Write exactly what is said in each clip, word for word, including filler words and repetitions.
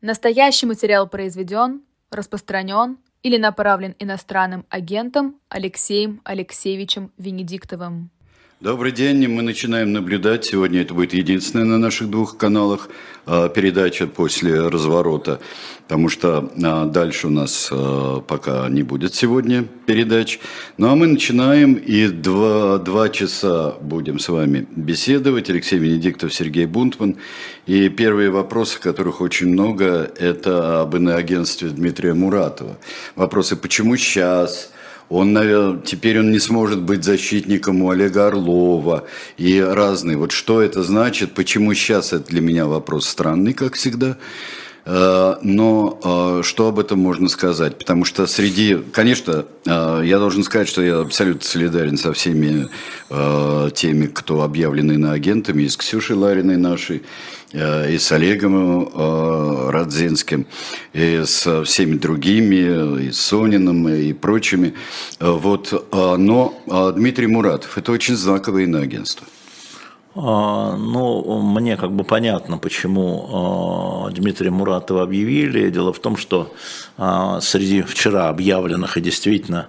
Настоящий материал произведен, распространен или направлен иностранным агентом Алексеем Алексеевичем Венедиктовым. Добрый день, мы начинаем наблюдать. Сегодня это будет единственная на наших двух каналах передача после разворота, потому что дальше у нас пока не будет сегодня передач. Ну а мы начинаем, и два, два часа будем с вами беседовать. Алексей Венедиктов, Сергей Бунтман. И первые вопросы, которых очень много, это об иноагентстве Дмитрия Муратова. Вопросы, почему сейчас? Он, наверное, теперь он не сможет быть защитником у Олега Орлова и разные. Вот что это значит, почему сейчас, это для меня вопрос странный, как всегда. Но что об этом можно сказать? Потому что среди, конечно, я должен сказать, что я абсолютно солидарен со всеми теми, кто объявлены иноагентами, и с Ксюшей Лариной нашей, и с Олегом Радзинским, и с всеми другими, и с Сониным, и прочими. Вот. Но Дмитрий Муратов – это очень знаковое иноагентство. Ну, мне как бы понятно, почему Дмитрия Муратова объявили. Дело в том, что среди вчера объявленных и действительно,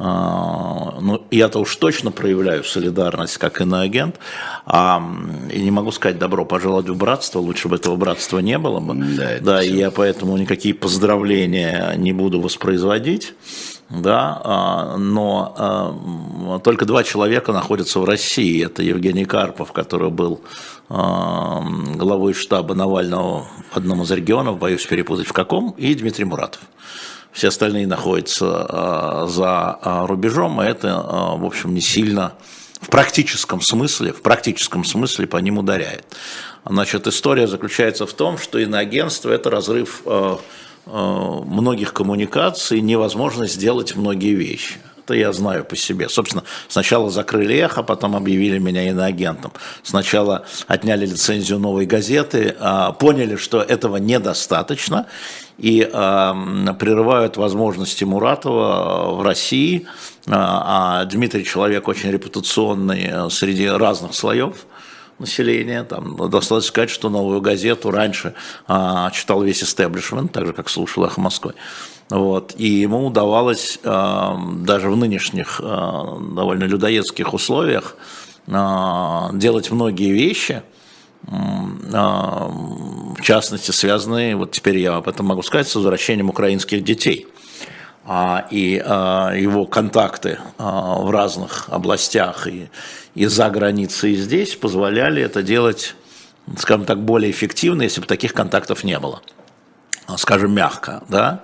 ну, я-то уж точно проявляю солидарность как иноагент, а, и не могу сказать добро пожаловать в братство, лучше бы этого братства не было бы. Да, да, и я поэтому никакие поздравления не буду воспроизводить. Да, но только два человека находятся в России. Это Евгений Карпов, который был главой штаба Навального в одном из регионов, боюсь перепутать в каком, и Дмитрий Муратов. Все остальные находятся за рубежом, и это, в общем, не сильно в практическом смысле, в практическом смысле по ним ударяет. Значит, история заключается в том, что иноагентство – это разрыв многих коммуникаций, невозможно сделать многие вещи. Это я знаю по себе. Собственно, сначала закрыли «Эхо», потом объявили меня иноагентом. Сначала отняли лицензию «Новой газеты», поняли, что этого недостаточно, и прерывают возможности Муратова в России. А Дмитрий человек очень репутационный среди разных слоев населения. Там достаточно сказать, что «Новую газету» раньше а, читал весь истеблишмент, так же, как слушал «Эхо Москвы». Вот. И ему удавалось а, даже в нынешних а, довольно людоедских условиях а, делать многие вещи, а, в частности, связанные, вот теперь я об этом могу сказать, с возвращением украинских детей. И а, его контакты а, в разных областях и, и за границей, и здесь позволяли это делать, скажем так, более эффективно, если бы таких контактов не было, скажем, мягко, да.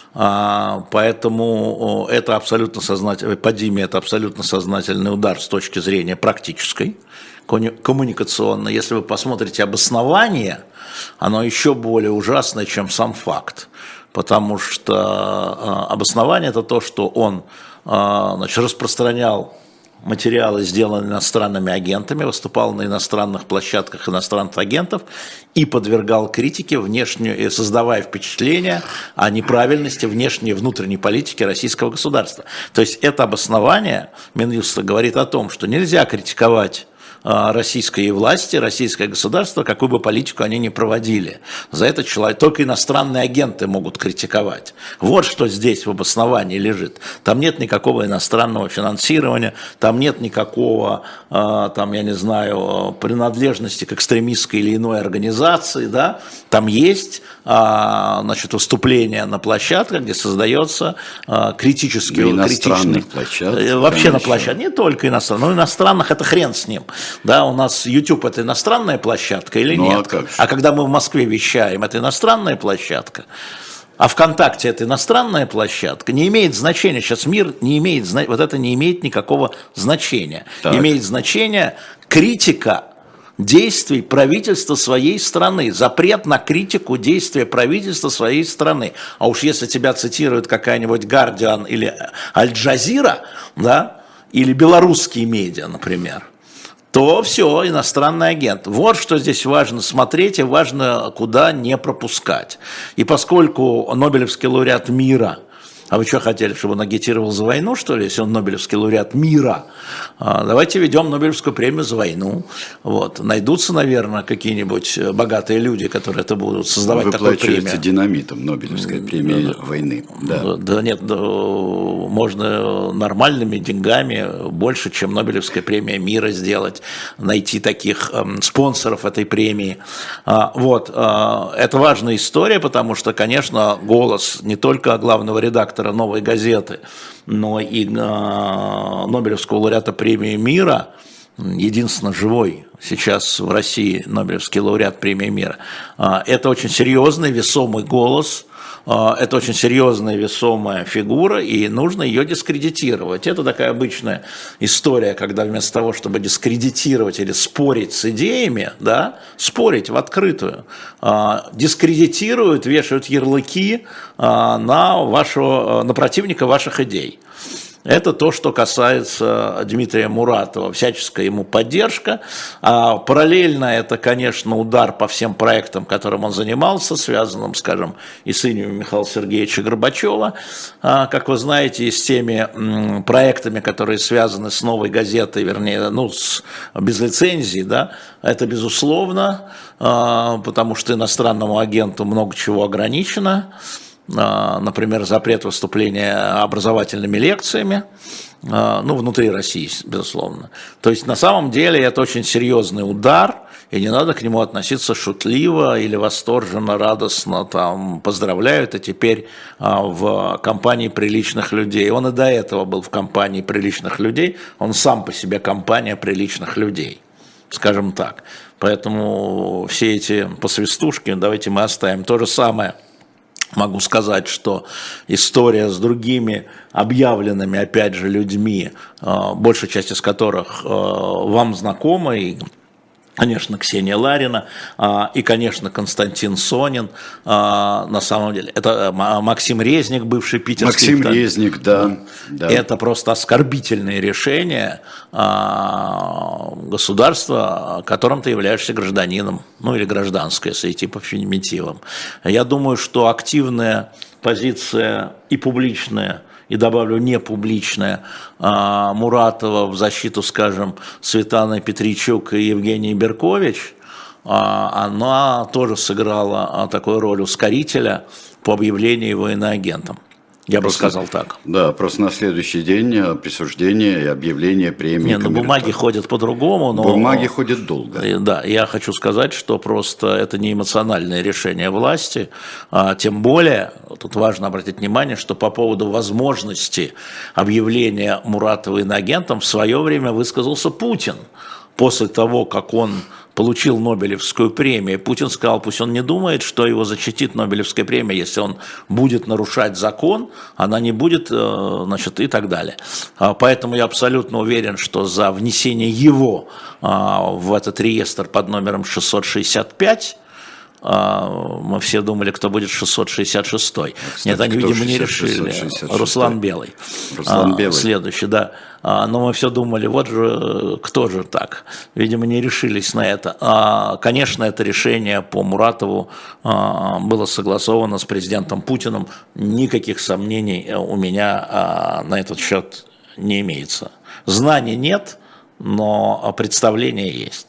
А, поэтому это абсолютно сознательный, по Диме это абсолютно сознательный удар с точки зрения практической, коммуникационной. Если вы посмотрите обоснование, оно еще более ужасное, чем сам факт. Потому что э, обоснование – это то, что он э, значит, распространял материалы, сделанные иностранными агентами, выступал на иностранных площадках иностранных агентов и подвергал критике внешнюю, создавая впечатление о неправильности внешней и внутренней политики российского государства. То есть это обоснование Минюста говорит о том, что нельзя критиковать российской власти, российское государство, какую бы политику они ни проводили. За это человек, только иностранные агенты могут критиковать. Вот что здесь в обосновании лежит. Там нет никакого иностранного финансирования, там нет никакого, там, я не знаю, принадлежности к экстремистской или иной организации, да? Там есть, значит, выступление на площадках, где создается критический, критичный, вообще на площадках, не только иностранных, но иностранных это хрен с ним. Да, у нас YouTube – это иностранная площадка или ну, нет? А, а когда мы в Москве вещаем, это иностранная площадка. А ВКонтакте – это иностранная площадка. Не имеет значения. Сейчас мир не имеет, вот это не имеет никакого значения. Так. Имеет значение критика действий правительства своей страны, запрет на критику действия правительства своей страны. А уж если тебя цитирует какая-нибудь Guardian или Аль-Джазира, да, или белорусские медиа, например, то все, иностранный агент. Вот что здесь важно смотреть и важно, куда не пропускать. И поскольку Нобелевский лауреат мира А вы что хотели, чтобы он агитировал за войну, что ли, если он Нобелевский лауреат мира? А, давайте ведем Нобелевскую премию за войну. Вот. Найдутся, наверное, какие-нибудь богатые люди, которые это будут создавать такую премию. Выплачивается динамитом Нобелевская премия да, войны. Да. да нет, да, можно нормальными деньгами больше, чем Нобелевская премия мира сделать, найти таких эм, спонсоров этой премии. А, вот. А, это важная история, потому что, конечно, голос не только главного редактора «Новой газеты», но и э, Нобелевского лауреата премии мира, единственно живой сейчас в России Нобелевский лауреат премии мира. Э, это очень серьезный, весомый голос, э, это очень серьезная, весомая фигура, и нужно ее дискредитировать. Это такая обычная история, когда вместо того, чтобы дискредитировать или спорить с идеями, да, спорить в открытую, э, дискредитируют, вешают ярлыки э, на, вашего, на противника ваших идей. Это то, что касается Дмитрия Муратова, всяческая ему поддержка. А параллельно это, конечно, удар по всем проектам, которым он занимался, связанным, скажем, и с именем Михаила Сергеевича Горбачева, как вы знаете, и с теми проектами, которые связаны с «Новой газетой», вернее, ну, с, без лицензии, да, это безусловно, потому что иностранному агенту много чего ограничено. Например, запрет выступления образовательными лекциями, ну, внутри России, безусловно. То есть, на самом деле, это очень серьезный удар, и не надо к нему относиться шутливо или восторженно, радостно, там, поздравляют, и теперь в компании приличных людей. Он и до этого был в компании приличных людей, он сам по себе компания приличных людей, скажем так. Поэтому все эти посвистушки давайте мы оставим. То же самое. Могу сказать, что история с другими объявленными, опять же, людьми, большая часть из которых вам знакома, и, конечно, Ксения Ларина, и, конечно, Константин Сонин, на самом деле. Это Максим Резник, бывший питерский. Максим Резник, да, да. Это просто оскорбительные решения государства, которым ты являешься гражданином, ну или гражданской, если идти по феминитивам. Я думаю, что активная позиция и публичная, и добавлю не публичная, Муратова в защиту, скажем, Светланы Петричук и Евгении Беркович, она тоже сыграла такую роль ускорителя по объявлению его иноагентом. Я просто, бы сказал так. Да, просто на следующий день присуждение и объявление премии. Не, ну бумаги ходят по-другому. Но... Бумаги ходят долго. Да, я хочу сказать, что просто это не эмоциональное решение власти, а тем более, тут важно обратить внимание, что по поводу возможности объявления Муратова иноагентом в свое время высказался Путин. После того, как он получил Нобелевскую премию, Путин сказал, пусть он не думает, что его защитит Нобелевская премия, если он будет нарушать закон, она не будет, значит, и так далее. Поэтому я абсолютно уверен, что за внесение его в этот реестр под номером шестьсот шестьдесят пять, мы все думали, кто будет шестьсот шестьдесят шестой. Кстати, нет, они, видимо, не решили. Руслан Белый. Руслан Белый. Следующий, да. Но мы все думали, вот же, кто же так. Видимо, не решились на это. Конечно, это решение по Муратову было согласовано с президентом Путиным. Никаких сомнений у меня на этот счет не имеется. Знаний нет, но представление есть.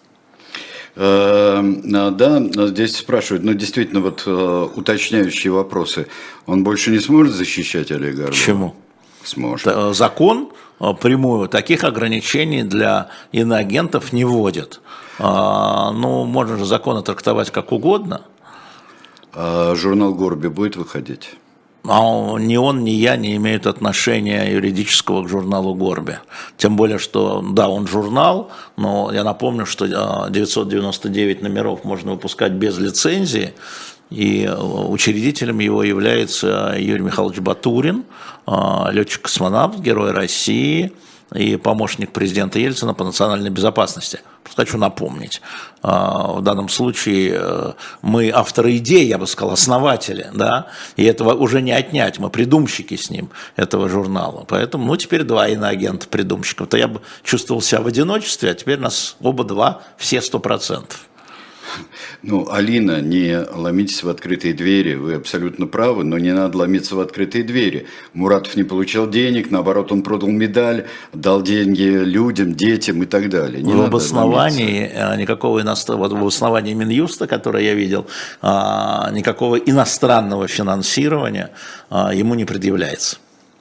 Да, здесь спрашивают, ну действительно, вот уточняющие вопросы. Он больше не сможет защищать Олега Орлова? Почему? Сможет. Закон прямую таких ограничений для иноагентов не вводит. Ну, можно же законы трактовать как угодно. А журнал «Горби» будет выходить? А ни он, ни я не имеют отношения юридического к журналу «Горби». Тем более, что, да, он журнал, но я напомню, что девятьсот девяносто девять номеров можно выпускать без лицензии, и учредителем его является Юрий Михайлович Батурин, летчик-космонавт, герой России и помощник президента Ельцина по национальной безопасности. Просто хочу напомнить, в данном случае мы авторы идей, я бы сказал, основатели, да, и этого уже не отнять, мы придумщики с ним этого журнала. Поэтому, ну, теперь два иноагента придумщиков. То я бы чувствовал себя в одиночестве, а теперь нас оба два, все сто процентов. Ну, Алина, не ломитесь в открытые двери, вы абсолютно правы, но не надо ломиться в открытые двери. Муратов не получал денег, наоборот, он продал медаль, дал деньги людям, детям и так далее. Не в надо обосновании ломиться. никакого иностранного, в обосновании Минюста, которое я видел, никакого иностранного финансирования ему не предъявляется.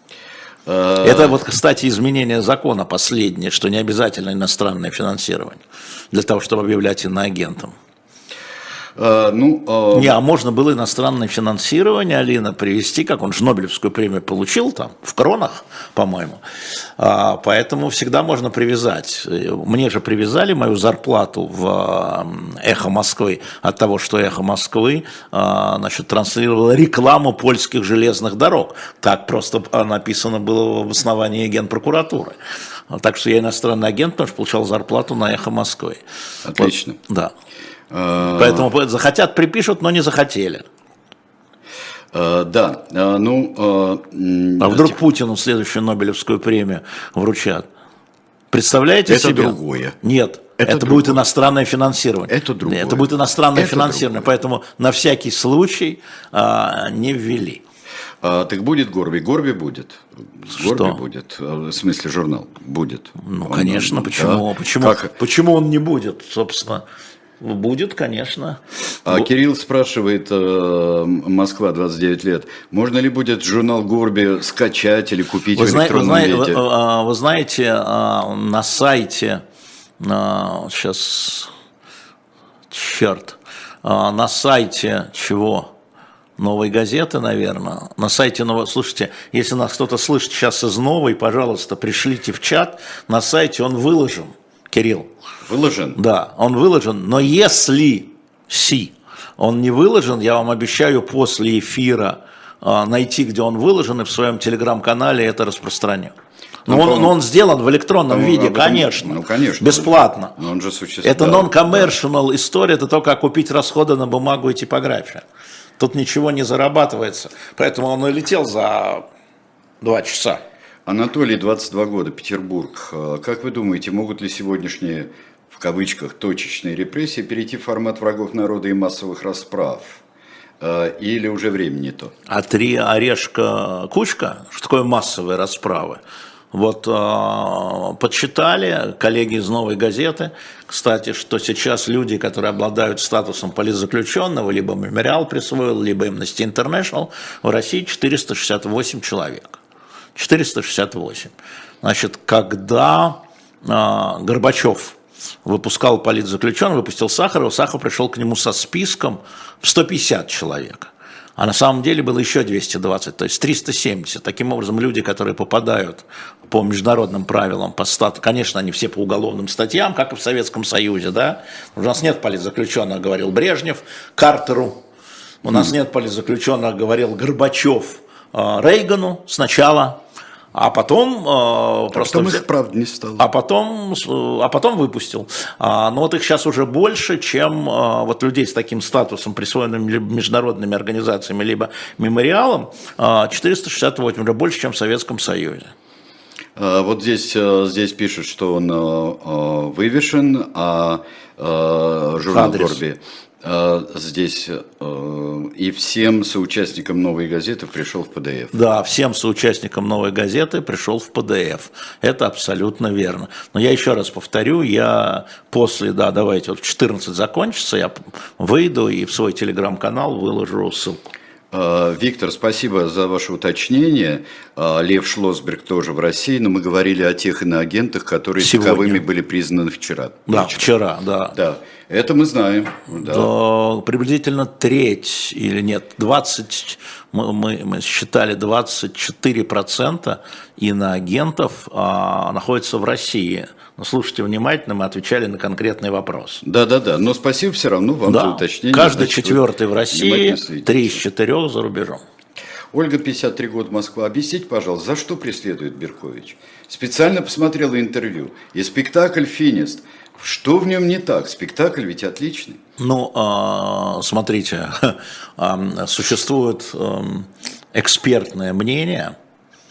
Это вот, кстати, изменение закона последнее, что не обязательно иностранное финансирование для того, чтобы объявлять иноагентом. А, ну, а... Не, а можно было иностранное финансирование, Алина, привести, как он же Нобелевскую премию получил там, в кронах, по-моему. А, поэтому всегда можно привязать. Мне же привязали мою зарплату в «Эхо Москвы» от того, что «Эхо Москвы» а, значит, транслировало рекламу польских железных дорог. Так просто написано было в обосновании Генпрокуратуры. Так что я иностранный агент, потому что получал зарплату на «Эхо Москвы». Отлично. Вот, да. Поэтому захотят, припишут, но не захотели. Uh, да, uh, ну... Uh, а вдруг Путину следующую Нобелевскую премию вручат? Представляете это себе? Это другое. Нет, это, это будет иностранное финансирование. Это другое. Это будет иностранное это финансирование, другое. Поэтому на всякий случай а, не ввели. А, так будет Горби? Горби будет. Горби Что? будет. В смысле, журнал будет. Ну, он, конечно, он, почему? Да. Почему, как... почему он не будет, собственно? Будет, конечно. А Кирилл спрашивает, Москва, двадцать девять лет, можно ли будет журнал Горби скачать или купить вы в знаете, электронном вы, виде? Вы, вы знаете, на сайте, сейчас, черт, на сайте чего? Новой газеты, наверное. На сайте Новой... Слушайте, если нас кто-то слышит сейчас из Новой, пожалуйста, пришлите в чат. На сайте он выложен, Кирилл. Выложен? Да, он выложен. Но если си он не выложен, я вам обещаю после эфира а, найти, где он выложен, и в своем телеграм-канале это распространю. Но, ну, он, но он сделан в электронном виде, этом, конечно, ну, конечно, бесплатно. Но он же существует. Это да, non-commercial да. история, это только купить расходы на бумагу и типографию. Тут ничего не зарабатывается, поэтому он и летел за два часа. Анатолий, двадцать два года, Петербург. Как вы думаете, могут ли сегодняшние, в кавычках, точечные репрессии перейти в формат врагов народа и массовых расправ? Или уже время не то? А три орешка кучка? Что такое массовые расправы? Вот э, подсчитали коллеги из «Новой газеты», кстати, что сейчас люди, которые обладают статусом политзаключенного, либо «Мемориал» присвоил, либо Amnesty International, в России четыреста шестьдесят восемь человек. четыреста шестьдесят восемь. Значит, когда э, Горбачев выпускал политзаключенного, выпустил Сахарова, Сахаров пришел к нему со списком в сто пятьдесят человек. А на самом деле было еще двести двадцать, то есть триста семьдесят. Таким образом, люди, которые попадают по международным правилам, по статусу, конечно, они все по уголовным статьям, как и в Советском Союзе, да. У нас нет политзаключенных, говорил Брежнев Картеру. У нас нет политзаключенных, говорил Горбачев Рейгану сначала. А потом а просто потом их, правда, не стало. А потом, а потом выпустил. А, но вот их сейчас уже больше, чем а, вот людей с таким статусом, присвоенным либо международными организациями, либо мемориалом, а, четыреста шестьдесят восемь, уже больше, чем в Советском Союзе. А, вот здесь, здесь пишут, что он а, вывешен, а, а журнал Адрес. Горби здесь и всем соучастникам «Новой газеты» пришел в пэ дэ эф. Да, всем соучастникам «Новой газеты» пришел в пэ дэ эф. Это абсолютно верно. Но я еще раз повторю, я после, да, давайте, вот в четырнадцать закончится, я выйду и в свой телеграм-канал выложу ссылку. Виктор, спасибо за ваше уточнение. Лев Шлосберг тоже в России, но мы говорили о тех иноагентах, которые Сегодня. таковыми были признаны вчера. Да, вечером. вчера, да. Да, это мы знаем. Да. Да, приблизительно треть или нет, двадцать, мы, мы, мы считали двадцать четыре процента иноагентов а, находятся в России. Но слушайте внимательно, мы отвечали на конкретный вопрос. Да, да, да. Но спасибо все равно вам да. за уточнение. Каждый Значит, четвертый в России, три из четырех за рубежом. Ольга, пятьдесят три года, Москва. Объясните, пожалуйста, за что преследует Беркович? Специально посмотрела интервью. И спектакль «Финист». Что в нем не так? Спектакль ведь отличный. Ну, смотрите, существует экспертное мнение,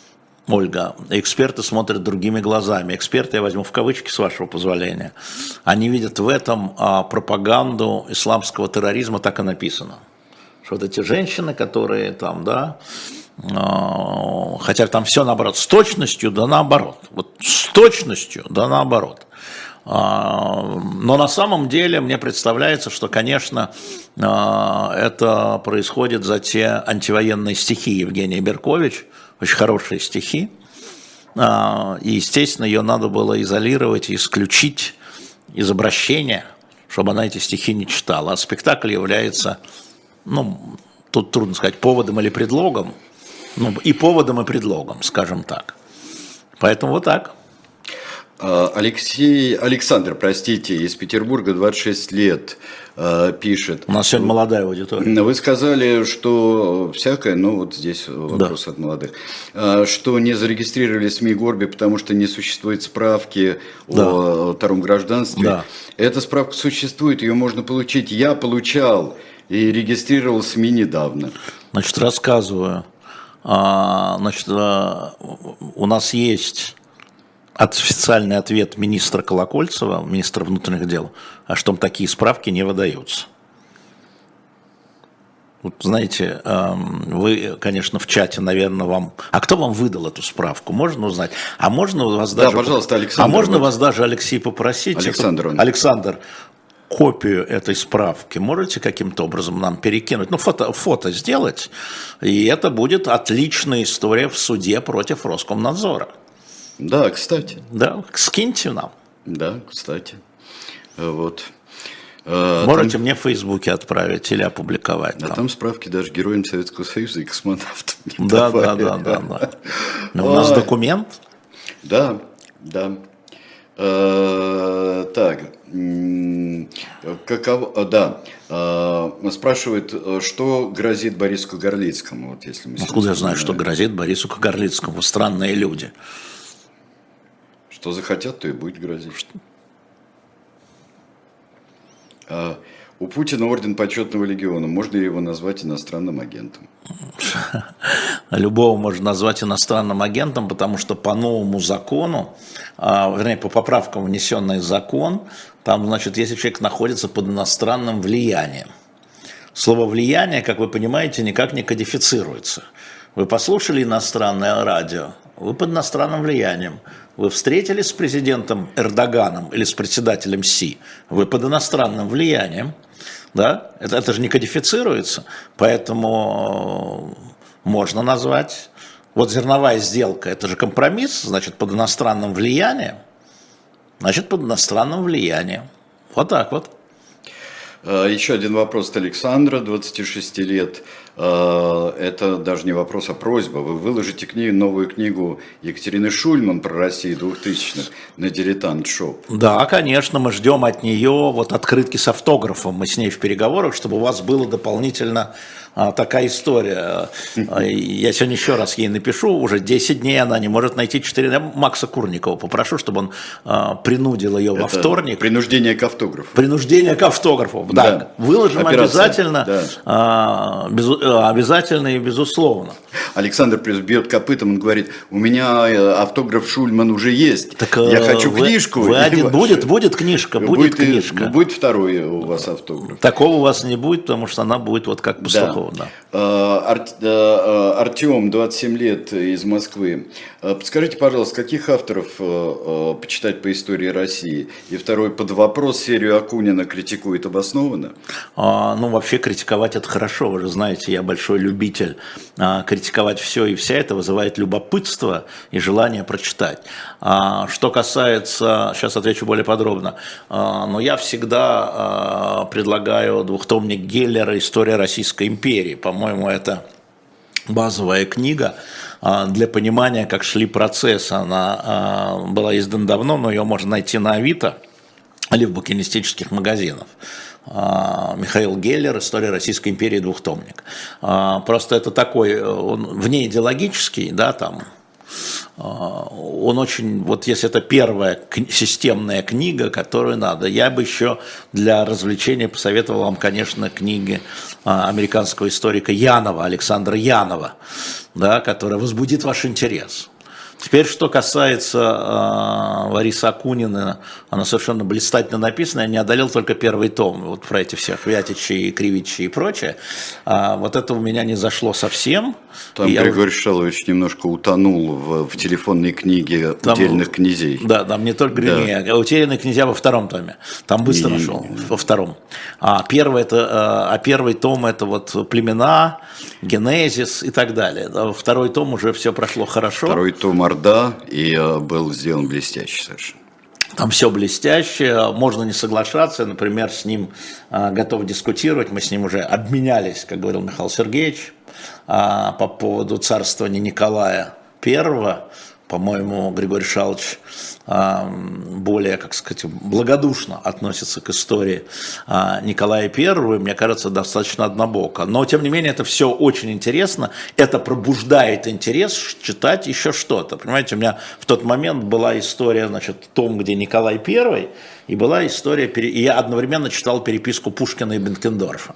Ольга, эксперты смотрят другими глазами. Эксперты, я возьму в кавычки, с вашего позволения, они видят в этом а, пропаганду исламского терроризма, так и написано. Что вот эти женщины, которые там, да, а, хотя там все наоборот, с точностью, да наоборот. Вот с точностью, да наоборот. А, но на самом деле мне представляется, что, конечно, а, это происходит за те антивоенные стихи Евгения Беркович, очень хорошие стихи, и, естественно, ее надо было изолировать, исключить из обращения, чтобы она эти стихи не читала. А спектакль является, ну, тут трудно сказать, поводом или предлогом, ну, и поводом, и предлогом, скажем так. Поэтому вот так. Алексей, Александр, простите, из Петербурга, двадцать шесть лет, пишет. У нас сегодня молодая аудитория. Вы сказали, что всякое, ну вот здесь вопрос да. от молодых, что не зарегистрировали СМИ Горби, потому что не существует справки да. о втором гражданстве. Да. Эта справка существует, ее можно получить. Я получал и регистрировал СМИ недавно. Значит, рассказываю. Значит, у нас есть официальный ответ министра Колокольцева, министра внутренних дел, а что такие справки не выдаются. Вот, знаете, вы, конечно, в чате, наверное, вам... А кто вам выдал эту справку? Можно узнать? А можно вас даже... Да, пожалуйста, Александр. А можно вот... вас даже, Алексей, попросить... Александр. Это... Александр, копию этой справки можете каким-то образом нам перекинуть? Ну, фото, фото сделать, и это будет отличная история в суде против Роскомнадзора. Да, кстати. Да, скиньте нам. Да, кстати. Вот. Можете там... мне в Фейсбуке отправить или опубликовать. А там, там справки даже героям Советского Союза и космонавтам не да, да, да, да, да. Но у нас документ. Да, да. Так, каково, да, спрашивает, что грозит Борису Кагарлицкому. Вот если мы Откуда я знаю, что грозит Борису Кагарлицкому? Странные люди. Что захотят, то и будет грозить. А у Путина орден почетного легиона. Можно ли его назвать иностранным агентом? Любого можно назвать иностранным агентом, потому что по новому закону, вернее, по поправкам, внесенный закон, там, значит, если человек находится под иностранным влиянием. Слово «влияние», как вы понимаете, никак не кодифицируется. Вы послушали иностранное радио, вы под иностранным влиянием. Вы встретились с президентом Эрдоганом или с председателем Си, вы под иностранным влиянием. Да? Это, это же не кодифицируется, поэтому можно назвать. Вот зерновая сделка, это же компромисс, значит, под иностранным влиянием, значит, под иностранным влиянием. Вот так вот. Еще один вопрос от Александра, двадцати шести лет. Это даже не вопрос, а просьба. Вы выложите книгу, новую книгу Екатерины Шульман про Россию двухтысячных на Дилетант Шоп. Да, конечно, мы ждем от нее вот открытки с автографом. Мы с ней в переговорах, чтобы у вас было дополнительно а, такая история. Я сегодня еще раз ей напишу, уже десять дней она не может найти четыре. Я Макса Курникова попрошу, чтобы он а, принудил ее Это во вторник. Принуждение к автографу. Принуждение к автографу, да. да. Выложим Операция. обязательно, да. а, без, обязательно и безусловно. Александр плюс бьет копытом, он говорит, у меня автограф Шульман уже есть, так, я хочу вы, книжку. Вы один, будет, будет книжка, будет, будет книжка. И, будет второй у вас автограф. Такого у вас не будет, потому что она будет вот как Пастухова. Да. Да. Ар, Артем, двадцать семь лет, из Москвы. Подскажите, пожалуйста, каких авторов почитать по истории России? И второй, под вопрос, серию Акунина критикует обоснованно? А, ну, вообще критиковать это хорошо, вы же знаете, я большой любитель а, критиковать все и вся, это вызывает любопытство и желание прочитать. А, что касается, сейчас отвечу более подробно, а, но я всегда а, предлагаю двухтомник Геллера «История Российской империи». По-моему, это базовая книга для понимания, как шли процессы. Она была издана давно, но ее можно найти на Авито или в букинистических магазинах. Михаил Геллер «История Российской империи», двухтомник. Просто это такой, он вне идеологический, да, там, он очень, вот если это первая системная книга, которую надо, я бы еще для развлечения посоветовал вам, конечно, книги американского историка Янова, Александра Янова, да, которая возбудит ваш интерес. Теперь, что касается э, Ларисы Акунина, она совершенно блистательно написана, я не одолел только первый том, вот про эти всех Вятичи, Кривичи и прочее. А вот это у меня не зашло совсем. Там и Григорий я... Шалович немножко утонул в, в телефонной книге там, «Утерянных князей». Да, там не только да. а «Утерянные князья» во втором томе. Там быстро и... нашел, во втором. А первый, это, а первый том это вот племена, генезис и так далее. А второй том уже все прошло хорошо. Второй том «Орда» и uh, был сделан блестяще совершенно. Там все блестяще, можно не соглашаться, например, с ним а, готов дискутировать, мы с ним уже обменялись, как говорил Михаил Сергеевич, а, по поводу царствования Николая Первого. По-моему, Григорий Шалович а, более, как сказать, благодушно относится к истории а, Николая Первого, и, мне кажется, достаточно однобоко. Но, тем не менее, это все очень интересно, это пробуждает интерес читать еще что-то. Понимаете, у меня в тот момент была история, значит, в том, где Николай Первый, и была история, и я одновременно читал переписку Пушкина и Бенкендорфа.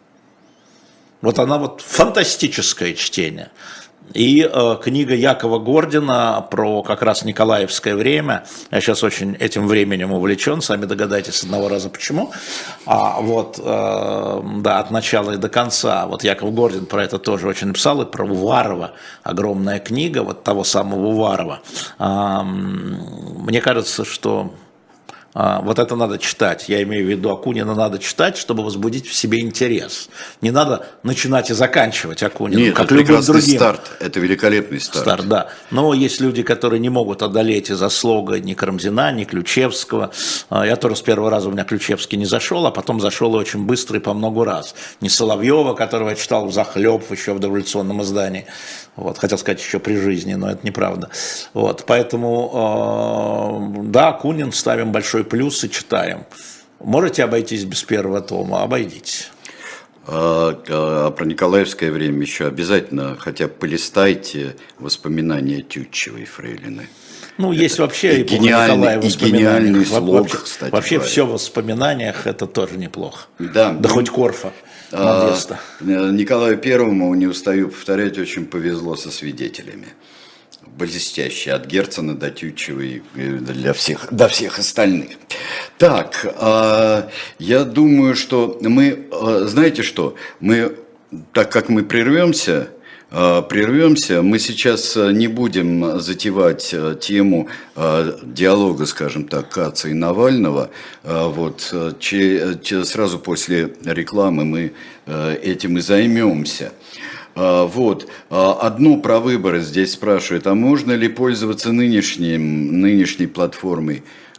Вот она вот фантастическое чтение. И э, книга Якова Гордина про как раз Николаевское время. Я сейчас очень этим временем увлечен, сами догадайтесь с одного раза почему. А вот, э, да, от начала и до конца. Вот Яков Гордин про это тоже очень написал, и про Уварова. Огромная книга, вот того самого Уварова. А, мне кажется, что... Вот это надо читать, я имею в виду Акунина надо читать, чтобы возбудить в себе интерес. Не надо начинать и заканчивать Акунина, Нет, как это любым прекрасный другим. старт, это великолепный старт. Старт, да. Но есть люди, которые не могут одолеть из-за слога ни Карамзина, ни Ключевского. Я тоже с первого раза у меня Ключевский не зашел, а потом зашел очень быстро и по много раз. Не Соловьева, которого я читал взахлеб еще в дореволюционном издании. Вот, хотел сказать еще при жизни, но это неправда. Вот, поэтому, э, да, Акунин ставим большой плюс и читаем. Можете обойтись без первого тома, обойдитесь. А, а про Николаевское время еще обязательно хотя бы полистайте воспоминания Тютчевой фрейлины. Ну, это есть вообще эпоха Николая в воспоминаниях. Слог, вообще кстати, вообще все в воспоминаниях, это тоже неплохо. Да, да хоть Корфа. А, Николаю Первому, не устаю повторять, очень повезло со свидетелями. Блестяще, от Герцена до Тютчевой, для всех, до всех остальных. Так, а, я думаю, что мы, знаете что, мы, так как мы прервемся, Прервемся. Мы сейчас не будем затевать тему диалога, скажем так, Каца и Навального. Вот. Сразу после рекламы мы этим и займемся. Вот. Одно про выборы здесь спрашивают. А можно ли пользоваться нынешним, нынешней платформой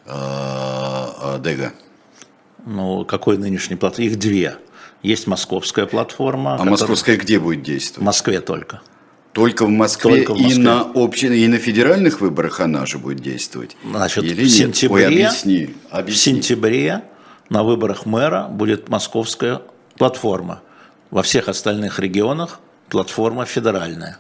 Дега? Ну, какой нынешней платформой? Их две. Есть московская платформа. А которая... московская где будет действовать? В Москве только. Только в Москве, только в Москве. И на общин... и на федеральных выборах она же будет действовать? Значит, или в сентябре, Ой, объясни, объясни. в сентябре на выборах мэра будет московская платформа. Во всех остальных регионах платформа федеральная.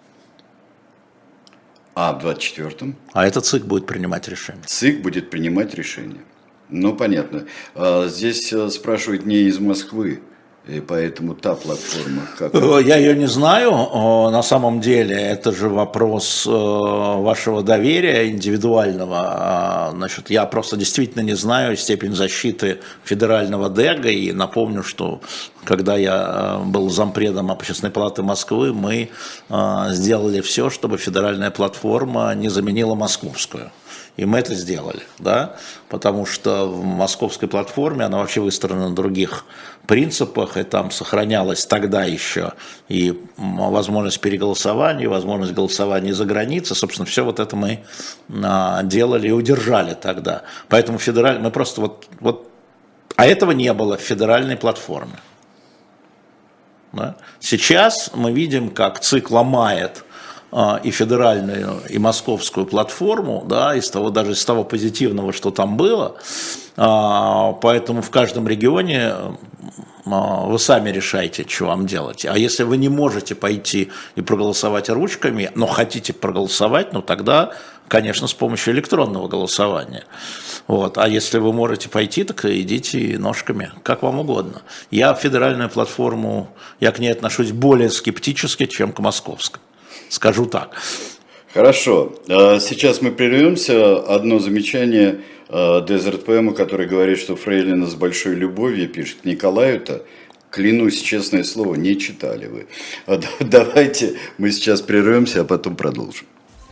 А в двадцать четвёртом? А это ЦИК будет принимать решение. ЦИК будет принимать решение. Ну, понятно. Здесь спрашивают не из Москвы. И поэтому та платформа, как... Я ее не знаю, на самом деле это же вопрос вашего доверия индивидуального. Значит, я просто действительно не знаю степень защиты федерального ДЭГа, и напомню, что когда я был зампредом Общественной палаты Москвы, мы сделали все, чтобы федеральная платформа не заменила московскую. И мы это сделали, да, потому что в московской платформе она вообще выстроена на других принципах, и там сохранялась тогда еще и возможность переголосования, и возможность голосования за границей. Собственно, все вот это мы делали и удержали тогда. Поэтому федераль... мы просто вот, вот... А этого не было в федеральной платформе. Да? Сейчас мы видим, как ЦИК ломает и федеральную, и московскую платформу, да, из того, даже из того позитивного, что там было. Поэтому в каждом регионе вы сами решаете, что вам делать. А если вы не можете пойти и проголосовать ручками, но хотите проголосовать, ну тогда, конечно, с помощью электронного голосования. Вот. А если вы можете пойти, так идите ножками, как вам угодно. Я федеральную платформу, я к ней отношусь более скептически, чем к московской. Скажу так. Хорошо. Сейчас мы прервемся. Одно замечание Desert Poem, который говорит, что Фрейлина с большой любовью пишет к Николаю-то. Клянусь, честное слово, не читали вы. Давайте мы сейчас прервемся, а потом продолжим.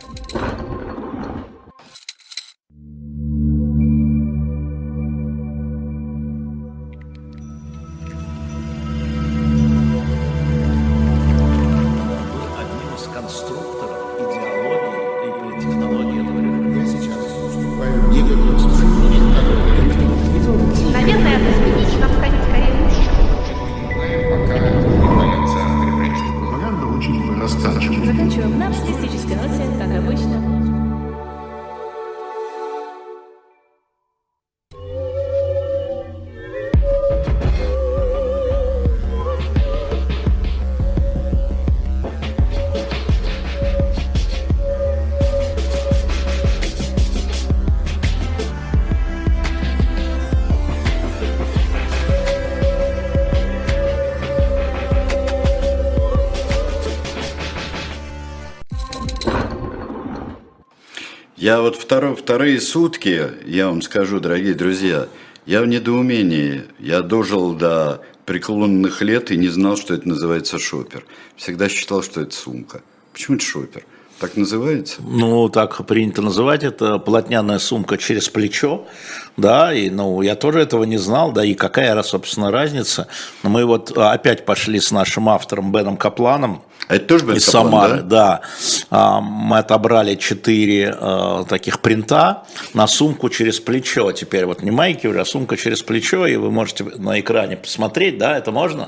Я вот второ, вторые сутки, я вам скажу, дорогие друзья, я в недоумении. Я дожил до преклонных лет и не знал, что это называется шопер. Всегда считал, что это сумка. Почему это шопер? Так называется? Ну, так принято называть. Это полотняная сумка через плечо. Да, и ну, я тоже этого не знал. Да, и какая, собственно, разница. Мы вот опять пошли с нашим автором Беном Капланом. А это тоже Бен из Каплан, Самары, да? Да. Мы отобрали четыре э, таких принта на сумку через плечо. Теперь вот не майки, а сумка через плечо, и вы можете на экране посмотреть, да, это можно?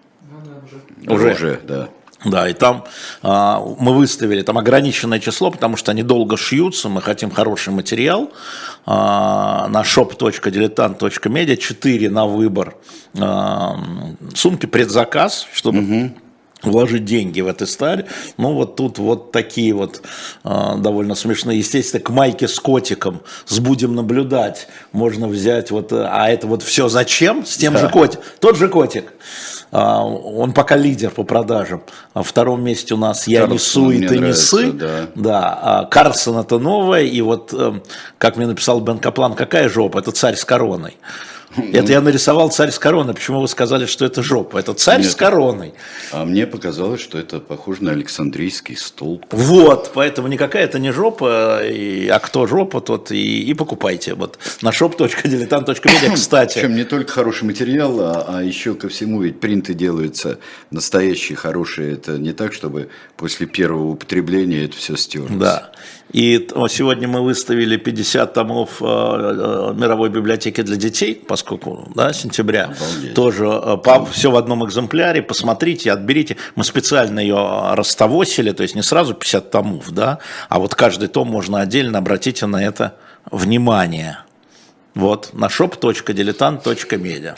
Ну, уже. Уже, да. Да, и там а, мы выставили там ограниченное число, потому что они долго шьются, мы хотим хороший материал. А, на shop точка diletant точка media четыре на выбор а, сумки предзаказ, чтобы угу. вложить деньги в эту сталь. Ну вот тут вот такие вот а, довольно смешные. Естественно, к майке с котиком, с будем наблюдать, можно взять вот, а это вот все зачем? С тем да. же котиком, тот же котик. Он пока лидер по продажам. А в втором месте у нас «Я несу, и ты несы». Да. Да. Карлсон это новое. И вот, как мне написал Бен Каплан, какая жопа? Это царь с короной. Это я нарисовал царь с короной. Почему вы сказали, что это жопа? Это царь Нет. с короной. А мне показалось, что это похоже на Александрийский столб. Вот, поэтому никакая это не жопа. И, а кто жопа, тот и, и покупайте. Вот на shop точка diletant точка media, кстати. Причем не только хороший материал, а, а еще ко всему, ведь принты делаются настоящие, хорошие. Это не так, чтобы после первого употребления это все стерлось. Да. И сегодня мы выставили пятьдесят томов э, э, мировой библиотеки для детей, поскольку, да, сентября, Обалдеть. тоже э, по, все в одном экземпляре, посмотрите, отберите. Мы специально ее растовосили, то есть не сразу пятьдесят томов, да, а вот каждый том можно отдельно, обратите на это внимание. Вот, на shop точка diletant точка media.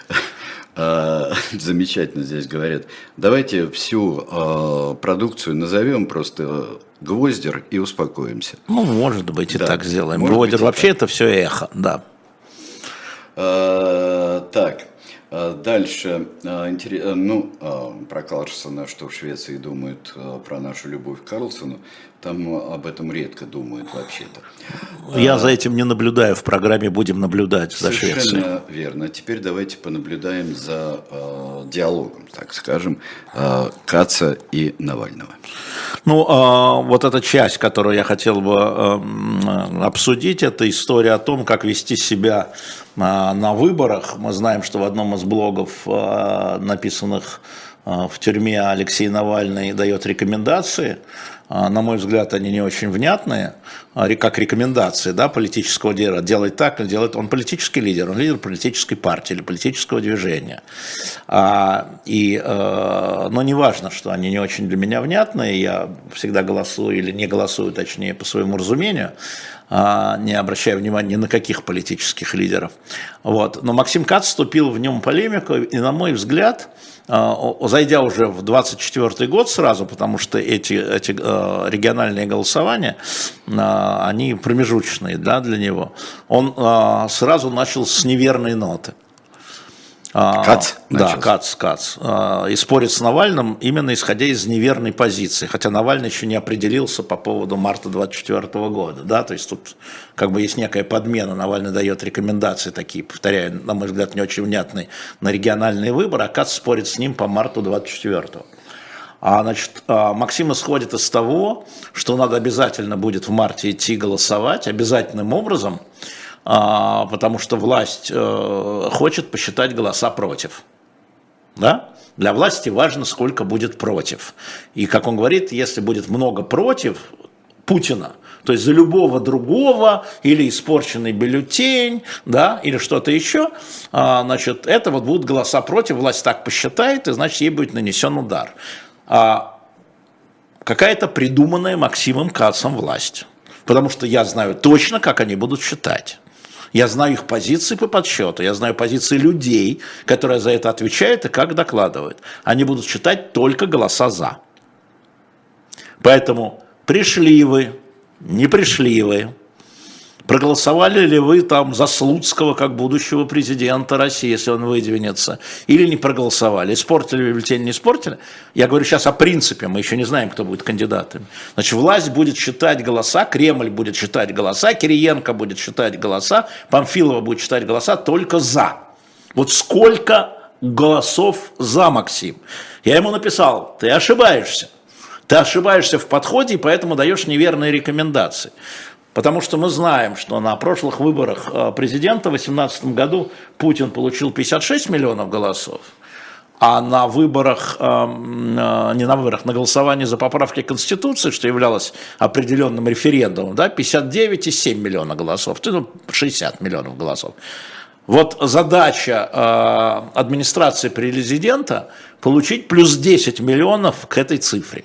Замечательно здесь говорят. Давайте всю э, продукцию назовем просто Гвоздер и успокоимся. Ну, может быть, и да. так сделаем. Может Гвоздер вообще так. Это все эхо, да. А, так, дальше. Интерес, ну, про Карлсона, что в Швеции думают про нашу любовь к Карлсону, там об этом редко думают вообще-то. Я а, за этим не наблюдаю, в программе будем наблюдать за Швецией. Совершенно верно. Теперь давайте понаблюдаем за э, диалогом, так скажем, э, Каца и Навального. Ну, э, вот эта часть, которую я хотел бы э, обсудить, это история о том, как вести себя э, на выборах. Мы знаем, что в одном из блогов, э, написанных э, в тюрьме, Алексей Навальный дает рекомендации. На мой взгляд, они не очень внятные, как рекомендации, да, политического лидера. Делать так, или делать. Он политический лидер, он лидер политической партии или политического движения. А, и, э, но не важно, что они не очень для меня внятные. Я всегда голосую или не голосую, точнее, по своему разумению, а, не обращая внимания ни на каких политических лидеров. Вот. Но Максим Кац вступил в нем полемику, и, на мой взгляд, зайдя уже в двадцать четвёртый год сразу, потому что эти, эти региональные голосования, они промежуточные, да, для него, он сразу начал с неверной ноты. Кац? Да, Кац, Кац. И спорит с Навальным именно исходя из неверной позиции. Хотя Навальный еще не определился по поводу марта двадцать четвёртого года. Да? То есть тут как бы есть некая подмена. Навальный дает рекомендации такие, повторяю, на мой взгляд, не очень внятные, на региональные выборы, а Кац спорит с ним по марту двадцать четвёртого. А, значит, Максим исходит из того, что надо обязательно будет в марте идти голосовать, обязательным образом, потому что власть хочет посчитать голоса против. Да? Для власти важно, сколько будет против. И, как он говорит, если будет много против Путина, то есть за любого другого, или испорченный бюллетень, да, или что-то еще, значит, это вот будут голоса против, власть так посчитает, и, значит, ей будет нанесен удар. А какая-то придуманная Максимом Кацом власть. Потому что я знаю точно, как они будут считать. Я знаю их позиции по подсчету, я знаю позиции людей, которые за это отвечают и как докладывают. Они будут считать только голоса «за». Поэтому пришли вы, не пришли вы, проголосовали ли вы там за Слуцкого как будущего президента России, если он выдвинется, или не проголосовали, испортили бюллетень, не испортили. Я говорю сейчас о принципе, мы еще не знаем, кто будет кандидатами. Значит, власть будет считать голоса, Кремль будет считать голоса, Кириенко будет считать голоса, Памфилова будет считать голоса только за. Вот сколько голосов за, Максим? Я ему написал, ты ошибаешься. Ты ошибаешься в подходе, и поэтому даешь неверные рекомендации. Потому что мы знаем, что на прошлых выборах президента в две тысячи восемнадцатом году Путин получил пятьдесят шесть миллионов голосов, а на выборах, не на выборах, на голосовании за поправки Конституции, что являлось определенным референдумом, да, пятьдесят девять целых семь десятых миллиона голосов, ну, шестьдесят миллионов голосов. Вот задача администрации президента получить плюс десять миллионов к этой цифре.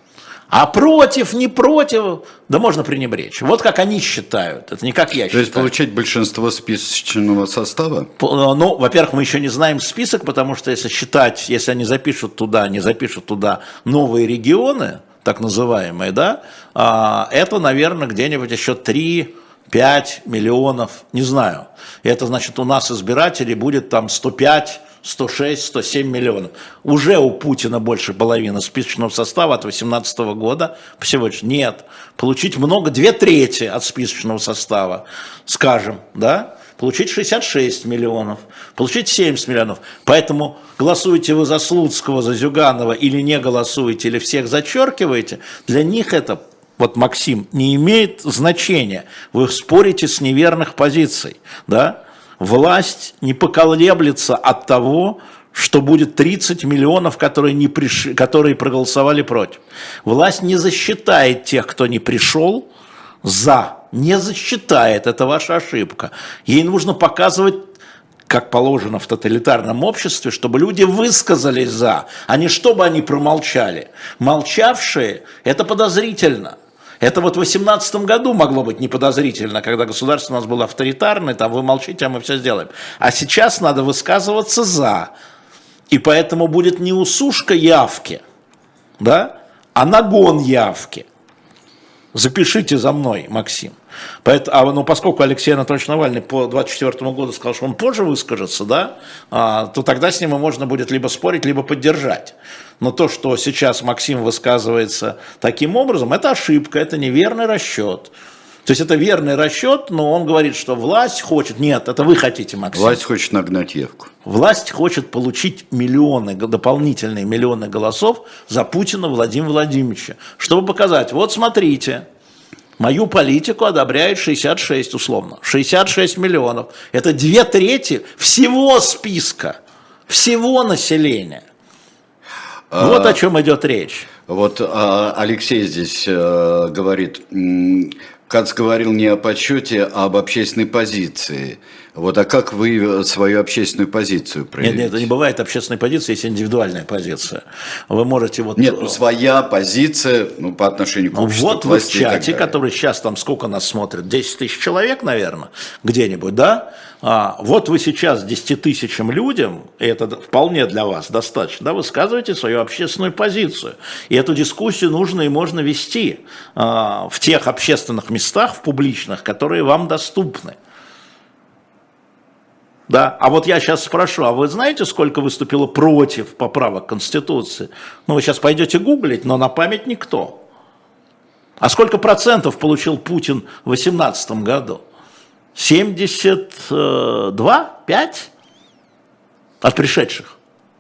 А против, не против, да можно пренебречь. Вот как они считают, это не как я считаю. То есть получать большинство списочного состава? Ну, во-первых, мы еще не знаем список, потому что если считать, если они запишут туда, не запишут туда новые регионы, так называемые, да, это, наверное, где-нибудь еще три-пять миллионов, не знаю. Это значит, у нас избирателей будет там сто пять, сто шесть, сто семь миллионов. Уже у Путина больше половины списочного состава от две тысячи восемнадцатого года. Всего лишь нет. Получить много, две трети от списочного состава, скажем, да? Получить шестьдесят шесть миллионов, получить семьдесят миллионов. Поэтому голосуете вы за Слуцкого, за Зюганова или не голосуете, или всех зачеркиваете, для них это, вот Максим, не имеет значения. Вы спорите с неверных позиций, да? Власть не поколеблется от того, что будет тридцать миллионов, которые, не приш... которые проголосовали против. Власть не засчитает тех, кто не пришел, за. Не засчитает, это ваша ошибка. Ей нужно показывать, как положено в тоталитарном обществе, чтобы люди высказались за, а не чтобы они промолчали. Молчавшие – это подозрительно. Это вот в восемнадцатом году могло быть неподозрительно, когда государство у нас было авторитарное, там вы молчите, а мы все сделаем. А сейчас надо высказываться за. И поэтому будет не усушка явки, да, а нагон явки. Запишите за мной, Максим. Поэтому, а, ну, поскольку Алексей Анатольевич Навальный по двадцать четвёртому году сказал, что он позже выскажется, да, а, то тогда с ним можно будет либо спорить, либо поддержать. Но то, что сейчас Максим высказывается таким образом, это ошибка, это неверный расчет. То есть это верный расчет, но он говорит, что власть хочет... Нет, это вы хотите, Максим. Власть хочет нагнать явку. Власть хочет получить миллионы, дополнительные миллионы голосов за Путина Владимира Владимировича, чтобы показать, вот смотрите, мою политику одобряет шестьдесят шесть, условно, шестьдесят шесть миллионов. Это две трети всего списка, всего населения. А, вот о чем идет речь. Вот а, Алексей здесь а, говорит... Кац говорил не о подсчете, а об общественной позиции. Вот, а как вы свою общественную позицию проявите? Нет, нет, это не бывает общественной позиции, есть индивидуальная позиция. Вы можете вот... Нет, ну своя позиция, ну, по отношению к обществу, вот вы в чате, который сейчас там сколько нас смотрит, десять тысяч человек, наверное, где-нибудь, да? А, вот вы сейчас десяти тысячам людям, и это вполне для вас достаточно, да, высказываете свою общественную позицию. И эту дискуссию нужно и можно вести а, в тех общественных местах, в публичных, которые вам доступны. Да, а вот я сейчас спрошу, а вы знаете, сколько выступило против поправок Конституции? Ну, вы сейчас пойдете гуглить, но на память никто. А сколько процентов получил Путин в две тысячи восемнадцатом году? семьдесят два, пять от пришедших.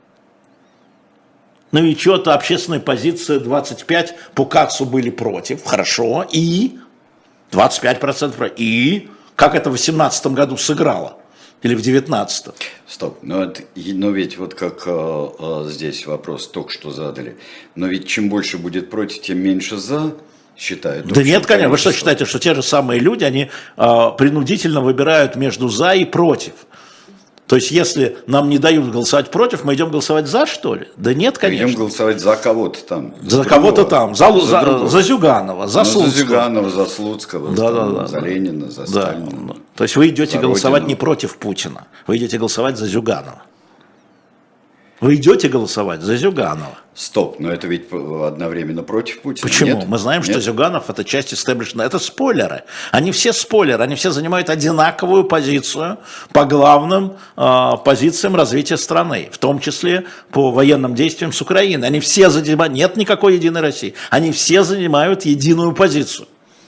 Ну и что-то общественная позиция двадцать пять по КАЦу были против, хорошо, и двадцать пять процентов против, и как это в восемнадцатом году сыграло? Или в девятнадцатом? Стоп, но, это, но ведь вот как э, э, здесь вопрос только что задали, но ведь чем больше будет против, тем меньше за, считают. Да нет, конечно, вы что считаете, что те же самые люди, они э, принудительно выбирают между за и против? То есть, если нам не дают голосовать против, мы идем голосовать за, что ли? Да нет, конечно. Мы идем голосовать за кого-то там. За, за кого-то там, за, за, за, за Зюганова, за Слуцкого. За Зюганова, за Слуцкого, да, там, да, за да, Ленина, за да, Сталина. Да. То есть, вы идете за голосовать Родину. Не против Путина, вы идете голосовать за Зюганова. Вы идете голосовать за Зюганова. Стоп, но это ведь одновременно против Путина. Почему? Нет? Мы знаем, Нет? что Зюганов это часть истеблишмента. Это спойлеры. Они все спойлеры. Они все занимают одинаковую позицию по главным э, позициям развития страны. В том числе по военным действиям с Украиной. Они все занимают... Нет никакой единой России. Они все занимают единую позицию.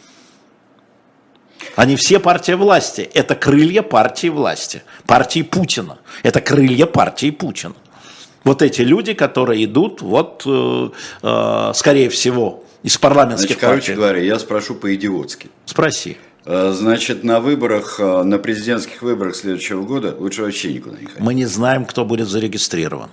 Они все партия власти. Это крылья партии власти. Партии Путина. Это крылья партии Путина. Вот эти люди, которые идут, вот, э, э, скорее всего, из парламентских Значит, партий. короче говоря, я спрошу по-идиотски. Спроси. Значит, на выборах, на президентских выборах следующего года лучше вообще никуда не ходить. Мы не знаем, кто будет зарегистрирован.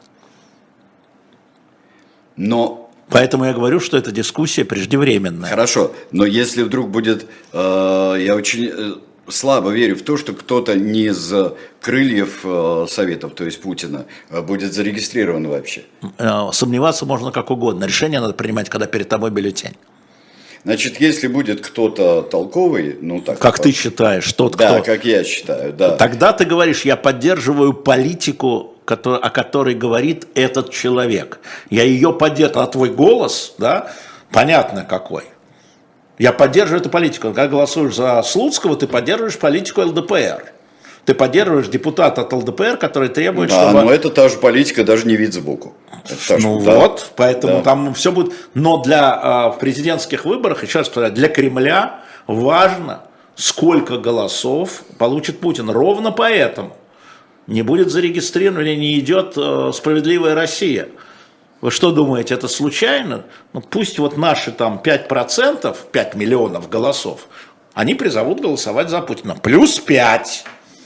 Но... Поэтому я говорю, что эта дискуссия преждевременная. Хорошо, но если вдруг будет... Э, я очень... Э, слабо верю в то, что кто-то не из крыльев э, Советов, то есть Путина, э, будет зарегистрирован вообще. Сомневаться можно как угодно. Решение надо принимать, когда перед тобой бюллетень. Значит, если будет кто-то толковый, ну так... Как по... ты считаешь, тот, да, кто... Да, как я считаю, да. Тогда ты говоришь, я поддерживаю политику, о которой говорит этот человек. Я ее поддерживаю. А твой голос, да, понятно какой. Я поддерживаю эту политику. Когда голосуешь за Слуцкого, ты поддерживаешь политику эл дэ пэ эр. Ты поддерживаешь депутата от эл дэ пэ эр, который требует, да, чтобы... но это та же политика, даже не вид сбоку. Это ну же, вот, да, поэтому да. там все будет... Но для, в президентских выборах, еще раз повторяю, для Кремля важно, сколько голосов получит Путин. Ровно поэтому не будет зарегистрирован или не идет «Справедливая Россия». Вы что думаете, это случайно? Ну, пусть вот наши там пять процентов, пять миллионов голосов, они призовут голосовать за Путина. Плюс пять.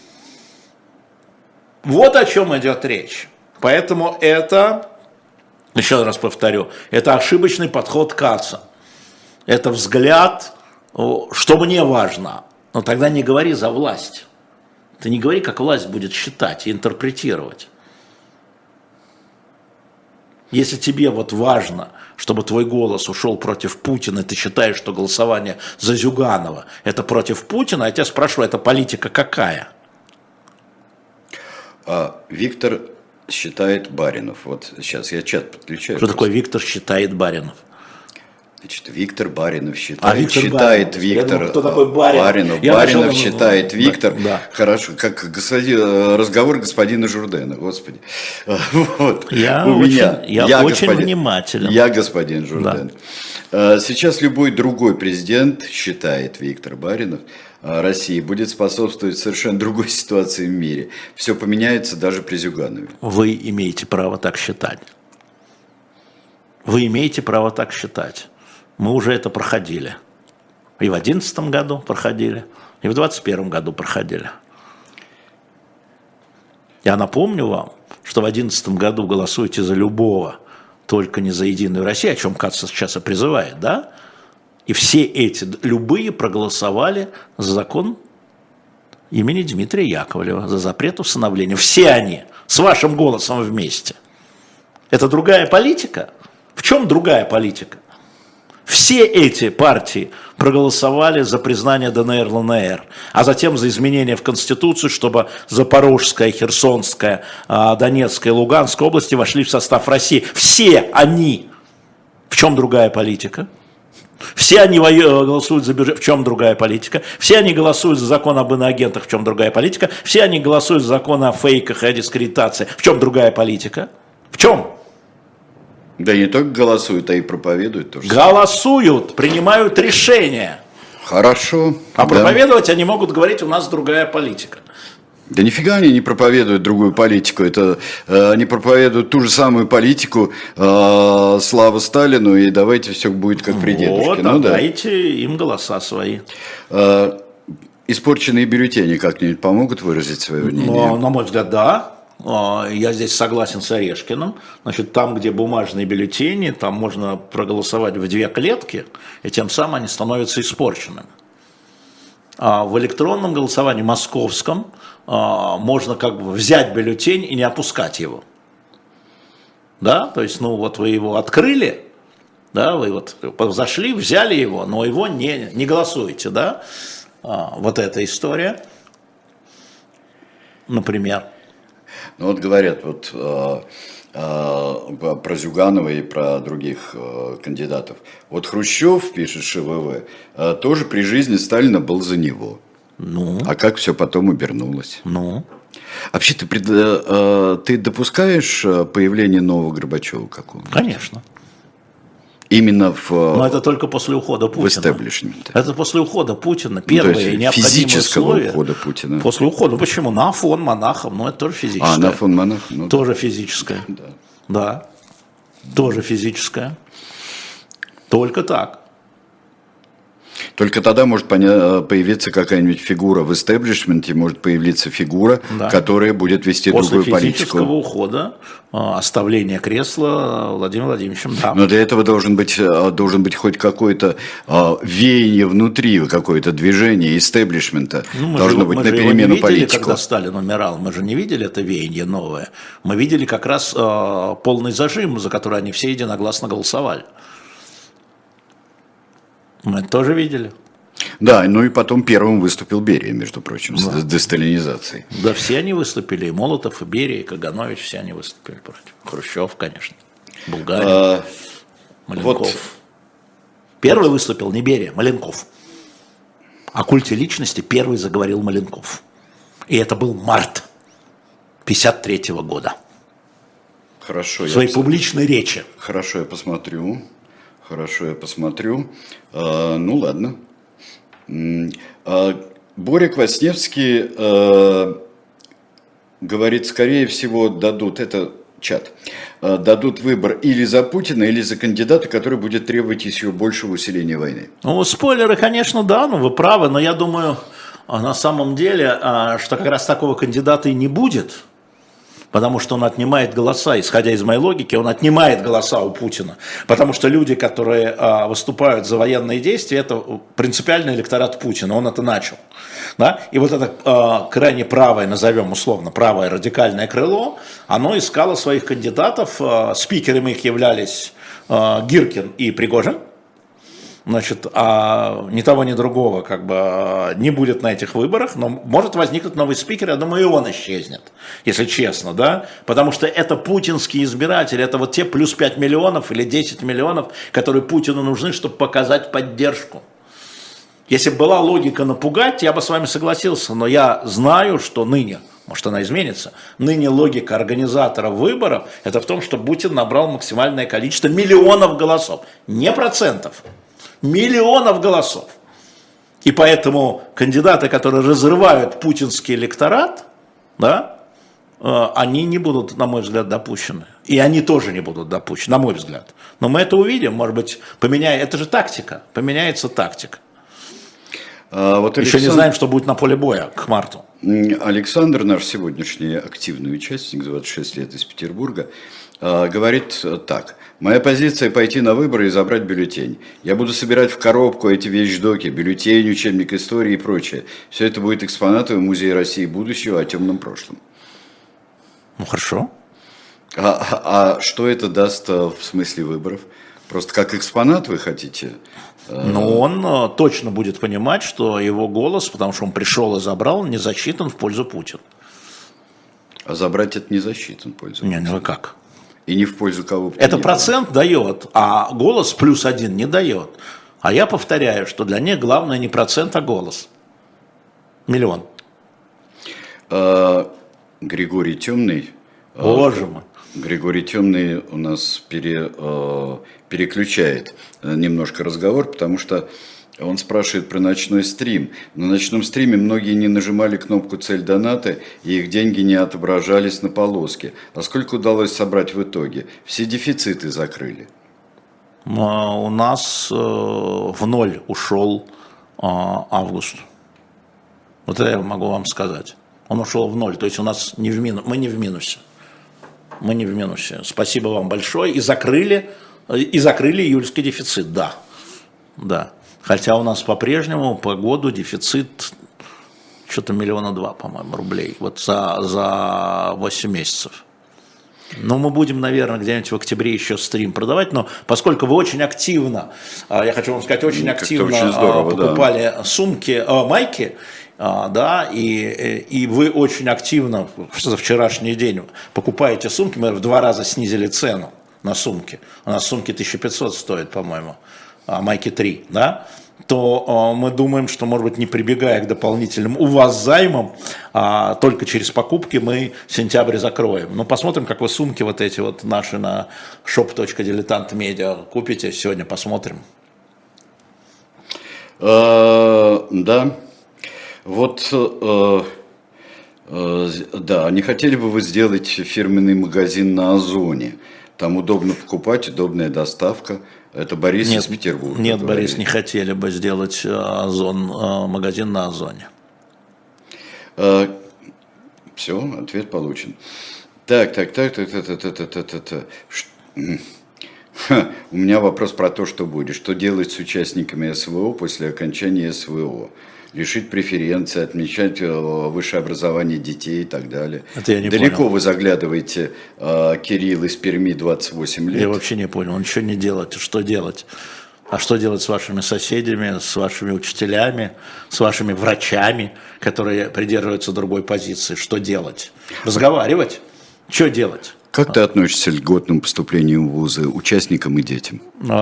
Вот о чем идет речь. Поэтому это, еще раз повторю, это ошибочный подход Каца. Это взгляд, что мне важно. Но тогда не говори за власть. Ты не говори, как власть будет считать и интерпретировать. Если тебе вот важно, чтобы твой голос ушел против Путина, и ты считаешь, что голосование за Зюганова это против Путина, я тебя спрошу, это политика какая? А, Виктор считает Баринов. Вот сейчас я чат подключаю. Что просто. такое Виктор считает Баринов? Значит, Виктор Баринов считает, а, Виктор считает Баринов. Виктор думал, кто такой Баринов. Баринов, Я Баринов начал... считает Виктор. Да, да. Хорошо, как господин, разговор господина Журдена, господи. Вот. Я У очень, меня, я я очень господин, внимателен. Я господин Журден. Да. Сейчас любой другой президент, считает Виктор Баринов, России будет способствовать совершенно другой ситуации в мире. Все поменяется даже при Зюганове. Вы имеете право так считать. Вы имеете право так считать. Мы уже это проходили. И в две тысячи одиннадцатом году проходили, и в две тысячи двадцать первом году проходили. Я напомню вам, что в две тысячи одиннадцатом году голосуйте за любого, только не за Единую Россию, о чем Кац сейчас и призывает, да? И все эти, любые проголосовали за закон имени Дмитрия Яковлева, за запрет усыновления. Все они с вашим голосом вместе. Это другая политика? В чем другая политика? Все эти партии проголосовали за признание дэ эн эр, эл эн эр, а затем за изменения в Конституцию, чтобы Запорожская, Херсонская, Донецкая и Луганская области вошли в состав России. Все они. В чем другая политика? Все они голосуют за бюджет, в чем другая политика? Все они голосуют за закон об иноагентах, в чем другая политика? Все они голосуют за закон о фейках и о дискредитации, в чем другая политика? В чем? Да не только голосуют, а и проповедуют тоже. Голосуют, принимают решения. Хорошо. А да. проповедовать они могут говорить, у нас другая политика. Да нифига они не проповедуют другую политику. Это э, они проповедуют ту же самую политику, э, слава Сталину, и давайте все будет как при дедушке. Вот, ну, отдайте да. им голоса свои. Э, испорченные бюллетени как-нибудь помогут выразить свое мнение? Но, на мой взгляд, да. Я здесь согласен с Орешкиным. Значит, там, где бумажные бюллетени, там можно проголосовать в две клетки, и тем самым они становятся испорченными. А в электронном голосовании московском можно как бы взять бюллетень и не опускать его. Да, то есть, ну вот вы его открыли, да, вы вот зашли, взяли его, но его не, не голосуете, да. А, вот эта история, например. Ну вот говорят вот э, э, про Зюганова и про других э, кандидатов. Вот Хрущев, пишет ШВВ, э, тоже при жизни Сталина был за него. Ну. А как все потом обернулось? Ну. Вообще ты, пред, э, ты допускаешь появление нового Горбачева какого-то? Конечно. Именно в... Но это только после ухода Путина. В истеблишменте. Это после ухода Путина. Первые ну, необходимые физического условия. ухода Путина. После ухода. Почему? На фон монахов. Ну, это тоже физическое. А, на фон монахов. Ну, тоже да. физическое. Да. Да. Тоже физическое. Только так. Только тогда может появиться какая-нибудь фигура в истеблишменте, может появиться фигура, да. которая будет вести После другую политику. После физического ухода, оставления кресла Владимиром Владимировичем. Да. Но для этого должен быть, должен быть хоть какое-то веяние внутри, какое-то движение истеблишмента. Ну, должно же, быть мы на же перемену его не видели, политику. Когда Сталин умирал, мы же не видели это веяние новое. Мы видели как раз э, полный зажим, за который они все единогласно голосовали. Мы это тоже видели. Да, ну и потом первым выступил Берия, между прочим, да. с десталинизацией. Да, все они выступили, и Молотов, и Берия, и Каганович, все они выступили против. Хрущев, конечно, Булгарин, а, Маленков. Вот. Первый выступил не Берия, Маленков. О культе личности первый заговорил Маленков. И это был март пятьдесят третьего года. Хорошо. В своей я публичной речи. Хорошо, я посмотрю. Хорошо, я посмотрю. А, ну, ладно. А, Боря Квасневский а, говорит, скорее всего, дадут, это чат, а, дадут выбор или за Путина, или за кандидата, который будет требовать еще большего усиления войны. Ну, спойлеры, конечно, да, ну, вы правы, но я думаю, на самом деле, что как раз такого кандидата и не будет. Потому что он отнимает голоса, исходя из моей логики, он отнимает голоса у Путина. Потому что люди, которые а, выступают за военные действия, это принципиальный электорат Путина, он это начал. Да? И вот это а, крайне правое, назовем условно, правое радикальное крыло, оно искало своих кандидатов, а, спикерами их являлись а, Гиркин и Пригожин. Значит, а ни того, ни другого как бы не будет на этих выборах, но может возникнуть новый спикер, я думаю, и он исчезнет, если честно, да, потому что это путинские избиратели, это вот те плюс пять миллионов или десять миллионов, которые Путину нужны, чтобы показать поддержку. Если бы была логика напугать, я бы с вами согласился, но я знаю, что ныне, может она изменится, ныне логика организатора выборов, это в том, что Путин набрал максимальное количество миллионов голосов, не процентов. Миллионов голосов. И поэтому кандидаты, которые разрывают путинский электорат, да, э, они не будут, на мой взгляд, допущены. И они тоже не будут допущены, на мой взгляд. Но мы это увидим, может быть, поменяется. Это же тактика, поменяется тактика. А, вот Еще Александр... не знаем, что будет на поле боя к марту. Александр, наш сегодняшний активный участник, двадцать шесть лет из Петербурга, говорит так. Моя позиция – пойти на выборы и забрать бюллетень. Я буду собирать в коробку эти вещдоки, бюллетень, учебник истории и прочее. Все это будет экспонаты в Музее России будущего о темном прошлом. Ну, хорошо. А, а, а что это даст в смысле выборов? Просто как экспонат вы хотите? Ну, он точно будет понимать, что его голос, потому что он пришел и забрал, не засчитан в пользу Путина. А забрать это не засчитан в пользу Путина? Не, ну как? И не в пользу кого бы. Это процент дает, а голос плюс один не дает. А я повторяю, что для них главное не процент, а голос. Миллион. А, Григорий Темный. Боже мой. Григорий Темный у нас пере, переключает немножко разговор, потому что он спрашивает про ночной стрим. На ночном стриме многие не нажимали кнопку «Цель донаты», и их деньги не отображались на полоске. А сколько удалось собрать в итоге? Все дефициты закрыли. У нас в ноль ушел август. Вот это я могу вам сказать. Он ушел в ноль, то есть у нас не в минус, мы не в минусе. Мы не в минусе. Спасибо вам большое. И закрыли, и закрыли июльский дефицит, да. Да. Хотя у нас по-прежнему по году дефицит что-то миллиона два, по-моему, рублей. Вот за, за восемь месяцев. Но мы будем, наверное, где-нибудь в октябре еще стрим продавать. Но поскольку вы очень активно, я хочу вам сказать, очень активно очень здорово, покупали да. сумки, майки, да, и, и вы очень активно за вчерашний день покупаете сумки, мы в два раза снизили цену на сумки. У нас сумки тысяча пятьсот стоят, по-моему, а майки три, да, то мы думаем, что, может быть, не прибегая к дополнительным у вас займам, а только через покупки мы сентябрь закроем. Ну, посмотрим, как вы сумки вот эти вот наши на shop точка дилетант медиа купите. Сегодня посмотрим. Да. Вот, да, не хотели бы вы сделать фирменный магазин на Озоне? Там удобно покупать, удобная доставка. Это Борис нет, из Петербурга. Нет, говорит. Борис, не хотели бы сделать Озон, магазин на Озоне. А, все, ответ получен. Так, так, так, так, так, так, так, так, так, так, так. Ха, у меня вопрос про то, что будет. Что делать с участниками СВО после окончания СВО? Лишить преференции, отмечать высшее образование детей и так далее. Это я не Далеко понял. Вы заглядываете, э, Кирилл из Перми, двадцать восемь лет. Я вообще не понял, ничего не делать. Что делать? А что делать с вашими соседями, с вашими учителями, с вашими врачами, которые придерживаются другой позиции? Что делать? Разговаривать? Что делать? Как ты относишься к льготному поступлению в вузы участникам и детям?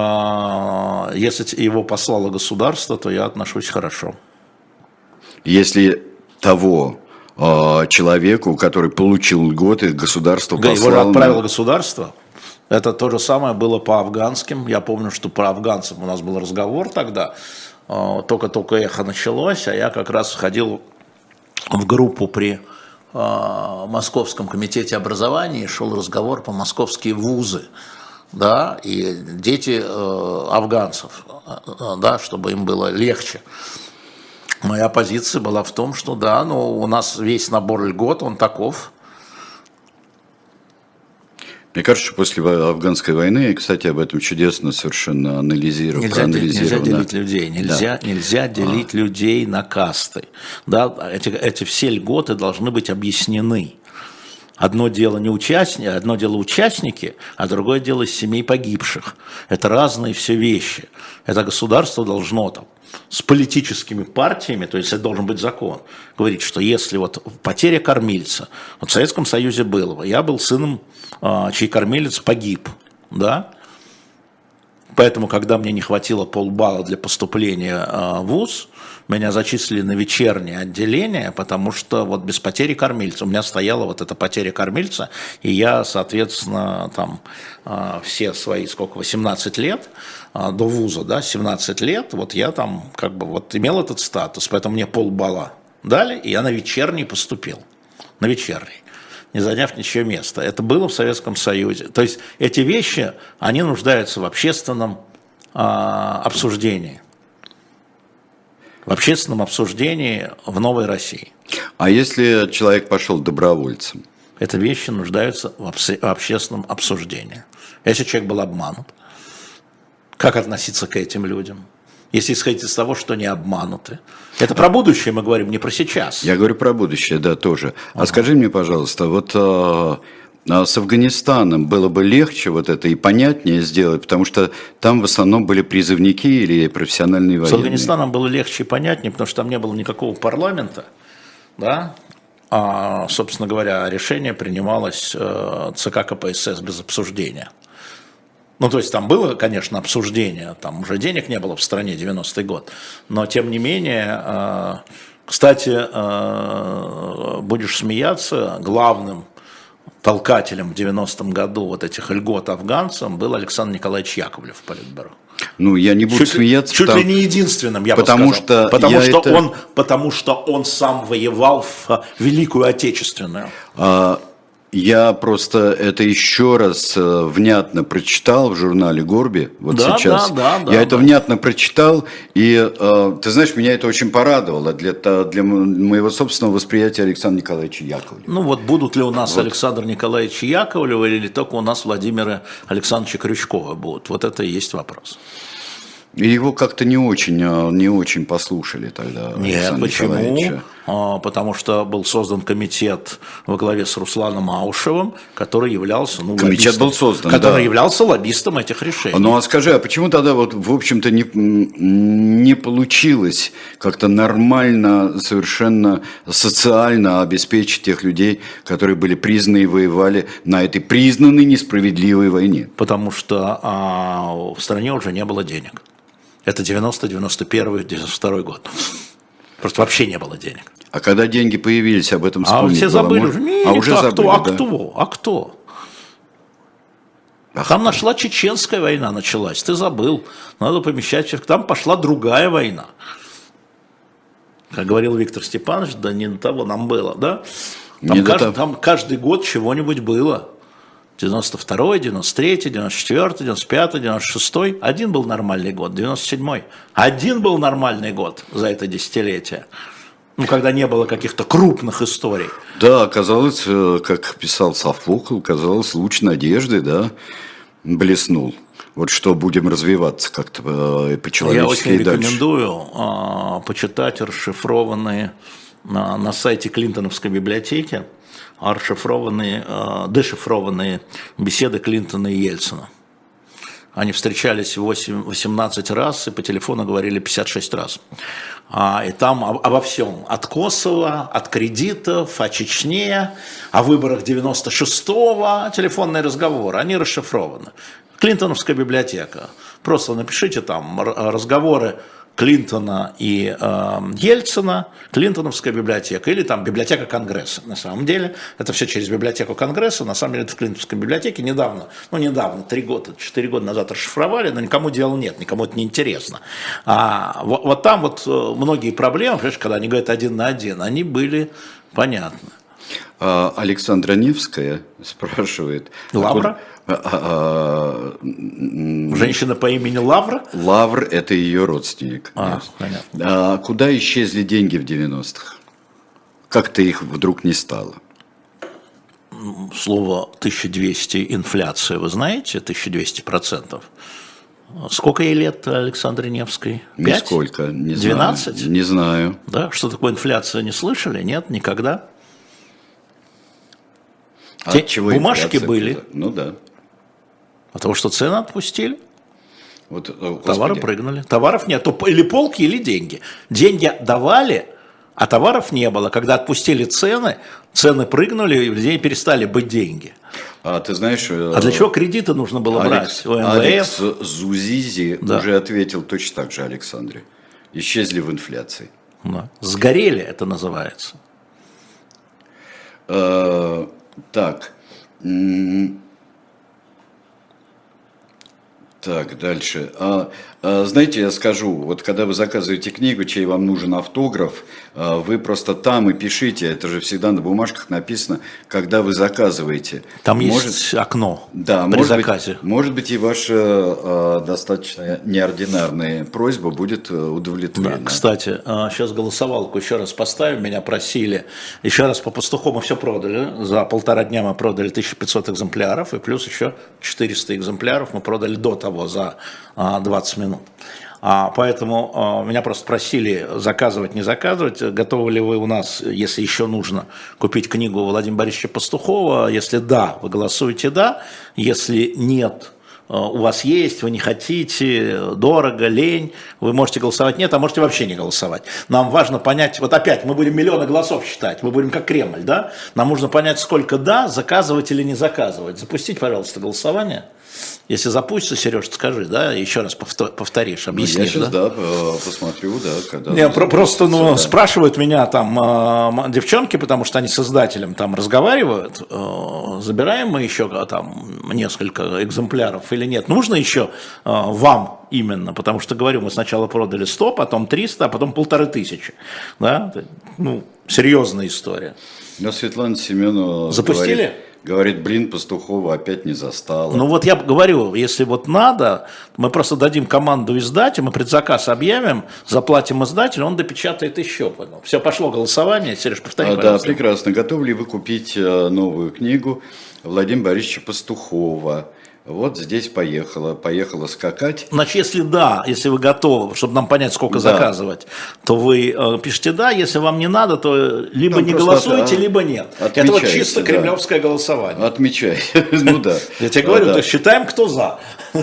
Если его послало государство, то я отношусь хорошо. Если того э, человеку, который получил льготы, государство да, послало... Его отправило на... государство. Это то же самое было по афганским. Я помню, что про афганцев у нас был разговор тогда. Э, только-только эхо началось, а я как раз входил в группу при э, Московском комитете образования. Шел разговор по московские вузы. Да, и дети э, афганцев, э, да, чтобы им было легче. Моя позиция была в том, что да, но у нас весь набор льгот, он таков. Мне кажется, что после афганской войны, и, кстати, об этом чудесно совершенно анализировано. Нельзя, нельзя делить людей, нельзя, да. нельзя делить а. людей на касты. Да, эти, эти все льготы должны быть объяснены. Одно дело не участники, одно дело участники, а другое дело семей погибших. Это разные все вещи. Это государство должно там с политическими партиями, то есть это должен быть закон, говорить, что если вот потеря кормильца, вот в Советском Союзе было, я был сыном, чей кормилец погиб, да, поэтому, когда мне не хватило полбалла для поступления в вуз, меня зачислили на вечернее отделение, потому что вот без потери кормильца, у меня стояла вот эта потеря кормильца, и я, соответственно, там все свои, сколько, восемнадцать лет, до вуза, да, семнадцать лет, вот я там как бы вот имел этот статус, поэтому мне полбалла дали, и я на вечерний поступил, на вечерний, не заняв ничего места. Это было в Советском Союзе. То есть эти вещи, они нуждаются в общественном а, обсуждении. В общественном обсуждении в новой России. А если человек пошел добровольцем? Эти вещи нуждаются в общественном обсуждении. Если человек был обманут, как относиться к этим людям? Если исходить из того, что не обмануты. Это про будущее мы говорим, не про сейчас. Я говорю про будущее, да, тоже. А ага. скажи мне, пожалуйста, вот а, а с Афганистаном было бы легче вот это и понятнее сделать, потому что там в основном были призывники или профессиональные военные. С Афганистаном было легче и понятнее, потому что там не было никакого парламента, да. А, собственно говоря, решение принималось ЦК КПСС без обсуждения. Ну, то есть там было, конечно, обсуждение, там уже денег не было в стране, девяностый год, но тем не менее, кстати, будешь смеяться, главным толкателем в девяностом году вот этих льгот афганцам был Александр Николаевич Яковлев в Политбюро. Ну, я не буду чуть, смеяться. Чуть потому, ли не единственным, я потому бы сказал. Что потому, что это... он, потому что он сам воевал в Великую Отечественную. А... Я просто это еще раз внятно прочитал в журнале «Горби», вот да, сейчас. Да, да, Я да, это да. внятно прочитал, и, ты знаешь, меня это очень порадовало для, для моего собственного восприятия Александра Николаевича Яковлева. Ну вот будут ли у нас вот. Александр Николаевич Яковлев или только у нас Владимира Александровича Крючкова будут? Вот это и есть вопрос. И его как-то не очень, не очень послушали тогда. Нет, почему? А, потому что был создан комитет во главе с Русланом Аушевым, который являлся, ну, комитет был создан, который да. являлся лоббистом этих решений. Ну а скажи, а почему тогда вот в общем-то не, не получилось как-то нормально, совершенно социально обеспечить тех людей, которые были признаны и воевали на этой признанной несправедливой войне? Потому что а, в стране уже не было денег. Это девяностый, девяносто первый, девяносто второй год. Просто вообще не было денег. А когда деньги появились, об этом вспомнить А все забыли было, уже. Нет, а уже а забыли, кто? А да? кто? А кто? Ах, Там нашла чеченская война началась. Ты забыл. Надо помещать всех. Там пошла другая война. Как говорил Виктор Степанович, да не до того нам было, да? Там, каждый, там каждый год чего-нибудь было. девяносто второй, девяносто третий, девяносто четвёртый, девяносто пятый, девяносто шестой. Один был нормальный год, девяносто седьмой. Один был нормальный год за это десятилетие. Ну, когда не было каких-то крупных историй. Да, казалось, как писал Софокл, казалось, луч надежды, да, блеснул. Вот что будем развиваться как-то по-человечески. Я очень рекомендую а, почитать расшифрованные на, на сайте Клинтоновской библиотеки расшифрованные, дешифрованные беседы Клинтона и Ельцина. Они встречались восемнадцать раз и по телефону говорили пятьдесят шесть раз. И там обо всем. От Косово, от кредитов, о Чечне, о выборах девяносто шестого, телефонные разговоры. Они расшифрованы. Клинтоновская библиотека. Просто напишите там разговоры Клинтона и э, Ельцина, Клинтоновская библиотека, или там библиотека Конгресса, на самом деле. Это все через библиотеку Конгресса, на самом деле это в Клинтоновской библиотеке недавно, ну недавно, три года, четыре года назад расшифровали, но никому дела нет, никому это не интересно. А вот, вот там вот многие проблемы, понимаешь, когда они говорят один на один, они были понятны. Александра Невская спрашивает. Лавра? А, а, а, Женщина по имени Лавра? Лавр – это ее родственник. А, понятно. А куда исчезли деньги в девяностых? Как-то их вдруг не стало? Слово тысяча двести инфляция, вы знаете, тысяча двести процентов. Сколько ей лет Александре Невской? пять? Нисколько, не знаю. двенадцать? Не знаю. Да, что такое инфляция, не слышали? Нет, никогда. А Те, чего бумажки были. Ну да. Потому что цены отпустили. Вот, товары прыгнули. Товаров нет. Или полки, или деньги. Деньги давали, а товаров не было. Когда отпустили цены, цены прыгнули, и у людей перестали быть деньги. А ты знаешь... А для чего кредиты нужно было Алекс, брать? Алекс Зузизи да. уже ответил точно так же Александре. Исчезли в инфляции. Да. Сгорели, это называется. А, так... Так, дальше. А, а, знаете, я скажу, вот когда вы заказываете книгу, чей вам нужен автограф, а, вы просто там и пишите, это же всегда на бумажках написано, когда вы заказываете. Там может, есть окно да, при может заказе. Быть, может быть, и ваша а, достаточно неординарная просьба будет удовлетворена. Да, кстати, сейчас голосовалку еще раз поставим, меня просили, еще раз по пастуху мы все продали, за полтора дня мы продали тысячу пятьсот экземпляров, и плюс еще четыреста экземпляров мы продали до того. за двадцать минут. А, поэтому а, меня просто просили заказывать, не заказывать. Готовы ли вы у нас, если еще нужно, купить книгу Владимира Борисовича Пастухова? Если да, вы голосуете да. Если нет, у вас есть, вы не хотите, дорого, лень, вы можете голосовать нет, а можете вообще не голосовать. Нам важно понять, вот опять мы будем миллионы голосов считать, мы будем как Кремль, да? Нам нужно понять, сколько да, заказывать или не заказывать. Запустить, пожалуйста, голосование. Если запустится, Сереж, скажи, да, еще раз повторишь, объяснишь. Ну, я сейчас, да, да посмотрю, да. Когда не, про- просто ну, да. спрашивают меня там э, девчонки, потому что они с издателем там разговаривают, э, забираем мы еще там несколько экземпляров или нет. Нужно еще э, вам именно, потому что, говорю, мы сначала продали сто, потом триста, а потом полторы тысячи. Да? Ну, серьезная история. Но Светлана Семенова запустили? Говорит, говорит, блин, Пастухова опять не застала. Ну вот я говорю, если вот надо, мы просто дадим команду издателю, мы предзаказ объявим, заплатим издателю, он допечатает еще. Понял? Все, пошло голосование. Сереж, повтори, а, пожалуйста. Да, прекрасно. Готовы ли вы купить новую книгу Владимира Борисовича Пастухова? Вот здесь поехала, поехала скакать. Значит, если да, если вы готовы, чтобы нам понять, сколько Да. заказывать, то вы э, пишите да, если вам не надо, то либо Там не просто голосуете, от- либо нет. Это вот отмечаете, чисто да. кремлевское голосование. Отмечай. Ну да. Я тебе говорю, Да. то есть считаем, кто за.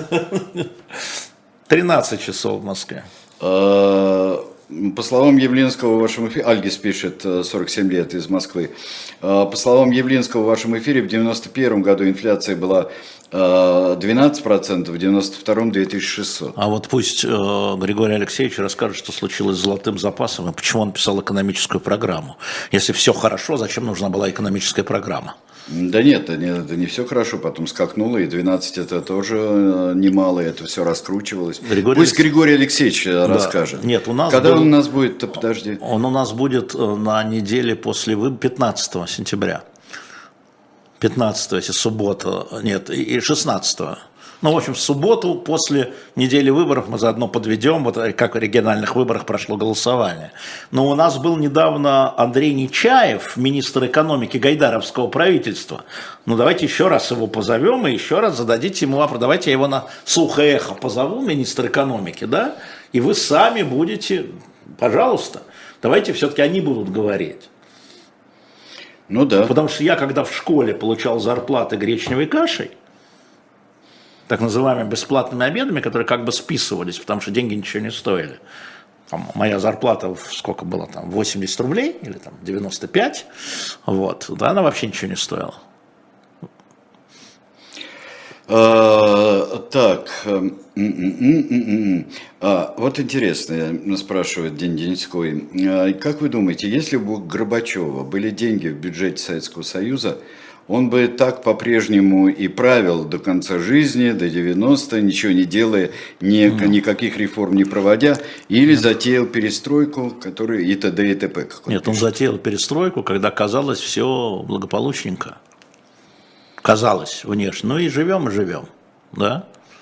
тринадцать часов в Москве. А, По словам Явлинского в вашем эфире, Альгис пишет, сорок семь лет из Москвы. А, По словам Явлинского в вашем эфире, в девяносто первом году инфляция была а, двенадцать процентов, в девяносто втором две тысячи шестьсот. А вот пусть э, Григорий Алексеевич расскажет, что случилось с золотым запасом и почему он писал экономическую программу. Если все хорошо, зачем нужна была экономическая программа? Да нет, это не, это не все хорошо, потом скакнуло, и двенадцать это тоже э, немало, и это все раскручивалось. Григорий Пусть Алекс- Григорий Алексеевич э, расскажет. Нет, у нас Когда был- он у нас будет, то подожди. Он у нас будет э, на неделе после выборов, пятнадцатого сентября. пятнадцатого, если суббота, нет, и и шестнадцатого. Ну, в общем, в субботу после недели выборов мы заодно подведем, вот как в региональных выборах прошло голосование. Но у нас был недавно Андрей Нечаев, министр экономики гайдаровского правительства. Ну, давайте еще раз его позовем и еще раз зададите ему вопрос. Давайте я его на слух и эхо позову, министр экономики, да, и вы сами будете, пожалуйста, давайте все-таки они будут говорить. Ну да. Потому что я, когда в школе получал зарплаты гречневой кашей, так называемыми бесплатными обедами, которые как бы списывались, потому что деньги ничего не стоили. Там, моя зарплата, сколько было, там, восемьдесят рублей или там, девяносто пять, вот, да, она вообще ничего не стоила. А, так, м, м, м, м, м. А, вот интересно, спрашивает День Деньской. А, как вы думаете, если бы у Горбачева были деньги в бюджете Советского Союза, он бы так по-прежнему и правил до конца жизни, до девяноста, ничего не делая, ни, никаких реформ не проводя, или затеял перестройку, который и т.д. и т.п. как он Нет, он пишет. затеял перестройку, когда казалось все благополучненько. Казалось внешне. Ну и живем, и живем. Да?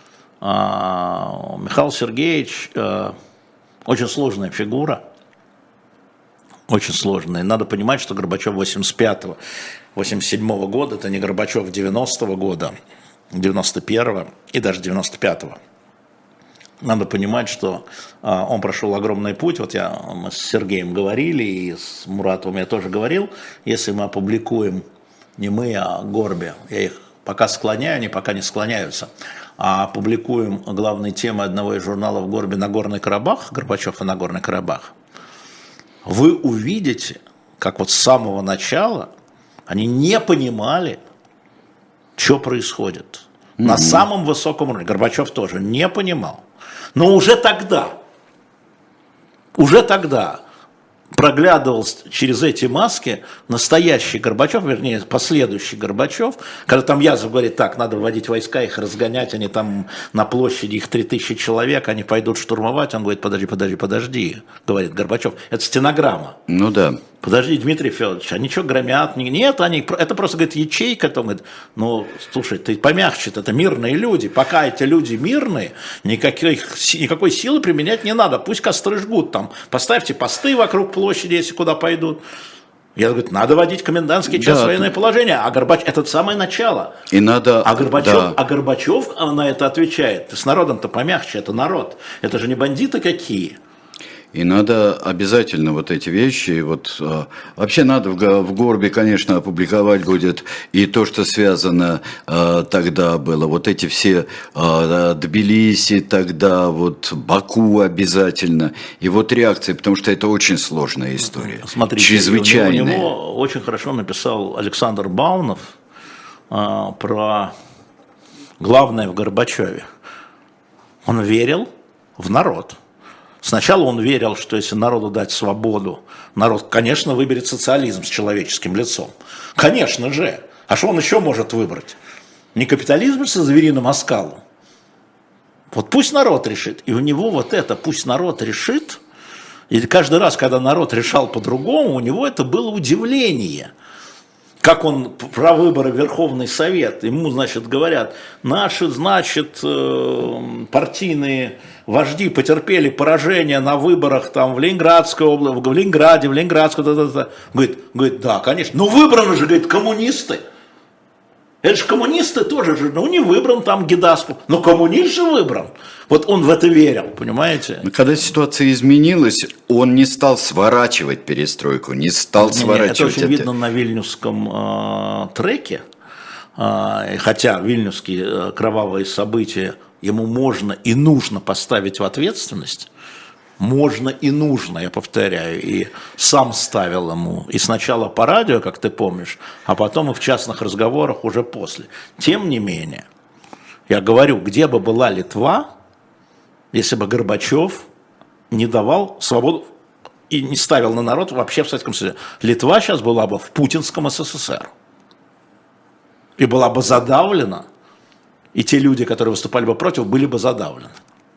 А, Михаил Сергеевич э, очень сложная фигура. Очень сложная. И надо понимать, что Горбачев восемьдесят пятого восемьдесят седьмого года, это не Горбачев девяностого года, девяносто первого и даже девяносто пятого. Надо понимать, что а, он прошел огромный путь. Вот я, мы с Сергеем говорили, и с Муратовым я тоже говорил, если мы опубликуем, не мы, а Горби, я их пока склоняю, они пока не склоняются, а опубликуем главные темы одного из журналов Горби «Нагорный Карабах», Горбачев и Нагорный Карабах, вы увидите, как вот с самого начала они не понимали, что происходит. Mm-hmm. На самом высоком уровне. Горбачев тоже не понимал. Но уже тогда, уже тогда проглядывал через эти маски настоящий Горбачев, вернее, последующий Горбачев, когда там Язов говорит, так, надо вводить войска, их разгонять, они там на площади, их три тысячи человек, они пойдут штурмовать, он говорит, подожди, подожди, подожди, говорит Горбачев, это стенограмма. Ну да. Подожди, Дмитрий Федорович, они что, громят? Нет, они, это просто, говорит, ячейка. Там, говорит, ну, слушай, ты помягче, это мирные люди. Пока эти люди мирные, никаких, никакой силы применять не надо. Пусть костры жгут там. Поставьте посты вокруг площади, если куда пойдут. Я говорю, надо вводить комендантский час, Да. военное положение. А Горбачев, это самое начало. И надо... А Горбачев, да. а Горбачев на это отвечает. Ты с народом-то помягче, это народ. Это же не бандиты какие. И надо обязательно вот эти вещи, вот а, вообще надо в, в Горбе, конечно, опубликовать будет и то, что связано а, тогда было, вот эти все а, Тбилиси тогда, вот Баку обязательно, и вот реакции, потому что это очень сложная история, смотрите, чрезвычайная. У него, у него очень хорошо написал Александр Баунов а, про главное в Горбачеве. Он верил в народ. Сначала он верил, что если народу дать свободу, народ, конечно, выберет социализм с человеческим лицом. Конечно же. А что он еще может выбрать? Не капитализм со звериным оскалом. Вот пусть народ решит. И у него вот это «пусть народ решит», и каждый раз, когда народ решал по-другому, у него это было удивление. Как он про выборы в Верховный Совет, ему, значит, говорят, наши, значит, партийные вожди потерпели поражение на выборах там в Ленинградской области, в Ленинграде, в Ленинградской, да-да-да. Говорит, говорит, да, конечно, но выбраны же, говорит, коммунисты. Это же коммунисты тоже же, ну не выбран там Гедаспу, но коммунист же выбран. Вот он в это верил, понимаете? Когда ситуация изменилась, он не стал сворачивать перестройку, не стал не, сворачивать. Это очень это. видно на вильнюсском э, треке, э, хотя вильнюсские э, кровавые события ему можно и нужно поставить в ответственность. Можно и нужно, я повторяю, и сам ставил ему, и сначала по радио, как ты помнишь, а потом и в частных разговорах уже после. Тем не менее, я говорю, где бы была Литва, если бы Горбачев не давал свободу и не ставил на народ вообще в Советском Союзе. Литва сейчас была бы в путинском СССР. И была бы задавлена, и те люди, которые выступали бы против, были бы задавлены.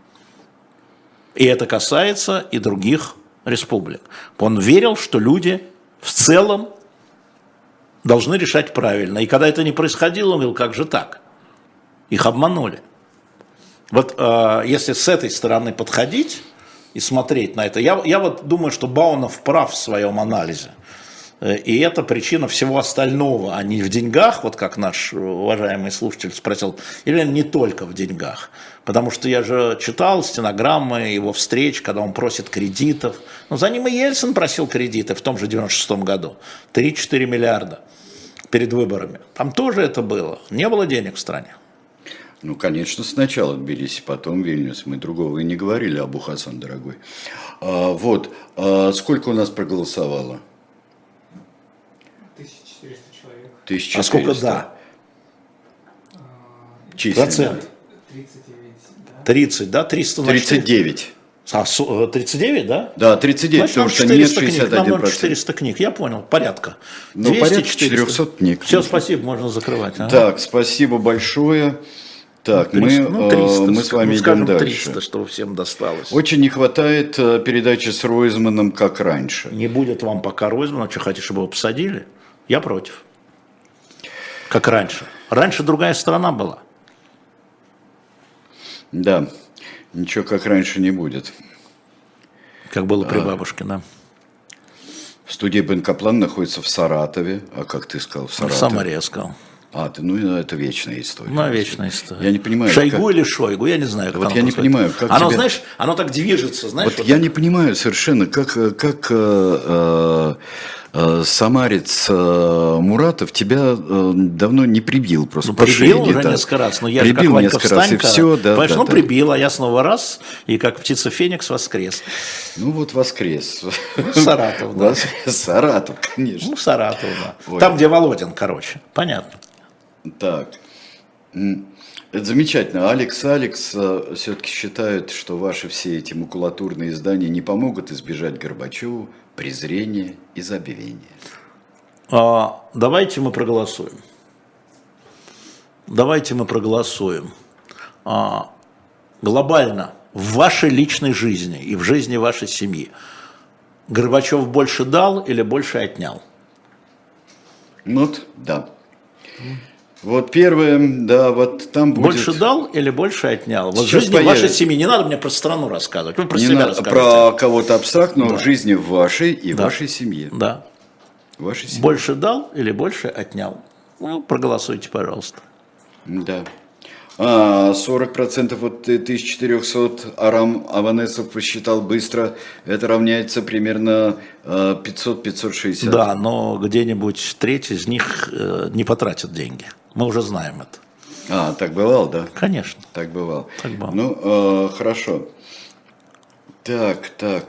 И это касается и других республик. Он верил, что люди в целом должны решать правильно. И когда это не происходило, он говорил, как же так? Их обманули. Вот э, если с этой стороны подходить и смотреть на это, я, я вот думаю, что Баунов прав в своем анализе. И это причина всего остального, а не в деньгах, вот как наш уважаемый слушатель спросил, или не только в деньгах. Потому что я же читал стенограммы его встреч, когда он просит кредитов. Но за ним и Ельцин просил кредиты в том же девяносто шестом году. три-четыре миллиарда перед выборами. Там тоже это было. Не было денег в стране. Ну, конечно, сначала Тбилиси, потом Вильнюс. Мы другого и не говорили, Абу Хасан, дорогой. А, вот, а сколько у нас проголосовало? тысяча четыреста человек. тысяча четыреста. А сколько да? Численно. Процент? тридцать девять, да? тридцать, да? триста тридцать девять. А, тридцать девять, да? Да, тридцать девять, значит, потому что нет книг, шестьдесят один процент. нам четыреста книг, я понял, порядка. Ну, порядка четыреста книг. Все, спасибо, можно закрывать. А? Так, спасибо большое. Так, ну, триста, мы, ну, триста, мы с вами ну, идем дальше. триста, чтобы всем досталось. Очень не хватает передачи с Ройзманом, как раньше. Не будет вам пока Ройзмана, что хотите, чтобы его посадили? Я против. Как раньше. Раньше другая страна была. Да, ничего как раньше не будет. Как было при а, бабушке, да. Студия Бен Каплан находится в Саратове. А как ты сказал, в Саратове? В Самаре я сказал. А, ты, ну это вечная история. Ну, вечная история. Я не понимаю. Шойгу как... или Шойгу, я не знаю. Как вот я не понимаю, как оно, тебе... знаешь, оно так движется, знаешь. Вот, вот я так. не понимаю совершенно, как, как э, э, самарец э, Муратов тебя э, давно не прибил просто. Ну, прибил уже да. несколько раз, но я прибил же как Ванька несколько раз, и все, да. Понимаешь, да, ну да. прибил, а я снова раз, и как птица Феникс воскрес. Ну вот воскрес. Ну, Саратов, да. Саратов, конечно. Ну, Саратов, да. Ой. Там, где Володин, короче, понятно. Так. Это замечательно. Алекс, Алекс э, все-таки считают, что ваши все эти макулатурные издания не помогут избежать Горбачеву презрения и забвения. А, давайте мы проголосуем. Давайте мы проголосуем. А, глобально в вашей личной жизни и в жизни вашей семьи Горбачев больше дал или больше отнял? Вот, да. Вот первое, да, вот там будет... Больше дал или больше отнял? Вот в жизни появится. вашей семьи, не надо мне про страну рассказывать, вы про не себя надо, расскажите. Про кого-то абстрактного да. в жизни вашей и да. вашей семье. Да. Вашей семье. Больше дал или больше отнял? Ну, проголосуйте, пожалуйста. Да. А, сорок процентов от тысяча четыреста Арам Аванесов посчитал быстро. Это равняется примерно пятьсот - пятьсот шестьдесят. Да, но где-нибудь треть из них э, не потратит деньги. Мы уже знаем это. А, так бывало, да? Конечно. Так бывало. Так бывало. Ну, э, хорошо. Так, так.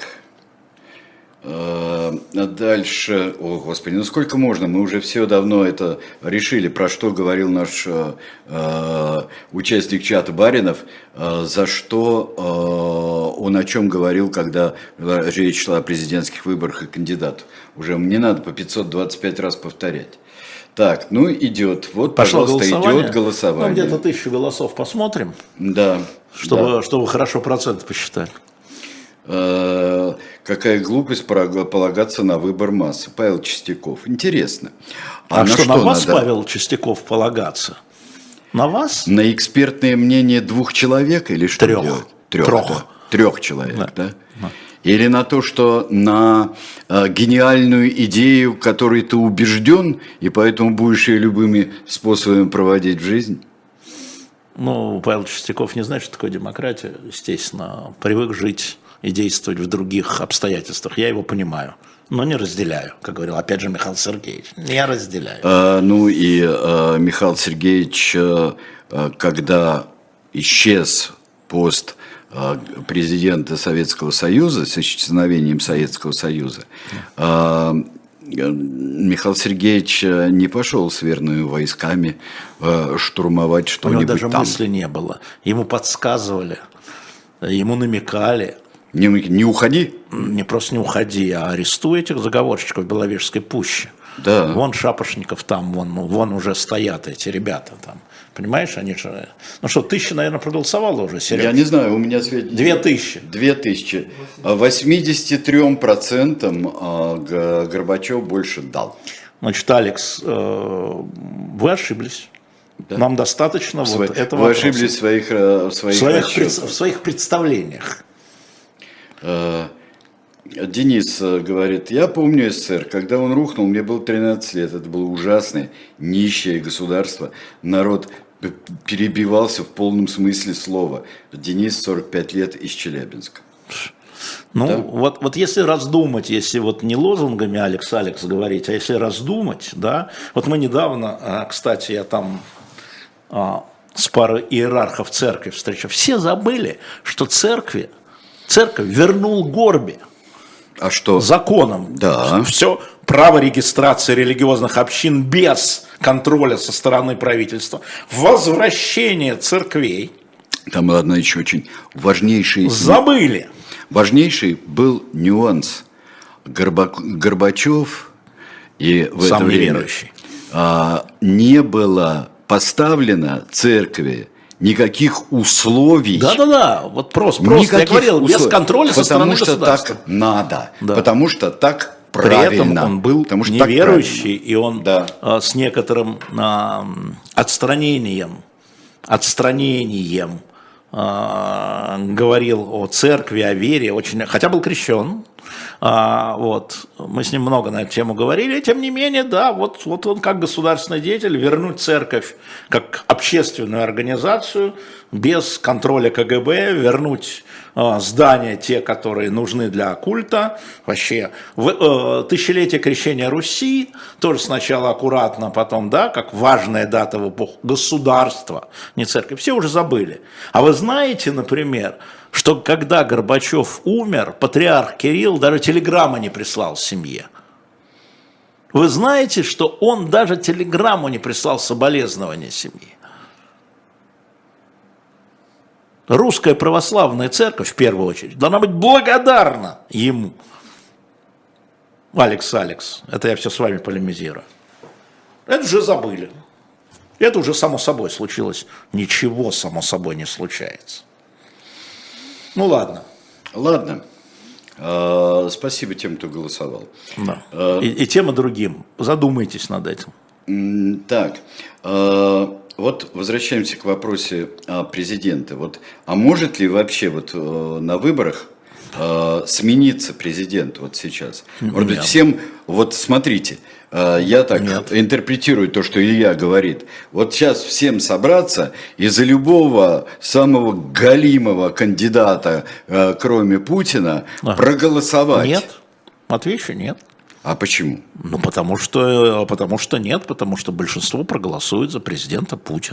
Э, а дальше, о господи, ну сколько можно? Мы уже все давно это решили, про что говорил наш э, э, участник чата Баринов, э, за что э, он о чем говорил, когда речь шла о президентских выборах и кандидатах. Уже не надо по пятьсот двадцать пять раз повторять. Так, ну идет, вот, Пошло пожалуйста, голосование. идет голосование. Ну, где-то тысячу голосов посмотрим, Да. чтобы, да. чтобы хорошо процент посчитали. Э, Какая глупость полагаться на выбор массы. Павел Чистяков. Интересно. А, на что, на вас, надо? Павел Чистяков, полагаться? На вас? На экспертное мнение двух человек или что Трех. делать? Трех. Трех. Да. Трех человек, да? Да. Да. Или на то, что на э, гениальную идею, которой ты убежден, и поэтому будешь ее любыми способами проводить в жизнь? Ну, Павел Чистяков не знает, что такое демократия, естественно, привык жить и действовать в других обстоятельствах. Я его понимаю, но не разделяю, как говорил опять же Михаил Сергеевич. Не разделяю. А, ну и а, Михаил Сергеевич, а, когда исчез пост а, президента Советского Союза, с исчезновением Советского Союза, а, Михаил Сергеевич не пошел с верными войсками а, штурмовать У что-нибудь него даже там. мысли не было. Ему подсказывали, ему намекали. Не, не уходи. Не просто не уходи, а арестуй этих заговорщиков в Беловежской пуще. Да. Вон Шапошников там, вон, вон уже стоят эти ребята там. Понимаешь, они же... Ну что, тысяча, наверное, проголосовало уже, Серега? Я не знаю, у меня сведения. Две тысячи. Две тысячи. восемьдесят три процента Горбачев больше дал. Значит, Алекс, э, вы ошиблись. Да. Нам достаточно Сво... вот этого Вы вопроса. ошиблись в своих, в своих, в своих, расчетах. пред... в своих представлениях. Денис говорит, я помню СССР, когда он рухнул, мне было тринадцать лет, это было ужасное, нищее государство, народ перебивался в полном смысле слова. Денис, сорок пять лет, из Челябинска. Ну, да? вот, вот если раздумать, если вот не лозунгами Алекс, Алекс говорить, а если раздумать, да, вот мы недавно, кстати, я там с парой иерархов церкви встречал, все забыли, что церкви, церковь вернул Горби. А что? Законом. Да. Все, право регистрации религиозных общин без контроля со стороны правительства, возвращение церквей. Там, ладно, еще очень важнейший... Забыли. Важнейший был нюанс. Горба... Горбачев и в Сам это время неверующий. а, не было поставлено церкви никаких условий. Да-да-да, вот просто, просто я говорил, условий, без контроля со стороны потому что государства. так надо, Да. потому что так При правильно. этом он был потому что так неверующий, правильно. и он Да. а, с некоторым а, отстранением, отстранением а, говорил о церкви, о вере, очень, хотя был крещен. А, вот, мы с ним много на эту тему говорили, и тем не менее, да, вот, вот он как государственный деятель вернуть церковь как общественную организацию без контроля ка гэ бэ, вернуть а, здания те, которые нужны для культа, вообще в, э, тысячелетие крещения Руси, тоже сначала аккуратно, потом, да, как важная дата в эпоху государства, не церковь, все уже забыли. А вы знаете, например, что когда Горбачев умер, патриарх Кирилл даже телеграмму не прислал семье. Вы знаете, что он даже телеграмму не прислал соболезнования семье. Русская православная церковь, в первую очередь, должна быть благодарна ему. Алекс, Алекс, это я все с вами полемизирую. Это уже забыли. Это уже само собой случилось. Ничего само собой не случается. Ну ладно. Ладно. А, спасибо тем, кто голосовал. Да. А, И, и тем, и другим. Задумайтесь над этим. м, Так, а, вот возвращаемся к вопросу а, президента. Вот, а может ли вообще вот а, на выборах э, смениться президент вот сейчас? Может быть, Нет. всем, вот смотрите, э, я так Нет. интерпретирую то, что Илья говорит. Вот сейчас всем собраться и за любого самого галимого кандидата, э, кроме Путина, А. проголосовать. Нет. Отвечу нет. А почему? Ну, потому что, потому что нет, потому что большинство проголосует за президента Путина.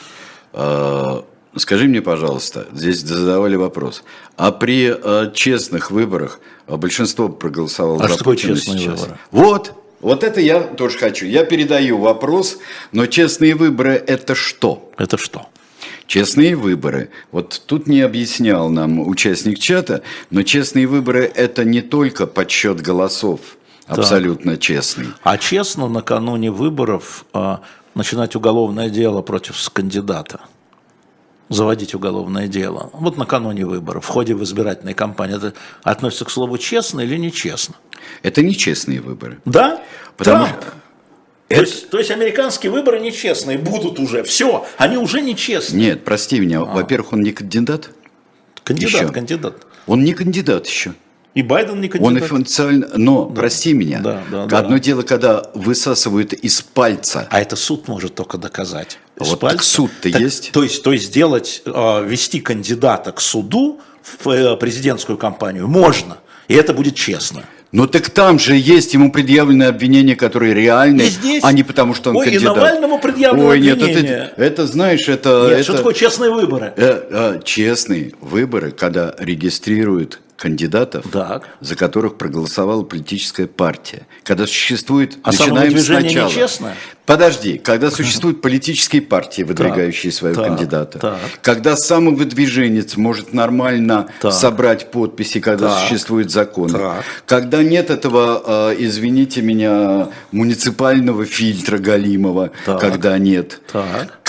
Э, Скажи мне, пожалуйста, здесь задавали вопрос, а при э, честных выборах э, большинство проголосовало А за что такое Путина честные сейчас? выборы? Вот, вот это я тоже хочу. Я передаю вопрос, но честные выборы это что? Это что? Честные выборы. Вот тут не объяснял нам участник чата, но честные выборы это не только подсчет голосов, абсолютно честный. А честно, накануне выборов а, начинать уголовное дело против кандидата. Заводить уголовное дело. Вот накануне выборов, в ходе в избирательной кампании. Это относится к слову честно или нечестно? Это не честные выборы. Да? Потому Трамп. что- То, Это- есть, то есть американские выборы нечестные будут уже. Все, они уже нечестные. Нет, прости меня, во-первых, он не кандидат. Кандидат, еще. кандидат. Он не кандидат еще. И Байден не Он кандидат. официально, но, прости меня, Да, да, да. одно дело, когда высасывают из пальца, А это суд может только доказать. А Из вот пальца. так суд-то Так, есть? То есть, то есть сделать, э, вести кандидата к суду в э, президентскую кампанию можно. И это будет честно. ну так там же есть ему предъявленные обвинения, которые реальные, И здесь- а не потому, что он Ой, и кандидат. Навальному предъявлено Ой, нет, обвинение. это, это, знаешь, это... Нет, это что такое честные выборы? э, э, честные выборы, когда регистрируют кандидатов, Так. за которых проголосовала политическая партия. Когда существует, А начинаем самовыдвижение сначала. нечестное? Подожди, когда существуют политические партии, выдвигающие своего так, кандидата, так. когда самовыдвиженец может нормально Так. собрать подписи, когда Так. существуют законы, Так. когда нет этого, э, извините меня, муниципального фильтра галимого, Так. когда нет, Так.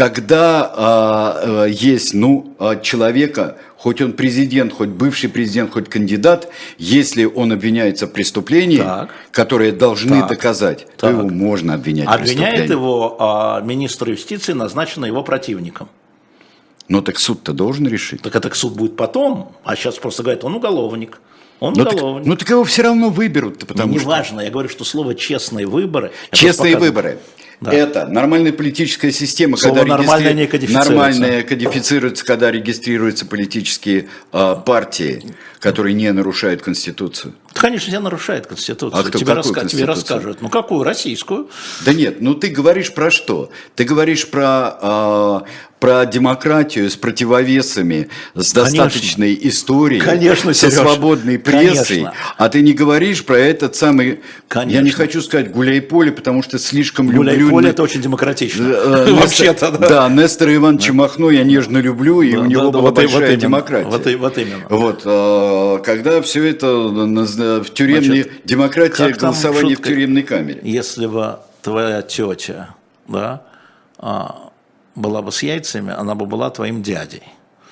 когда э, э, есть, ну, э, человека, хоть он президент, хоть бывший президент, хоть кандидат, если он обвиняется в преступлении, Так. которое должны Так. доказать, то Так. его можно обвинять в Обвиняет преступлении. его а, министр юстиции, назначенный его противником. Ну так суд-то должен решить. Так это суд будет потом, а сейчас просто говорят, он уголовник. Он Ну так, уголовник. ну так его все равно выберут, потому не что важно, я говорю, что слово честные выборы. я честные просто показываю. выборы. Да. Это нормальная политическая система, Слово когда «нормальное» регистри- не кодифицируется. нормальное кодифицируется, когда регистрируются политические а, партии, которые не нарушают Конституцию. Конечно, тебя нарушает Конституцию. А кто- тебе, какую раска- тебе Конституцию? расскажут. Ну какую? Российскую. Да нет, ну ты говоришь про что? Ты говоришь про, а, про демократию с противовесами, с достаточной историей, Конечно, со Сереж. свободной прессой, Конечно. а ты не говоришь про этот самый, Конечно. я не хочу сказать гуляй-поле, потому что слишком люблю... Гуляй-поле это очень демократично. Э, э, Вообще-то, Нестор- да. Да, Нестора Ивановича Махно я нежно люблю, и Да, у него да, да, была вот и- вот большая именно. демократия. Вот и- вот именно. Вот, э, когда все это на- в тюремной Значит, демократии, как там голосование в шутка? тюремной камере. Если бы твоя тетя, да, а, была бы с яйцами, она бы была твоим дядей.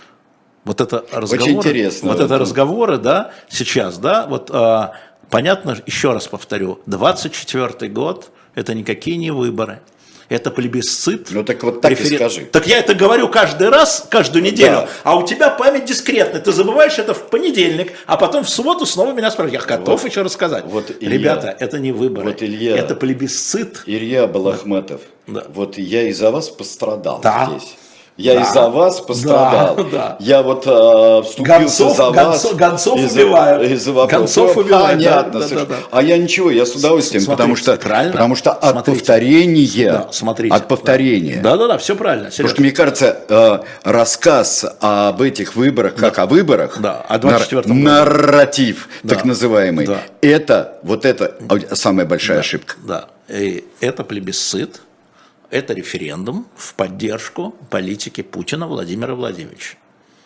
Вот это разговоры, интересно. вот это разговоры, да, сейчас, да, вот а, понятно, еще раз повторю, двадцать четвёртый год – это никакие не выборы. Это плебисцит. Ну, так вот так и референ- скажи. Так я это говорю каждый раз, каждую неделю, Да. а у тебя память дискретная. Ты забываешь это в понедельник, а потом в субботу снова меня спрашивают. Я готов Вот. еще рассказать. Вот, Илья. Ребята, это не выборы. Вот, Илья. Это плебисцит. Илья Балахметов, Да. вот я из-за вас пострадал Да. здесь. Я Да. из-за вас пострадал. Да, да. Я вот э, вступился Гонцов- за вас. гонцов- гонцов из-за- убивают. из-за вопроса. Гонцов Ну, убивают, да, Понятно. да, слушай. да, да. А я ничего, я с удовольствием, Смотрите, потому что, правильно? потому что от Смотрите. повторения, Да, смотрите. от повторения. Да, да, да, все правильно. Потому что, мне кажется, э, рассказ об этих выборах, как о выборах, Да, о двадцать четвёртом году. нарратив, Да. так называемый, Да. это, вот это самая большая ошибка. Да, и это плебисцит, это референдум в поддержку политики Путина Владимира Владимировича.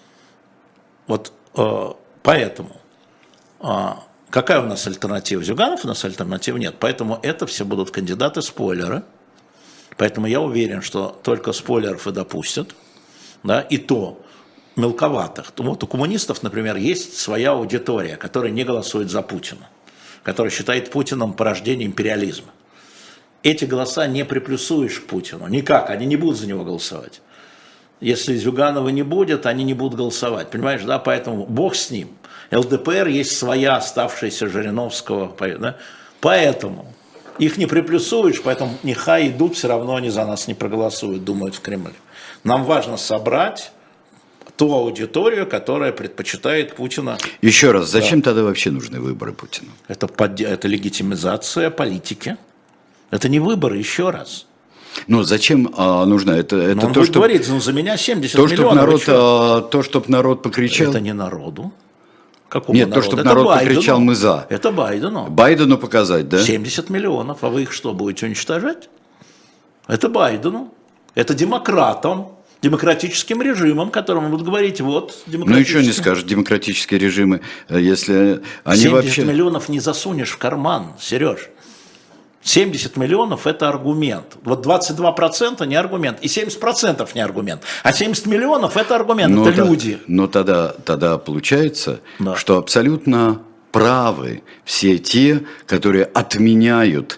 Вот э, поэтому э, какая у нас альтернатива? Зюганов у нас альтернатив нет, поэтому это все будут кандидаты-спойлеры. Поэтому я уверен, что только спойлеров и допустят, да, и то мелковатых. Вот у коммунистов, например, есть своя аудитория, которая не голосует за Путина, которая считает Путиным порождение империализма. Эти голоса не приплюсуешь к Путину, никак, они не будут за него голосовать. Если Зюганова не будет, они не будут голосовать, понимаешь, да, поэтому бог с ним. эл дэ пэ эр есть своя, оставшаяся Жириновского, да? Поэтому их не приплюсуешь, поэтому нехай идут, все равно они за нас не проголосуют, думают в Кремле. Нам важно собрать ту аудиторию, которая предпочитает Путина. Еще раз, зачем да. тогда вообще нужны выборы Путина? Это, под... это легитимизация политики. Это не выборы, еще раз. Ну, зачем а, нужно? Это, это он то, что... говорит, ну, за меня семьдесят то, миллионов. Чтоб народ, а, то, чтобы народ покричал. Это не народу. Какому Нет, народу? то, чтобы это народ Байдену. покричал, мы за. Это Байдену. Байдену показать, да? семьдесят миллионов, а вы их что, будете уничтожать? Это Байдену. Это демократам. Демократическим режимом, которым будут говорить, вот, демократический. Ну и что не скажешь, демократические режимы, если они семьдесят вообще... миллионов не засунешь в карман, Сереж. семьдесят миллионов – это аргумент. Вот двадцать два процента не аргумент, и семьдесят процентов не аргумент. А семьдесят миллионов – это аргумент, но это та, люди. Но тогда, тогда получается, да. что абсолютно правы все те, которые отменяют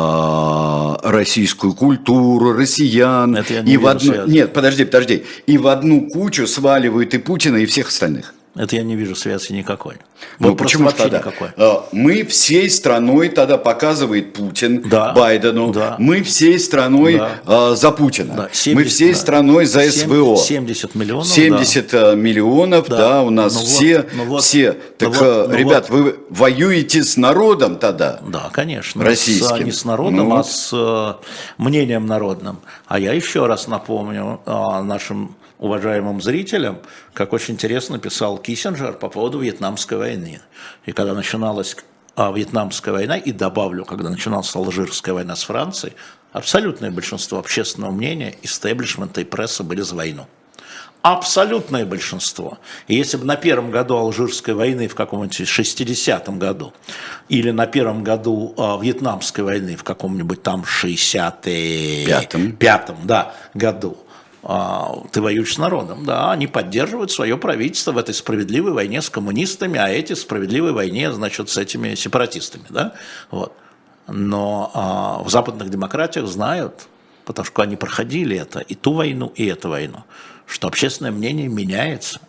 э, российскую культуру, россиян. Это я не и в одну... связи. Нет, подожди, подожди. И в одну кучу сваливают и Путина, и всех остальных. Это я не вижу связи никакой. Ну вот почему тогда? Никакой. Мы всей страной тогда показывает Путин да, Байдену, да. мы всей страной да. э, за Путина, да. семьдесят, мы всей да. страной за эс вэ о. семьдесят миллионов, семьдесят да. миллионов, да, да у нас ну все, вот, ну все. Вот, так, ну вот, ребят, ну вы вот. воюете с народом тогда? Да, конечно. Российским. С, не с народом, ну, а с э, мнением народным. А я еще раз напомню э, нашим уважаемым зрителям, как очень интересно писал Киссинджер по поводу Вьетнамской войны. И когда начиналась а, Вьетнамская война, и добавлю, когда начиналась Алжирская война с Францией, абсолютное большинство общественного мнения, истеблишмента и прессы были за войну. Абсолютное большинство. И если бы на первом году Алжирской войны в каком-нибудь шестидесятом году или на первом году а, Вьетнамской войны в каком-нибудь там шестьдесят пятом да, году ты воюешь с народом, да, они поддерживают свое правительство в этой справедливой войне с коммунистами, а эти в справедливой войне, значит, с этими сепаратистами, да, вот. Но а, в западных демократиях знают, потому что они проходили это, и ту войну, и эту войну, что общественное мнение меняется,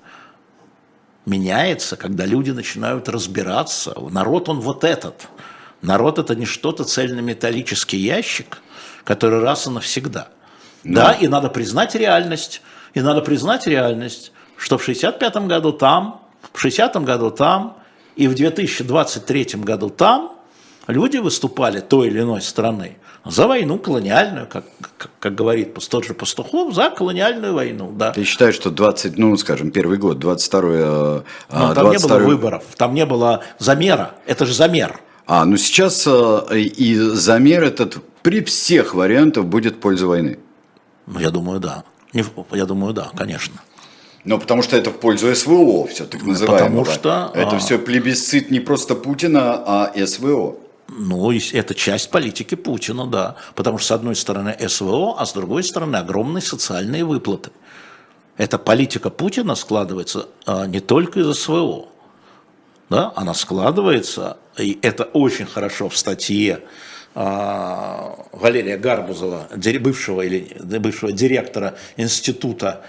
меняется, когда люди начинают разбираться, народ он вот этот, народ это не что-то цельнометаллический ящик, который раз и навсегда. Да. Да, и надо признать реальность, и надо признать реальность, что в шестьдесят пятом году там, в шестидесятом году там, и в две тысячи двадцать третьем году там люди выступали той или иной страны за войну колониальную, как, как, как говорит тот же Пастухов, за колониальную войну. Да. Ты считаешь, что двадцать, ну, скажем, первый год, двадцать второй... Но там двадцать второй... не было выборов, там не было замера, это же замер. А, ну сейчас и замер этот при всех вариантах будет в пользу войны. Ну, я думаю, да. Не, я думаю, да, конечно. Ну, потому что это в пользу эс вэ о, все так называемого. Потому что... Это а... все плебисцит не просто Путина, а эс вэ о. Ну, это часть политики Путина, да. Потому что, с одной стороны, эс вэ о, а с другой стороны, огромные социальные выплаты. Эта политика Путина складывается а, не только из эс вэ о. Да? Она складывается, и это очень хорошо в статье Валерия Гарбузова, бывшего, или, бывшего директора Института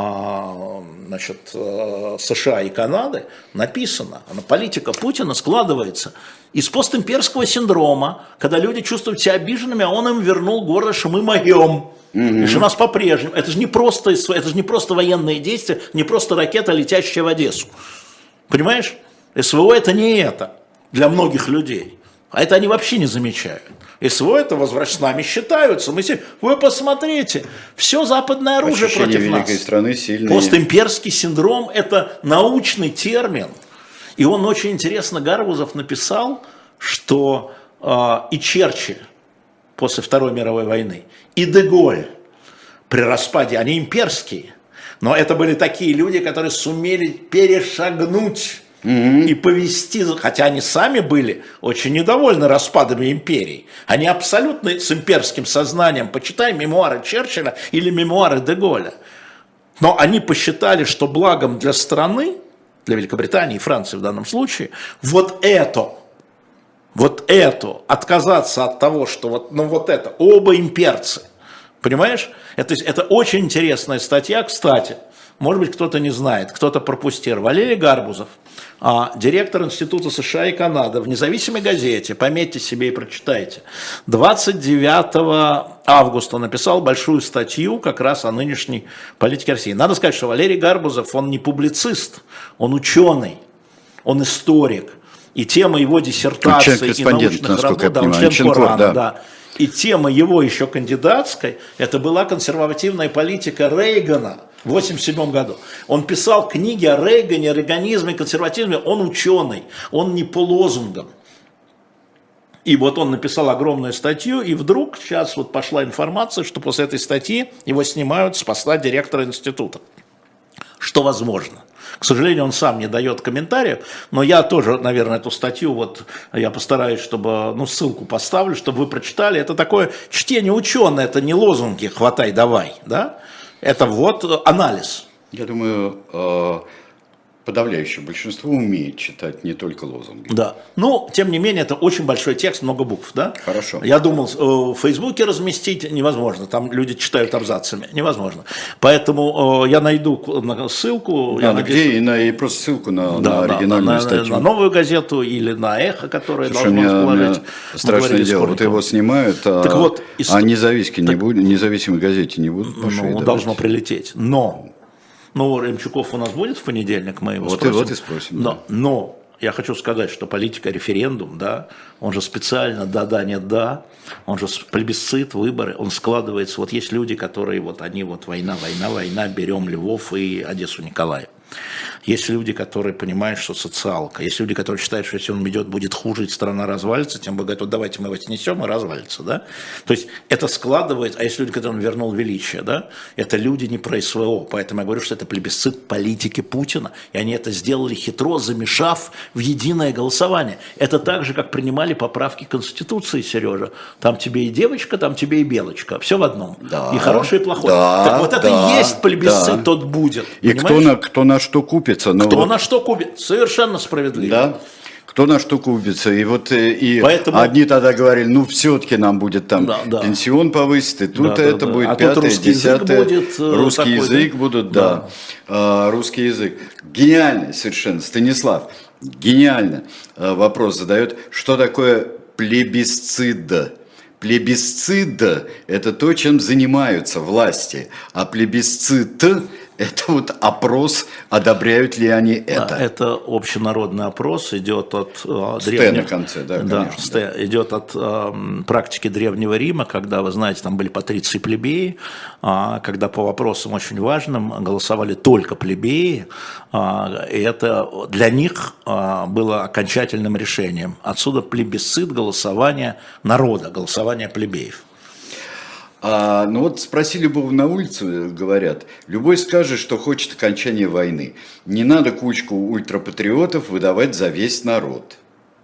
значит, США и Канады, написано, политика Путина складывается из постимперского синдрома, когда люди чувствуют себя обиженными, а он им вернул гордо, что мы моем. Mm-hmm. И что у нас по-прежнему. Это же не просто, это же не просто военные действия, не просто ракета, летящая в Одессу. Понимаешь? эс вэ о это не это для многих людей. А это они вообще не замечают. эс вэ о это возвращ с нами считаются. Мы все, вы посмотрите, все западное оружие ощущение против великой нас. Страны сильное. Постимперский синдром – это научный термин. И он очень интересно, Гарбузов написал, что э, и Черчилль после Второй мировой войны, и Де-Голь при распаде, они имперские. Но это были такие люди, которые сумели перешагнуть и повести, хотя они сами были очень недовольны распадами империй. Они абсолютно с имперским сознанием, почитай мемуары Черчилля или мемуары Де-Голля. Но они посчитали, что благом для страны, для Великобритании и Франции в данном случае, вот это, вот это, отказаться от того, что вот, ну вот это, оба имперцы. Понимаешь? Это, это очень интересная статья, кстати. может быть, кто-то не знает, кто-то пропустил. Валерий Гарбузов, а, директор Института США и Канады в независимой газете, пометьте себе и прочитайте, двадцать девятого августа написал большую статью как раз о нынешней политике России. Надо сказать, что Валерий Гарбузов, он не публицист, он ученый, он историк. И тема его диссертации и научных работ, да, он член Корана, да. Да. И тема его еще кандидатской, это была консервативная политика Рейгана в восемьдесят седьмом году. Он писал книги о Рейгане, рейганизме, консерватизме, он ученый, он не по лозунгам. И вот он написал огромную статью, и вдруг сейчас вот пошла информация, что после этой статьи его снимают с поста директора института. Что возможно. К сожалению, он сам не дает комментариев, но я тоже, наверное, эту статью, вот я постараюсь, чтобы, ну, ссылку поставлю, чтобы вы прочитали. Это такое чтение ученое, это не лозунги «хватай, давай», да? Это вот анализ. Я думаю, подавляющее большинство умеет читать не только лозунги. Да. Но, тем не менее, это очень большой текст, много букв, да? Хорошо. Я думал, в Фейсбуке разместить невозможно, там люди читают абзацами, невозможно. Поэтому я найду ссылку. Да, я надеюсь, где, и, на, и просто ссылку на, да, на оригинальную на, статью. На, на новую газету или на «Эхо», которое Слушай, должно меня, расположить. меня страшное дело, вот его снимают, а, так вот, а независимой, не будет, независимой газете не будут. Ну, должно прилететь. Но... Ну, Ремчуков у нас будет в понедельник, мы его вот спросим. И вот и спросим. Но, да. но я хочу сказать, что политика референдум, да, он же специально да-да, нет-да, он же плебисцит, выборы, он складывается. Вот есть люди, которые вот они вот война, война, война, берем Львов и Одессу, Николаев. Есть люди, которые понимают, что социалка. Есть люди, которые считают, что если он идет, будет хуже, и страна развалится, тем более, вот давайте мы его снесем, и развалится. Да? То есть это складывается, а есть люди, которым вернул величие, да? Это люди не про СВО. Поэтому я говорю, что это плебисцит политики Путина. И они это сделали хитро, замешав в единое голосование. Это так же, как принимали поправки Конституции, Сережа. Там тебе и девочка, там тебе и белочка. Все в одном. Да, и хорошее, и плохое. Да, так вот это да, и есть плебисцит, да. тот будет. И кто на, кто на что купится. Но кто вот, на что купит. Совершенно справедливо. Да. Кто на что купится. И вот и Поэтому... одни тогда говорили, ну все-таки нам будет там да, да. пенсион повысить, и тут да, это да, будет да. А пятое, русский десятое. Язык будет, русский такой, язык да? будут, да. да. А, русский язык. Гениальный совершенно. Станислав, гениально вопрос задает, что такое плебисцид? Плебисцид – это то, чем занимаются власти, а плебисцит – это вот опрос, одобряют ли они это. Да, это общенародный опрос, идет от э, древнего... на конце, да, да, конечно. Да. Идет от э, практики Древнего Рима, когда, вы знаете, там были патриции и плебеи, э, когда по вопросам очень важным голосовали только плебеи, э, и это для них э, было окончательным решением. Отсюда плебисцит голосования народа, голосования плебеев. А, ну вот спроси любого на улице, говорят, любой скажет, что хочет окончания войны. Не надо кучку ультрапатриотов выдавать за весь народ.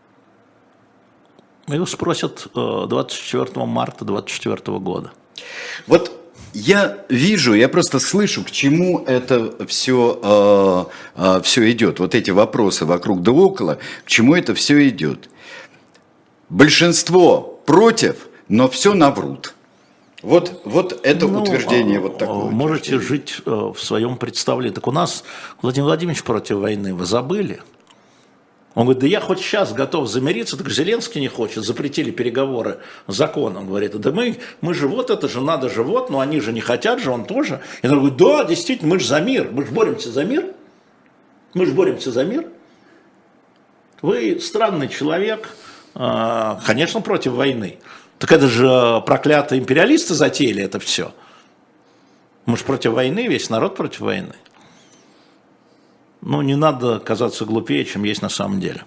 Его спросят двадцать четвёртого марта двадцать четвёртого года. Вот я вижу, я просто слышу, к чему это все, э, э, все идет. Вот эти вопросы вокруг да около, к чему это все идет. Большинство против, но все наврут. Вот, вот это ну, утверждение вот такое. Можете жить в своем представлении. Так у нас Владимир Владимирович против войны, вы забыли? Он говорит, да я хоть сейчас готов замириться, так Зеленский не хочет, запретили переговоры законом. Говорит, да мы, мы же вот, это же надо же вот, но они же не хотят же, он тоже. И он говорит, да, действительно, мы же за мир, мы же боремся за мир. Мы же боремся за мир. Вы странный человек, конечно, против войны. Так это же проклятые империалисты затеяли это все. Мы же против войны, весь народ против войны. Ну, не надо казаться глупее, чем есть на самом деле.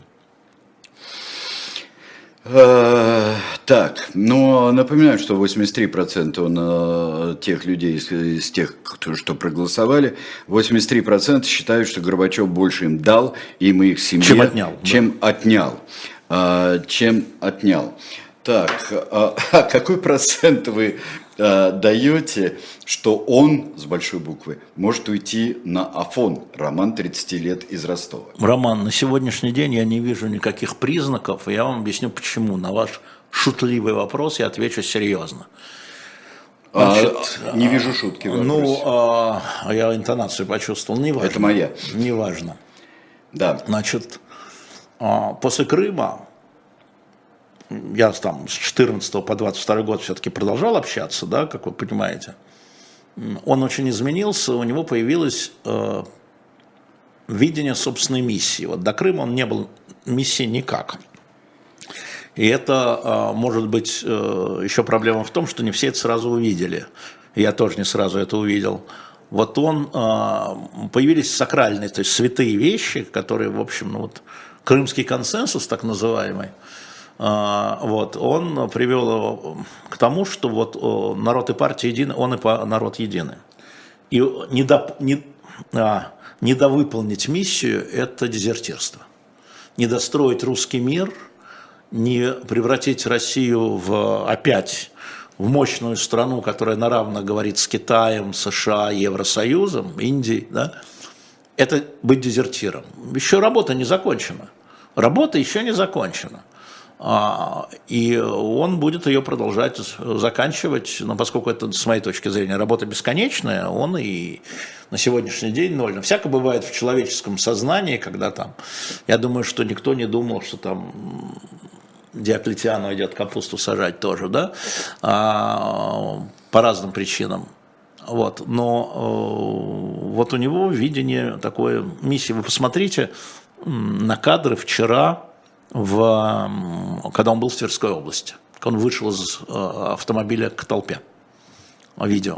Так, но напоминаю, что восемьдесят три процента он, тех людей, из, из тех, кто, что проголосовали, восемьдесят три процента считают, что Горбачев больше им дал, им и их семье, чем отнял. Чем да. отнял. Чем отнял. Так, а, а какой процент вы а, даете, что он, с большой буквы, может уйти на Афон, Роман, тридцать лет, из Ростова? Роман, на сегодняшний день я не вижу никаких признаков, и я вам объясню почему. На ваш шутливый вопрос я отвечу серьезно. Значит, а, не вижу шутки. Ну, а, я интонацию почувствовал, не важно. Это моя. Не важно. Да. Значит, после Крыма я там с четырнадцатого по двадцать второй год все-таки продолжал общаться, да, как вы понимаете. Он очень изменился, у него появилось э, видение собственной миссии. Вот до Крыма он не был миссии никак. И это, э, может быть, э, еще проблема в том, что не все это сразу увидели. Я тоже не сразу это увидел. Вот он, э, появились сакральные, то есть святые вещи, которые, в общем, ну вот, крымский консенсус, так называемый, вот, он привел его к тому, что вот народ и партия едины, он и народ едины. И недо, не, а, недовыполнить миссию – это дезертирство. Недостроить русский мир, не превратить Россию в, опять в мощную страну, которая на равных говорит с Китаем, США, Евросоюзом, Индией, да, это быть дезертиром. Еще работа не закончена. Работа еще не закончена. И он будет ее продолжать заканчивать, но поскольку это, с моей точки зрения, работа бесконечная, он и на сегодняшний день ноль. Но всякое бывает в человеческом сознании, когда там, я думаю, что никто не думал, что там Диоклетиану идет капусту сажать тоже, да, а, по разным причинам. Вот. Но э, вот у него видение такой миссии. Вы посмотрите на кадры вчера, в, когда он был в Тверской области, он вышел из э, автомобиля к толпе. Видео.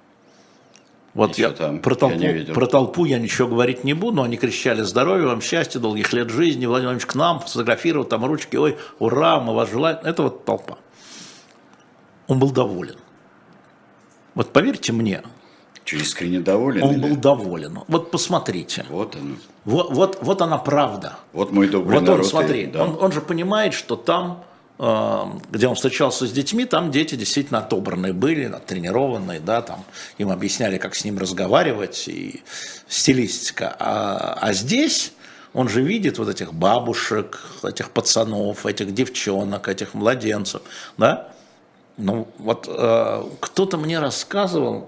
Вот я, там, про, толпу, я про толпу я ничего говорить не буду, но они кричали: здоровья вам, счастья, долгих лет жизни, Владимир Владимирович к нам, фотографировал, там ручки, ой, ура, мы вас желаем. Это вот толпа. Он был доволен. Вот поверьте мне. Искренне доволен? Он или? был доволен. Вот посмотрите. Вот оно. Вот, вот, вот она правда. Вот мой добрый вот народ. Он, смотри, и, да. он, он же понимает, что там, э, где он встречался с детьми, там дети действительно отобранные были, тренированные, да, там им объясняли, как с ним разговаривать, и стилистика. А, а здесь он же видит вот этих бабушек, этих пацанов, этих девчонок, этих младенцев, да. Ну, вот э, кто-то мне рассказывал,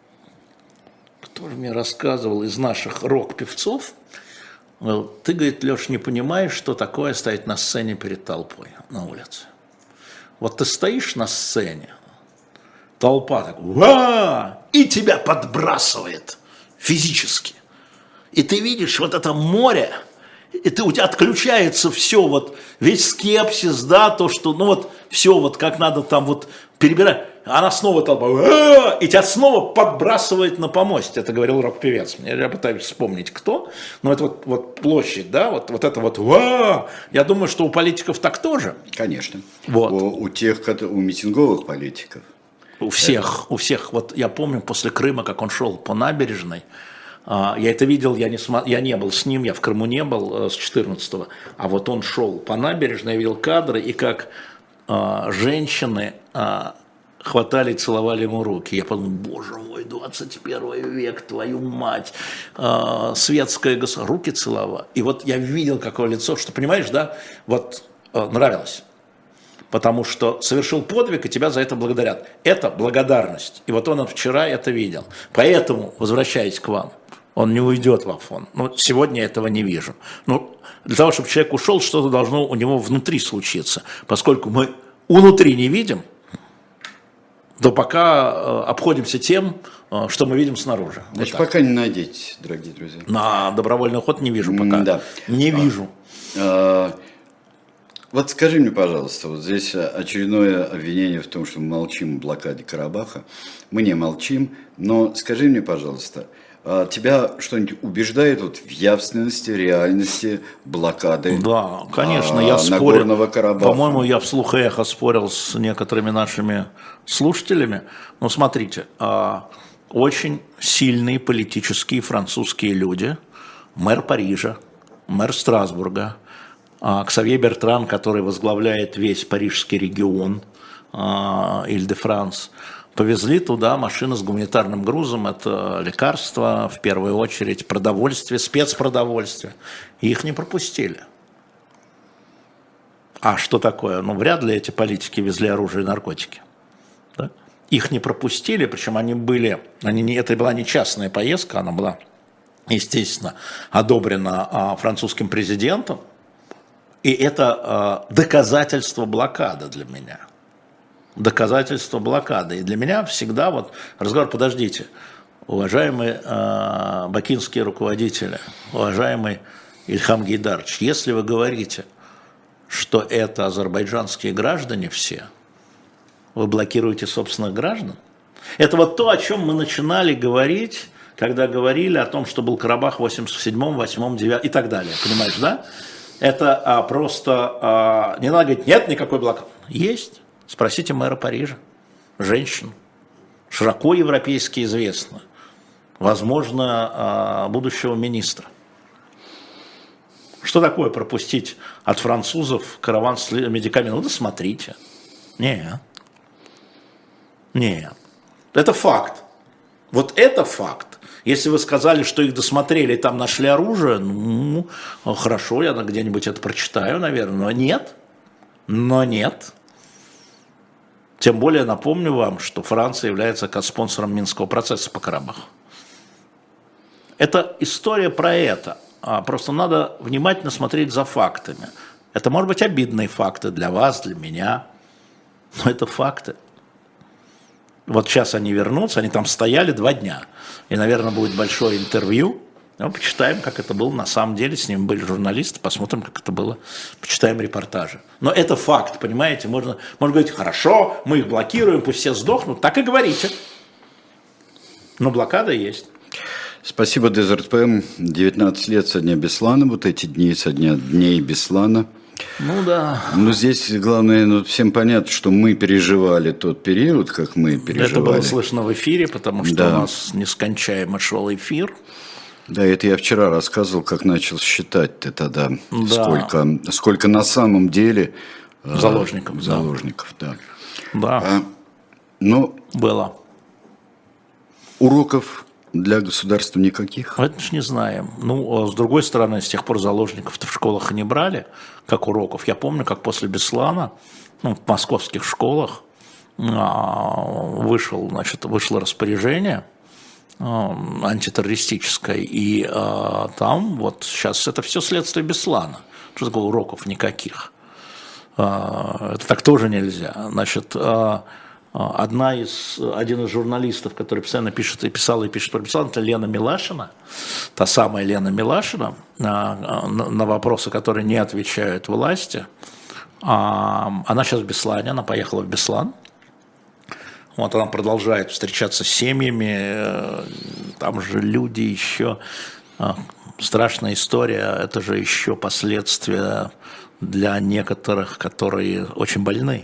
кто же мне рассказывал из наших рок-певцов, ты, говорит, Леш, не понимаешь, что такое стоять на сцене перед толпой на улице. Вот ты стоишь на сцене, толпа так, ва, и тебя подбрасывает физически. И ты видишь вот это море, и ты, у тебя отключается все, вот весь скепсис, да, то, что, ну вот, все вот как надо там вот перебирать. Она снова толпа, а-а-а, и тебя снова подбрасывает на помосте. Это говорил рок-певец. Я пытаюсь вспомнить, кто. Но это вот, вот площадь, да, вот, вот это вот, а-а-а. Я думаю, что у политиков так тоже. Конечно. Вот. У, у тех, у митинговых политиков. У всех, это... у всех. Вот я помню после Крыма, как он шел по набережной. Я это видел, я не, см... я не был с ним, я в Крыму не был с четырнадцатого. А вот он шел по набережной, я видел кадры, и как а, женщины... А, хватали и целовали ему руки. Я подумал, боже мой, двадцать первый век, твою мать, э, светское государство, руки целовали. И вот я видел, какое лицо, что, понимаешь, да, вот э, нравилось. Потому что совершил подвиг, и тебя за это благодарят. Это благодарность. И вот он вчера это видел. Поэтому, возвращаясь к вам, он не уйдет в Афон. Ну, сегодня я этого не вижу. Ну, для того, чтобы человек ушел, что-то должно у него внутри случиться. Поскольку мы внутри не видим, то пока э, обходимся тем, э, что мы видим снаружи. Значит, вот пока не надейтесь, дорогие друзья. На добровольный уход не вижу пока. Да. Не вижу. А, вот скажи мне, пожалуйста, вот здесь очередное обвинение в том, что мы молчим о блокаде Карабаха. Мы не молчим, но скажи мне, пожалуйста, тебя что-нибудь убеждает вот в явственности, реальности блокады? Да, конечно, а, я спорил. Карабаха? По-моему, я вслух и эхо спорил с некоторыми нашими слушателями. Ну, смотрите, очень сильные политические французские люди, мэр Парижа, мэр Страсбурга, Ксавье Бертран, который возглавляет весь парижский регион, Иль-де-Франс, повезли туда машины с гуманитарным грузом, это лекарства, в первую очередь, продовольствие, спецпродовольствие. И их не пропустили. А что такое? Ну, вряд ли эти политики везли оружие и наркотики. Да? их не пропустили, причем они были, они не, это была не частная поездка, она была, естественно, одобрена а, французским президентом, и это а, доказательство блокады для меня. Доказательство блокады. И для меня всегда вот разговор, подождите, уважаемые э, бакинские руководители, уважаемый Ильхам Гейдарович, если вы говорите, что это азербайджанские граждане все, вы блокируете собственных граждан? Это вот то, о чем мы начинали говорить, когда говорили о том, что был Карабах в восемьдесят седьмом, восьмом, девятом и так далее. Понимаешь, да? Это а, просто, а, не надо говорить, нет никакой блокады. Есть. Спросите мэра Парижа, женщину, широко европейски известно, возможно, будущего министра. Что такое пропустить от французов караван с медикаментами? Ну, досмотрите. Нет. Нет. Это факт. Вот это факт. Если вы сказали, что их досмотрели и там нашли оружие, ну, хорошо, я где-нибудь это прочитаю, наверное, но нет. Но нет. Тем более напомню вам, что Франция является коспонсором Минского процесса по Карабаху. Это история про это. Просто надо внимательно смотреть за фактами. Это, может быть, обидные факты для вас, для меня, но это факты. Вот сейчас они вернутся, они там стояли два дня. И, наверное, будет большое интервью. Мы почитаем, как это было на самом деле. С ними были журналисты, посмотрим, как это было. Почитаем репортажи. Но это факт, понимаете? Можно, можно говорить, хорошо, мы их блокируем, пусть все сдохнут. Так и говорите. Но блокада есть. Спасибо, Desert пи. девятнадцать лет со дня Беслана. Вот эти дни со дня дней Беслана. Ну да. Но здесь главное, ну, всем понятно, что мы переживали тот период, как мы переживали. Это было слышно в эфире, потому что да. У нас нескончаемо шел эфир. Да, это я вчера рассказывал, как начал считать ты тогда, да. сколько, сколько на самом деле заложников. А, заложников, да. Да, а, но было. Уроков для государства никаких? Это ж не знаем. Ну, с другой стороны, с тех пор заложников-то в школах и не брали, как уроков. Я помню, как после Беслана, ну, в московских школах вышел, значит, вышло распоряжение антитеррористическое, и а, там вот сейчас это все следствие Беслана. Что такое уроков никаких? А, это так тоже нельзя. Значит, а, одна из, один из журналистов, который постоянно пишет и писал, и пишет про Беслана, это Лена Милашина, та самая Лена Милашина, а, на, на вопросы, которые не отвечают власти. А, она сейчас в Беслане, она поехала в Беслан. Вот она продолжает встречаться с семьями, там же люди еще, страшная история, это же еще последствия для некоторых, которые очень больны,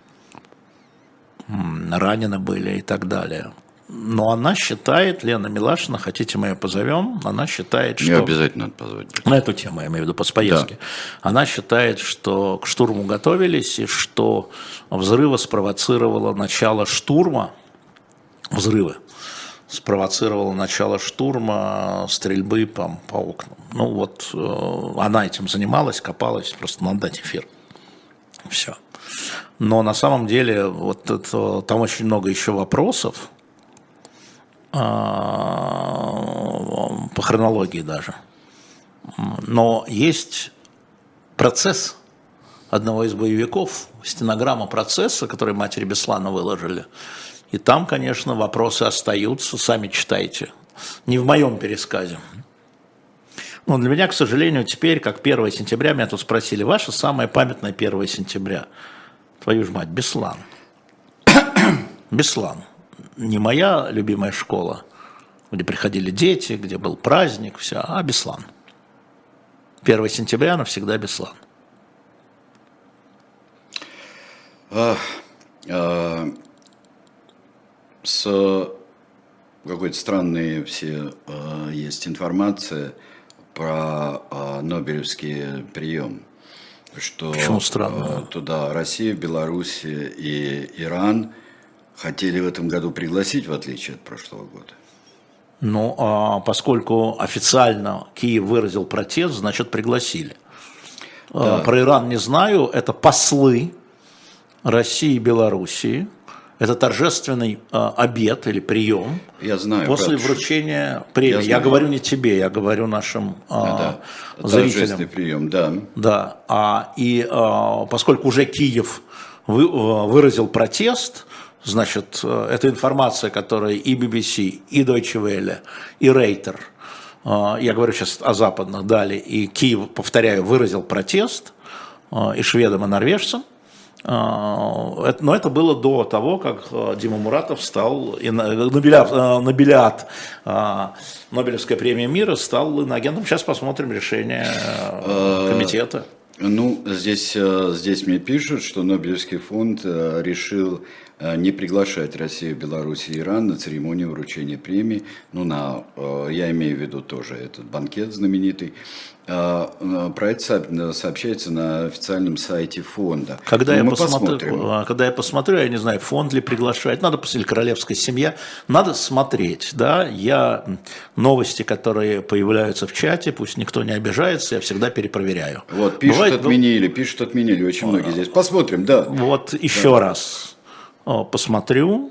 ранены были и так далее. Но она считает, Лена Милашина, хотите мы ее позовем, она считает, что... Я обязательно надо позвать. На эту тему, я имею в виду, по поездке. Да. Она считает, что к штурму готовились, и что взрывы спровоцировало начало штурма, взрывы спровоцировало начало штурма, стрельбы по, по окнам. Ну вот, э, она этим занималась, копалась, просто надо дать эфир. Все. Но на самом деле, вот это, там очень много еще вопросов, по хронологии даже. Но есть процесс одного из боевиков, стенограмма процесса, который матери Беслана выложили. И там, конечно, вопросы остаются, сами читайте. Не в моем пересказе. Но для меня, к сожалению, теперь, как первое сентября, меня тут спросили, ваше самое памятное первое сентября? Твою ж мать, Беслан. Беслан. Не моя любимая школа, где приходили дети, где был праздник, все, а Беслан. первое сентября навсегда Беслан. А, а, с какой-то странной все а, есть информация про а, Нобелевский прием. Что Почему странно? А, туда Россия, Беларусь и Иран хотели в этом году пригласить, в отличие от прошлого года. Ну, а поскольку официально Киев выразил протест, значит, пригласили. Да. Про Иран не знаю, это послы России и Белоруссии. Это торжественный э, обед или прием Я знаю, после правда, вручения премии. Я, Я я говорю не тебе, я говорю нашим э, да, да. зрителям. Торжественный прием, да. Да, а, и э, поскольку уже Киев вы, э, выразил протест, значит, э, это информация, которая и би би си, и Deutsche Welle, и Рейтер, э, я говорю сейчас о западных, дали, и Киев, повторяю, выразил протест, э, и шведам, и норвежцам. Но это было до того, как Дима Муратов стал, Нобелиат, Нобелиат, Нобелевская премия мира, стал иноагентом. Сейчас посмотрим решение комитета. Ну, здесь, здесь мне пишут, что Нобелевский фонд решил не приглашать Россию, Беларусь и Иран на церемонию вручения премии. Ну, на, я имею в виду тоже этот банкет знаменитый. Про это сообщается на официальном сайте фонда. Когда, я посмотрю, когда я посмотрю, я не знаю, фонд ли приглашает, надо посмотреть, королевская семья, надо смотреть, да, я новости, которые появляются в чате, пусть никто не обижается, я всегда перепроверяю. Вот, пишут, Бывает, отменили, пишут, отменили, очень многие здесь. Посмотрим, да. Вот еще да. раз посмотрю.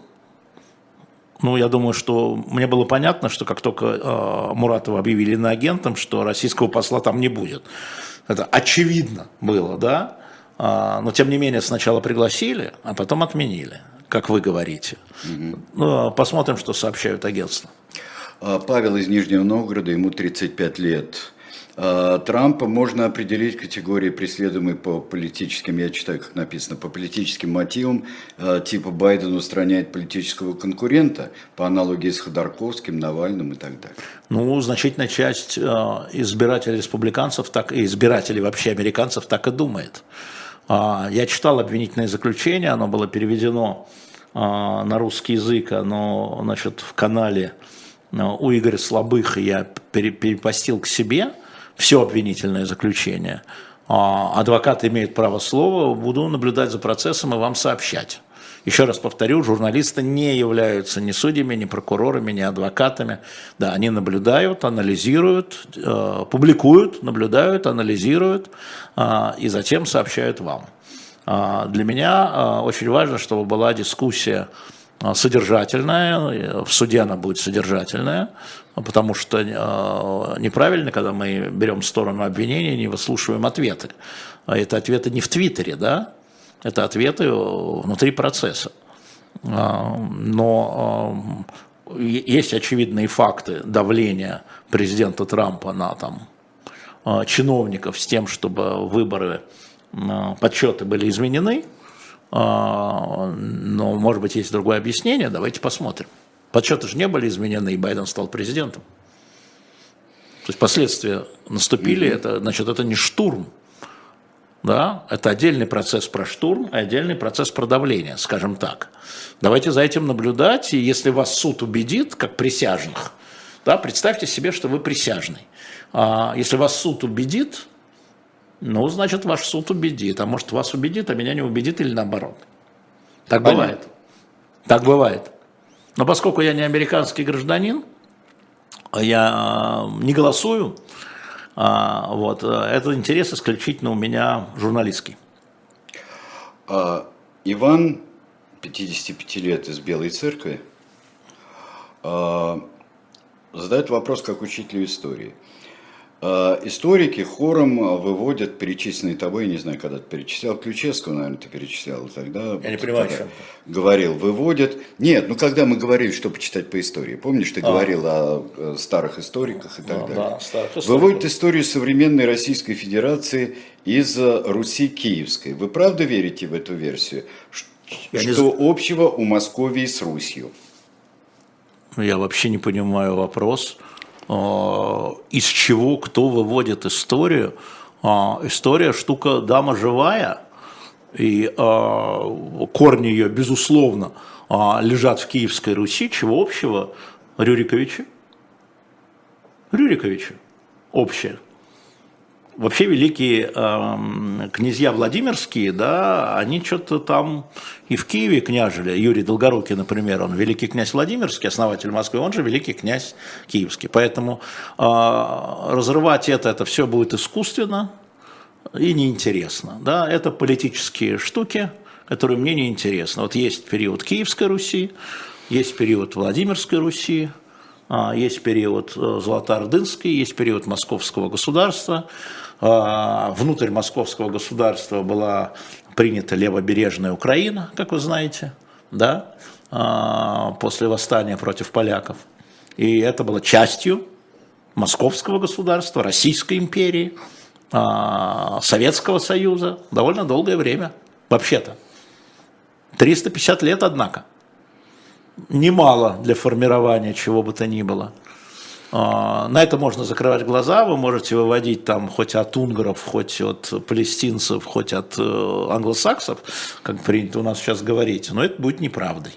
Ну, я думаю, что мне было понятно, что как только э, Муратова объявили иноагентом, что российского посла там не будет. Это очевидно было, да? А, но, тем не менее, сначала пригласили, а потом отменили, как вы говорите. Mm-hmm. Ну, посмотрим, что сообщают агентства. Павел из Нижнего Новгорода, ему тридцать пять лет. Трампа можно определить категории, преследуемые по политическим, я читаю, как написано, по политическим мотивам, типа Байден устраняет политического конкурента, по аналогии с Ходорковским, Навальным и так далее. Ну, значительная часть избирателей республиканцев, так и избирателей вообще американцев так и думает. Я читал обвинительное заключение, оно было переведено на русский язык, оно, значит, в канале у Игоря Слабых я перепостил к себе. Все обвинительное заключение. Адвокат имеет право слова, буду наблюдать за процессом и вам сообщать. Еще раз повторю, журналисты не являются ни судьями, ни прокурорами, ни адвокатами. Да, они наблюдают, анализируют, э, публикуют, наблюдают, анализируют э, и затем сообщают вам. Э, для меня э, очень важно, чтобы была дискуссия содержательная, в суде она будет содержательная, потому что э, неправильно, когда мы берем сторону обвинения, не выслушиваем ответы. Это ответы не в Твиттере, да? Это ответы внутри процесса. Э, но э, есть очевидные факты давления президента Трампа на там, э, чиновников с тем, чтобы выборы, э, подсчеты были изменены. Но, может быть, есть другое объяснение, давайте посмотрим. Подсчеты же не были изменены, и Байден стал президентом. То есть последствия наступили, mm-hmm. это, значит, это не штурм, да? Это отдельный процесс про штурм, а отдельный процесс про давление, скажем так. Давайте за этим наблюдать, и если вас суд убедит, как присяжных, да, представьте себе, что вы присяжный. А если вас суд убедит, ну, значит, ваш суд убедит. А может, вас убедит, а меня не убедит или наоборот. Так Понятно. Бывает. Так бывает. Но поскольку я не американский гражданин, я не голосую, вот, это интерес исключительно у меня журналистский. Иван, пятидесяти пяти лет, из Белой Церкви, задает вопрос как учителю истории. Историки хором выводят перечисленные тобой, я не знаю, когда ты перечислял, Ключевского, наверное, ты перечислял тогда. Я не понимаю, что. Говорил, выводят. Нет, ну когда мы говорили, что почитать по истории, помнишь, ты а. говорил о старых историках и так а, далее. Да, старых историков. Выводят историю современной Российской Федерации из Руси Киевской. Вы правда верите в эту версию? Я что не... общего у Московии с Русью? Я вообще не понимаю вопрос. Из чего кто выводит историю. История штука дама живая, и корни ее, безусловно, лежат в Киевской Руси. Чего общего? Рюриковичи. Рюриковичи. Общее. Вообще великие э, князья Владимирские, да, они что-то там и в Киеве княжили. Юрий Долгорукий, например, он великий князь Владимирский, основатель Москвы, он же великий князь Киевский. Поэтому э, разрывать это, это все будет искусственно и неинтересно. Да? Это политические штуки, которые мне не интересны. Вот есть период Киевской Руси, есть период Владимирской Руси, есть период Золотоордынской, есть период Московского государства. Внутрь Московского государства была принята левобережная Украина, как вы знаете, да, после восстания против поляков. И это было частью Московского государства, Российской империи, Советского Союза довольно долгое время, вообще-то. триста пятьдесят лет, однако. Немало для формирования чего бы то ни было. На это можно закрывать глаза, вы можете выводить там хоть от унгаров, хоть от палестинцев, хоть от англосаксов, как принято у нас сейчас говорить, но это будет неправдой.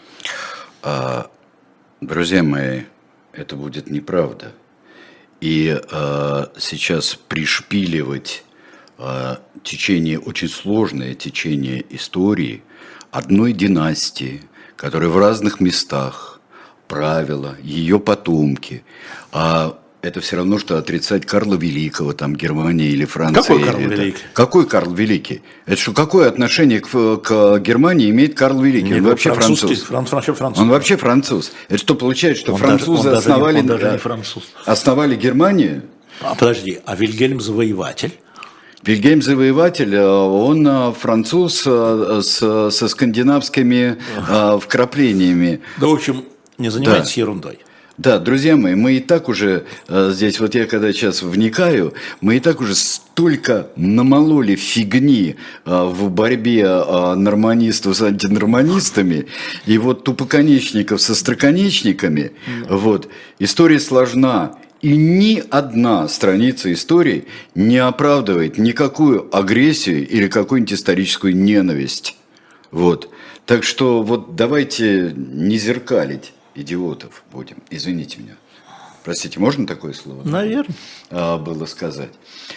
Друзья мои, это будет неправда. И э, сейчас пришпиливать э, течение, очень сложное течение истории одной династии, которая в разных местах правила, ее потомки, а это все равно, что отрицать Карла Великого, там, Германия или Франция. Какой Карл это... Великий? Какой Карл Великий? Это что, какое отношение к, к Германии имеет Карл Великий? Не, он вообще француз. Франц, вообще француз. Он вообще француз. Это что, получается, что он французы даже, он основали, даже не, он даже не француз. основали Германию? А подожди, а Вильгельм Завоеватель? Вильгельм Завоеватель, он француз с, со скандинавскими вкраплениями. Да, в общем, не занимайтесь да. ерундой. Да, друзья мои, мы и так уже здесь, вот я когда сейчас вникаю, мы и так уже столько намололи фигни в борьбе норманистов с антинорманистами, и вот тупоконечников со остроконечниками, mm. вот, история сложна. И ни одна страница истории не оправдывает никакую агрессию или какую-нибудь историческую ненависть. Вот. Так что вот давайте не зеркалить идиотов будем. Извините меня. Простите, можно такое слово? Наверное. А, было сказать.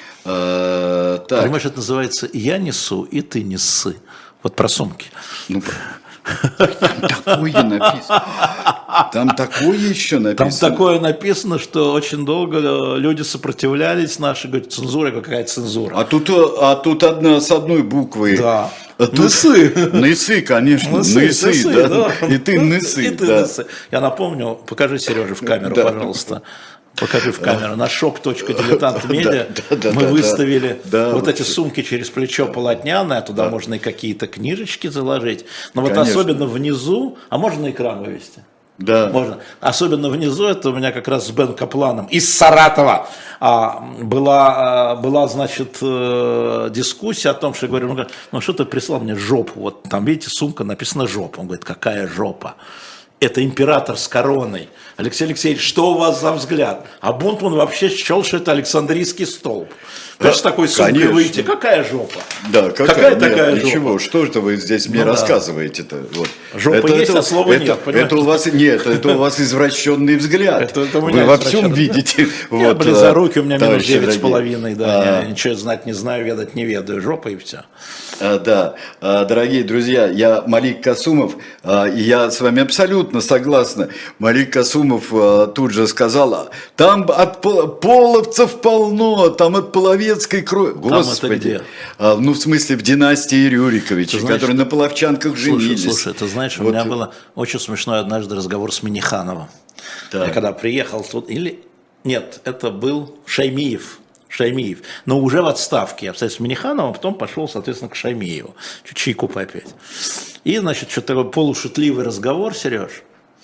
А, так. Понимаешь, это называется «я несу, и ты не ссы». Вот про сумки. Ну, там такое написано. Там такое еще написано. Там такое написано, что очень долго люди сопротивлялись нашей, говорят, цензура, какая цензура. А тут, а тут одна с одной буквой. Да. А тут... Нысы. Нысы, конечно. Нысы, нысы, нысы да. да. И ты нысы. И ты да. нысы. Я напомню, покажи Сереже в камеру, да. пожалуйста. Покажи в камеру. На шок точка дилетант медиа да, да, мы да, выставили да, вот да, эти сумки через плечо полотняное, туда да. можно и какие-то книжечки заложить. Но вот Конечно. особенно внизу, а можно на экран вывести? Да. Можно. Особенно внизу, это у меня как раз с Бен Капланом из Саратова а, была, была, значит, дискуссия о том, что я говорю, ну, ну что ты прислал мне жопу, вот там, видите, сумка, написано жопа. Он говорит, какая жопа? Это император с короной. Алексей Алексеевич, что у вас за взгляд? А Бунтман вообще счел, что это Александрийский столб. Конечно, да, такой сумкой выйти. Какая жопа? Да, какая, какая нет, такая ничего, жопа? что это вы здесь мне ну, рассказываете-то? Вот. Жопа это, есть, это, а слова это, нет, понимаешь? Это у вас, нет, это у вас извращенный взгляд. Это, это вы во всем видите. Я вот, близорукий, у меня минус девять с дорогие. половиной, да, А, я ничего знать не знаю, ведать не ведаю, жопа и все. А, да, а, дорогие друзья, я Малик Касумов, а, и я с вами абсолютно согласна. Малик Касумов а, тут же сказал, там от половцев полно, там от половецкой крови. Господи, а, ну в смысле в династии Рюриковичей, которые на половчанках женились. Слушай, слушай, ты знаешь, вот. У меня было очень смешной однажды разговор с Минихановым. Да. Я когда приехал тут, или нет, это был Шаймиев. Шаймиев, но уже в отставке. Я встретился с Минихановым, потом пошел, соответственно, к Шаймиеву. Чуть чайку попить. И, значит, что-то такой полушутливый разговор, Сереж.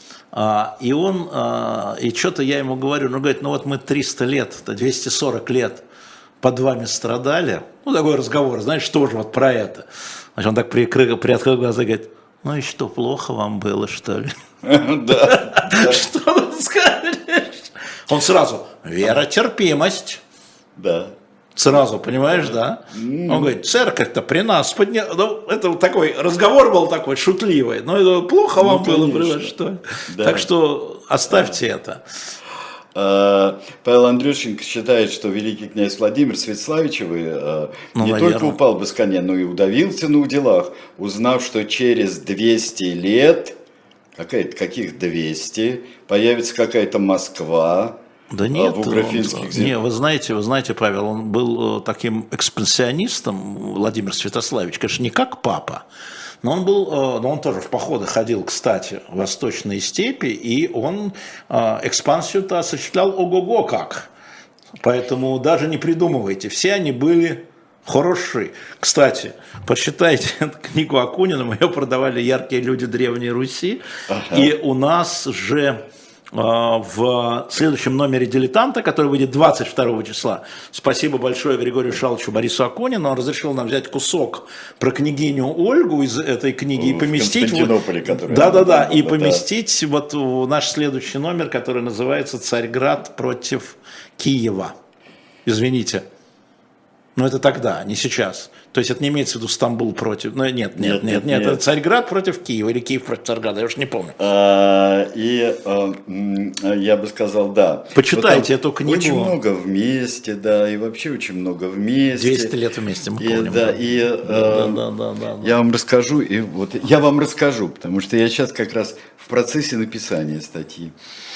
А, и он, а, и что-то я ему говорю, ну, говорит, ну вот мы триста лет, двести сорок лет под вами страдали. Ну, такой разговор, знаешь, тоже вот про это. Значит, он так приоткрыл, приоткрыл глаза и говорит, ну и что, плохо вам было, что ли? Да. Что ты скажешь? Он сразу, вера, терпимость. Да. Сразу, понимаешь, да? Он говорит, церковь-то при нас подня... Ну, это такой разговор был такой шутливый. Но это плохо вам ну, было, понимаешь, что ли? Да. Так что оставьте да. это. Павел Андрющенко считает, что великий князь Владимир Святославичевы ну, не наверное. только упал без коня, но и удавился на уделах, узнав, что через двести лет, какая-то, каких двести, появится какая-то Москва. Да нет, в угрофинских он, землях. не, вы знаете, вы знаете, Павел, он был таким экспансионистом, Владимир Святославич, конечно, не как папа, но он был, но он тоже в походы ходил, кстати, в восточные степи, и он экспансию-то осуществлял ого-го как. Поэтому даже не придумывайте, все они были хороши. Кстати, почитайте эту книгу Акунина, мы ее продавали «Яркие люди Древней Руси», ага. И у нас же в следующем номере «Дилетанта», который выйдет двадцать второго числа. Спасибо большое Григорию Шаловичу Борису Акунину. Он разрешил нам взять кусок про княгиню Ольгу из этой книги и поместить. В Константинополе, вот, который... Да, да, да. И да, поместить да. вот в наш следующий номер, который называется «Царьград против Киева». Извините. Но это тогда, не сейчас. То есть это не имеется в виду Стамбул против... Ну, нет, нет, нет, нет, нет. Это Царьград против Киева или Киев против Царьграда, я уж не помню. А, и а, я бы сказал, да. Почитайте эту книгу. Очень много вместе, да, и вообще очень много вместе. двести лет вместе, мы и, помним. Да, и а, да, да, да, да, да. я вам расскажу, и вот я вам расскажу, потому что я сейчас как раз в процессе написания статьи.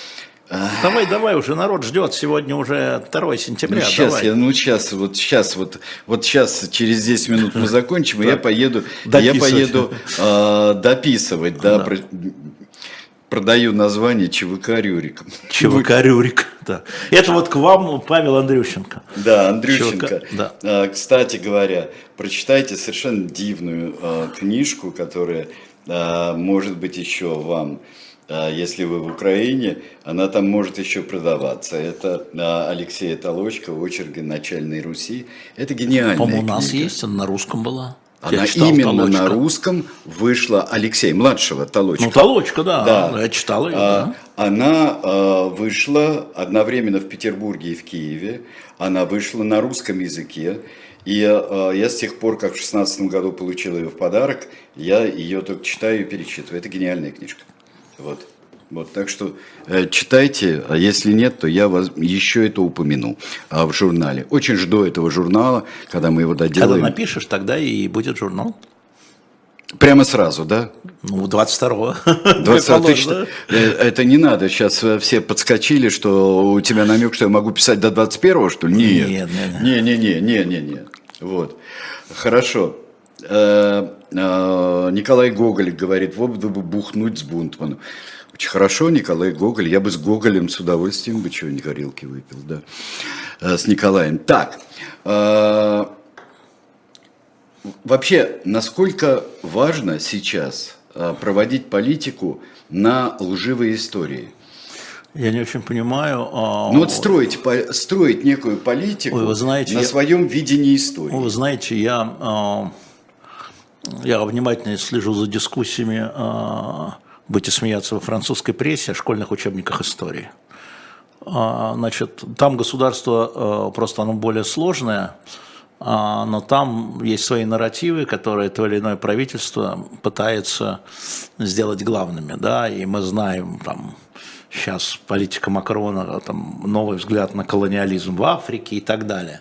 Давай, давай, уже народ ждет, сегодня уже второе сентября. Ну, сейчас, давай. я, ну сейчас, вот сейчас, вот, вот сейчас, через десять минут мы закончим, и я поеду, я поеду э, дописывать, да, про, продаю название ЧВК «Рюрик». ЧВК «Рюрик», да. Это вот к вам Павел Андрющенко. Да, Андрющенко. ЧВК, да. А, кстати говоря, прочитайте совершенно дивную а, книжку, которая, а, может быть, еще вам... Если вы в Украине, она там может еще продаваться. Это Алексея Толочка, «Очерки начальной Руси». Это гениальная По-моему, книга. у нас есть, она на русском была. Она именно Толочка. На русском вышла Алексей, младшего Толочка. Ну, Толочка, да, да. Я читал ее. А, да. Она а, вышла одновременно в Петербурге и в Киеве. Она вышла на русском языке. И а, я с тех пор, как в шестнадцатом году получил ее в подарок, я ее только читаю и перечитываю. Это гениальная книжка. Вот, вот, так что э, читайте, а если нет, то я вас еще это упомяну а, в журнале. Очень жду этого журнала, когда мы его доделаем. Когда напишешь, тогда и будет журнал. Прямо сразу, да? Ну, двадцать второго. двадцать второго да? Это не надо, сейчас все подскочили, что у тебя намек, что я могу писать до двадцать первого, что ли? Нет, нет, нет, нет, нет, нет, нет, нет. Вот, хорошо. Николай Гоголь говорит, вот бы бухнуть с Бунтманом. Очень хорошо, Николай Гоголь. Я бы с Гоголем с удовольствием бы чего-нибудь горилки выпил, да. С Николаем. Так. Вообще, насколько важно сейчас проводить политику на лживой истории? Я не очень понимаю. А... Ну вот строить, строить некую политику. Ой, вы знаете, на я... своем видении истории. Ой, вы знаете, я... Я внимательно слежу за дискуссиями, будете смеяться, во французской прессе о школьных учебниках истории. Значит, там государство просто оно более сложное, но там есть свои нарративы, которые то или иное правительство пытается сделать главными. Да? И мы знаем, там, сейчас политика Макрона, там, новый взгляд на колониализм в Африке и так далее.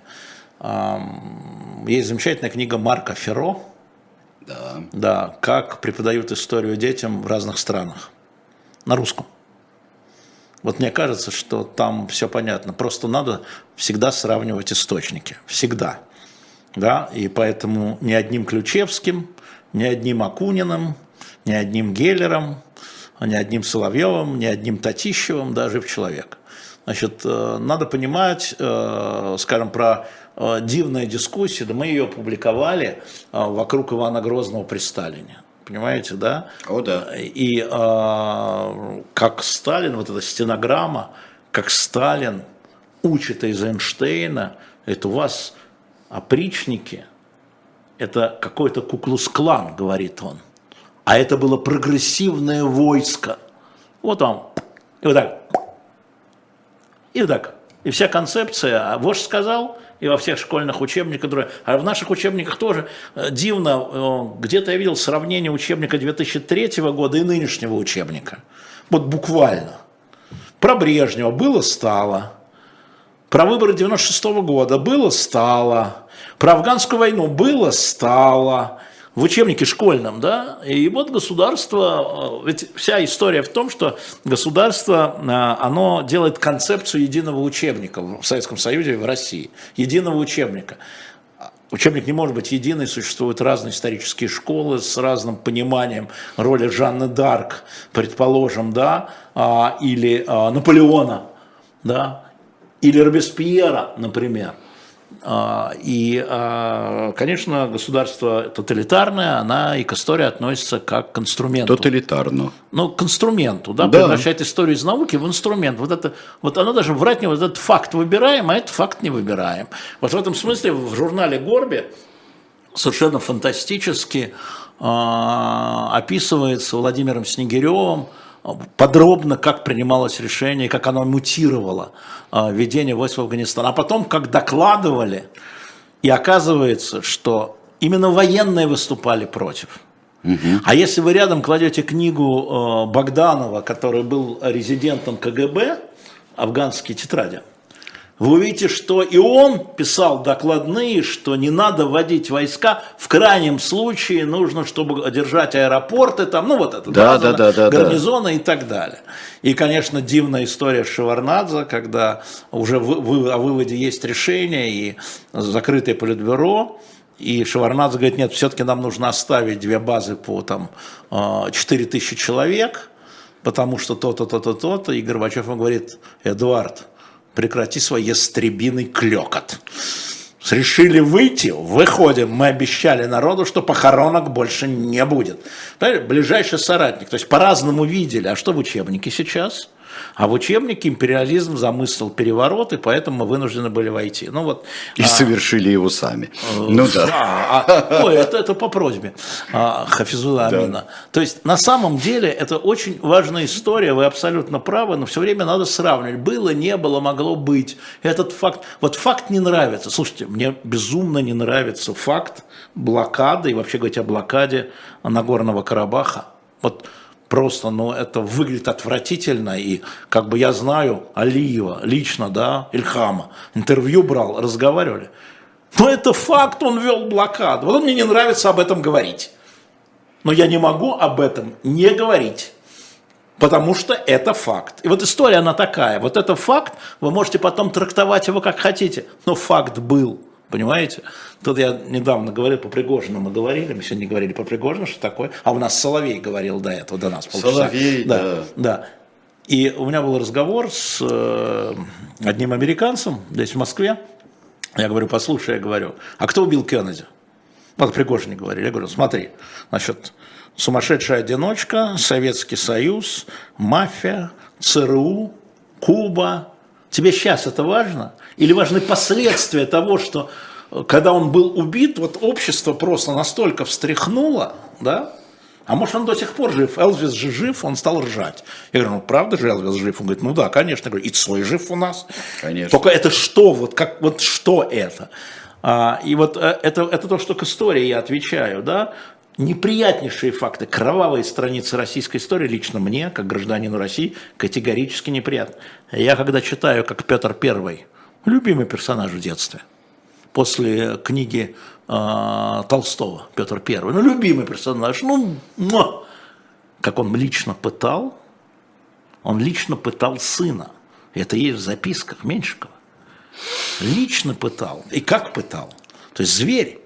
Есть замечательная книга Марка Ферро. Да. Да, как преподают историю детям в разных странах. На русском. Вот мне кажется, что там все понятно. Просто надо всегда сравнивать источники. Всегда. Да, и поэтому ни одним Ключевским, ни одним Акуниным, ни одним Геллером, ни одним Соловьевым, ни одним Татищевым даже в человек. Значит, надо понимать, скажем, про дивная дискуссия, да мы ее опубликовали вокруг Ивана Грозного при Сталине. Понимаете, да? О, да. И э, как Сталин, вот эта стенограмма, как Сталин учит Эйзенштейна, это у вас опричники, это какой-то Ку-клукс-клан, говорит он. А это было прогрессивное войско. Вот он. И вот так. И вот так. И вся концепция, а вождь сказал, и во всех школьных учебниках, которые, а в наших учебниках тоже дивно, где-то я видел сравнение учебника две тысячи третьего года и нынешнего учебника. Вот буквально. Про Брежнева было-стало, про выборы девяносто шестого года было-стало, про афганскую войну было-стало, в учебнике школьном, да, и вот государство, ведь вся история в том, что государство, оно делает концепцию единого учебника в Советском Союзе и в России, единого учебника. Учебник не может быть единый, существуют разные исторические школы с разным пониманием роли Жанны д'Арк, предположим, да, или Наполеона, да, или Робеспьера, например. И, конечно, государство тоталитарное, она и к истории относится как к инструменту. Тоталитарно. Ну, к инструменту, да, да. превращает историю из науки в инструмент. Вот это, вот оно даже врать не, вот этот факт выбираем, а этот факт не выбираем. Вот в этом смысле в журнале «Горби» совершенно фантастически э, описывается Владимиром Снегиревым подробно, как принималось решение, как оно мутировало э, введение войск в Афганистан. А потом, как докладывали, и оказывается, что именно военные выступали против. Угу. А если вы рядом кладете книгу э, Богданова, который был резидентом ка гэ бэ, «Афганские тетради», вы увидите, что и он писал докладные, что не надо вводить войска, в крайнем случае нужно, чтобы одержать аэропорты, там, ну вот это, да, да, да, да, гарнизоны да. и так далее. И, конечно, дивная история Шеварднадзе, когда уже вы, вы, о выводе есть решение и закрытое политбюро, и Шеварднадзе говорит, нет, все-таки нам нужно оставить две базы по там, четыре тысячи человек, потому что то-то, то-то, то-то, и Горбачев ему говорит, Эдуард, прекрати свой ястребиный клёкот. Решили выйти, выходим, мы обещали народу, что похоронок больше не будет. Ближайший соратник, то есть по-разному видели, а что в учебнике сейчас? А в учебнике империализм замыслил переворот, и поэтому мы вынуждены были войти. Ну, вот, и а, совершили его сами. Э, ну да. А, а, ой, это, это по просьбе а, Хафизула Амина. Да. То есть на самом деле это очень важная история, вы абсолютно правы, но все время надо сравнивать. Было, не было, могло быть. Этот факт, вот факт не нравится. Слушайте, мне безумно не нравится факт блокады, и вообще говорить о блокаде Нагорного Карабаха. Вот просто, ну, это выглядит отвратительно, и как бы я знаю Алиева лично, да, Ильхама, интервью брал, разговаривали. Но это факт, он вел блокаду. Вот мне не нравится об этом говорить. Но я не могу об этом не говорить, потому что это факт. И вот история, она такая. Вот это факт, вы можете потом трактовать его как хотите, но факт был. Понимаете? Тут я недавно говорил, по Пригожину мы говорили, мы сегодня говорили по Пригожину, что такое. А у нас Соловей говорил до этого, до нас полчаса. Соловей, да. да. да. И у меня был разговор с э, одним американцем здесь в Москве. Я говорю, послушай, я говорю, а кто убил Кеннеди? Вот Пригожине говорили. Я говорю, смотри, значит, сумасшедшая одиночка, Советский Союз, мафия, цэ эр у, Куба. Тебе сейчас это важно? Или важны последствия того, что когда он был убит, вот общество просто настолько встряхнуло, да? А может, он до сих пор жив? Элвис же жив, он стал ржать. Я говорю, ну правда же Элвис жив? Он говорит, ну да, конечно. Я говорю, и Цой жив у нас. Конечно. Только это что? Вот, как, вот что это? А, и вот это, это то, что к истории я отвечаю, да? Неприятнейшие факты, кровавые страницы российской истории лично мне, как гражданину России, категорически неприятны. Я когда читаю, как Петр Первый, любимый персонаж в детстве, после книги э, Толстого, Петр Первый, ну любимый персонаж, ну, ну, как он лично пытал, он лично пытал сына, это есть в записках Меньшикова, лично пытал, и как пытал, то есть зверь.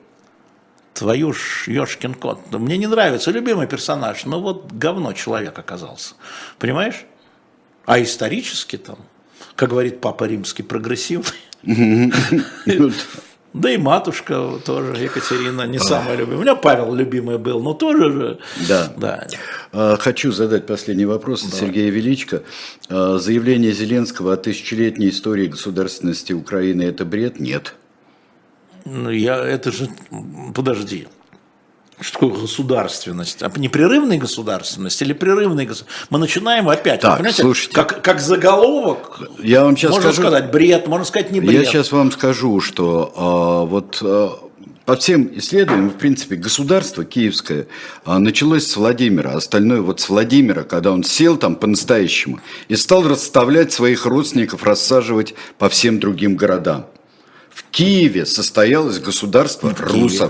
Твою ж ёшкин кот. Мне не нравится, любимый персонаж, но вот говно человек оказался. Понимаешь? А исторически там, как говорит Папа Римский, прогрессивный. Да и матушка тоже, Екатерина, не самая любимая. У меня Павел любимый был, но тоже же. Да. Хочу задать последний вопрос от Сергея Величко. Заявление Зеленского о тысячелетней истории государственности Украины – это бред? Нет. Ну, я, это же, подожди, что такое государственность? А непрерывная государственность или прерывная государственность? Мы начинаем опять, так, понимаете, слушайте, как, как заголовок, я вам сейчас можно скажу, сказать бред, можно сказать не бред. Я сейчас вам скажу, что а, вот а, по всем исследованиям, в принципе, государство киевское а, началось с Владимира, остальное вот с Владимира, когда он сел там по-настоящему и стал расставлять своих родственников, рассаживать по всем другим городам. В Киеве состоялось государство в русов.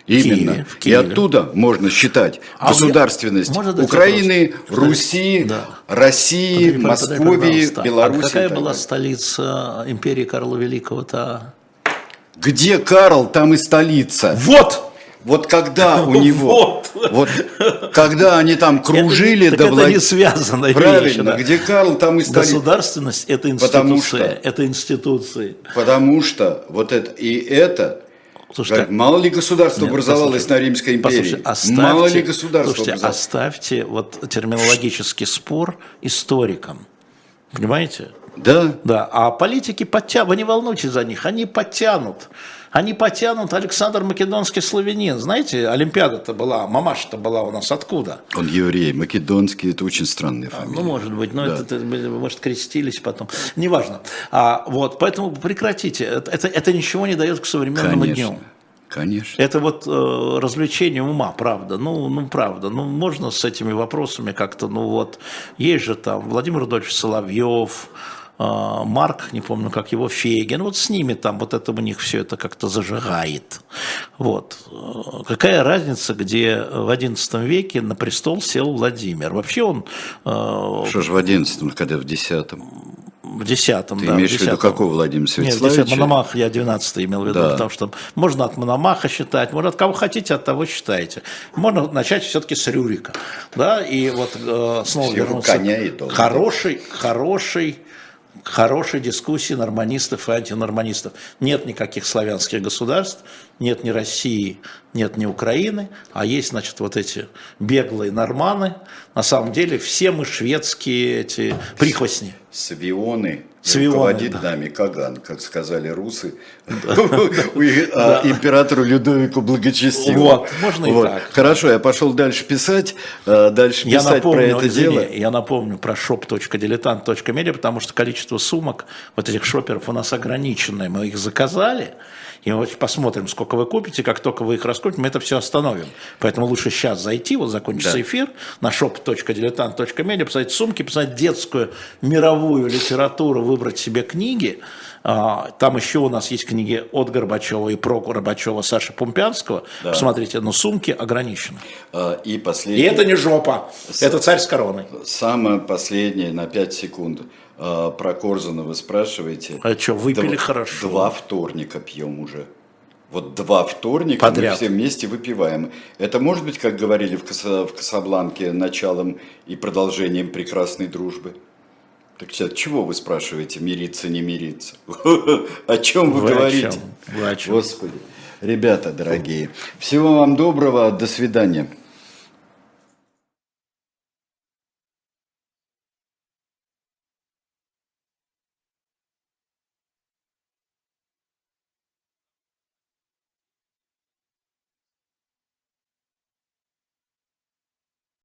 Именно. Киеве, в И Киеве. оттуда можно считать А государственность можно дать Украины, вопрос? Руси, Да. России, Подожди, подожди, Московии, пожалуйста. Беларуси. А какая и так была далее. столица империи Карла Великого-то? Где Карл, там и столица. Вот! Вот когда у него, Вот. вот когда они там кружили это, до так власти, это не связано. правильно, да. где Карл, там и столица. Государственность – это Потому институция, что- это институции. Потому что вот это и это, Слушайте, как, мало ли государство нет, образовалось послушайте, на Римской империи, послушайте, оставьте- мало ли государство слушайте, образовалось. оставьте вот терминологический спор историкам. Понимаете? Да, Да, а политики подтянут, вы не волнуйтесь за них, они подтянут. Они потянут Александр Македонский славянин. Знаете, Олимпиада-то была, мамаша-то была у нас откуда? он еврей, македонский, это очень странная фамилия. Ну, может быть, но Да. это, это, может, крестились потом. Неважно. А, вот, поэтому прекратите. Это, это, это ничего не дает к современному Конечно, дню. конечно. Это вот э, развлечение ума, правда. Ну, ну, правда. Ну, можно с этими вопросами как-то, ну вот, есть же там Владимир Рудольфович Соловьев, э, Марк, не помню, как его, Фейгин, вот с ними там, вот это у них все это как-то зажигает. Вот. Э, Какая разница, где в одиннадцатом веке на престол сел Владимир? Вообще он э, Что ж в одиннадцатом, когда в десятом? в десятом, Ты да. имеешь в в виду десятом. какого Владимира Нет, в десятом, Святославича? Мономах я двенадцатый имел в виду, Да. потому что можно от Мономаха считать, можно от кого хотите, от того считаете. Можно начать все-таки с Рюрика, да, и вот э, снова С его вернуться коня и дома. к хорошей, хорошей, хорошей дискуссии норманистов и антинорманистов. Нет никаких славянских государств, нет ни России, нет ни Украины, а есть, значит, вот эти беглые норманы. На самом деле все мы шведские эти прихвостни. Свионы, Свионы, руководит да. нами Каган, как сказали русы, а, императору Людовику Благочестивому. Вот, можно и так. Хорошо, я пошел дальше писать, а, дальше Я писать про напомню, это извини, дело. я напомню про шоп точка дилетант точка медиа, потому что количество сумок вот этих шоперов у нас ограниченное. Мы их заказали, и мы вот посмотрим, сколько вы купите. Как только вы их раскупите, мы это все остановим. Поэтому лучше сейчас зайти, вот закончится Да. эфир, на шоп точка дилетант точка медиа, посмотреть сумки, посмотреть детскую мировую литературу, выбрать себе книги. А, Там еще у нас есть книги от Горбачева и про Горбачева Саши Пумпянского. Да. Посмотрите, но сумки ограничены. А, И И последнее, это не жопа, это царь с короной. самое последнее на пять секунд. А, Про Корзуна вы спрашиваете. А что, выпили Два- хорошо? Два вторника пьем уже. Вот два вторника Подряд. мы все вместе выпиваем. Это может быть, как говорили в, Каса- в Касабланке, началом и продолжением прекрасной дружбы? Так сейчас, чего вы спрашиваете, мириться, не мириться? О чем вы Вы о говорите? чем? Вы о чем? Господи. Ребята дорогие, всего вам доброго, до свидания.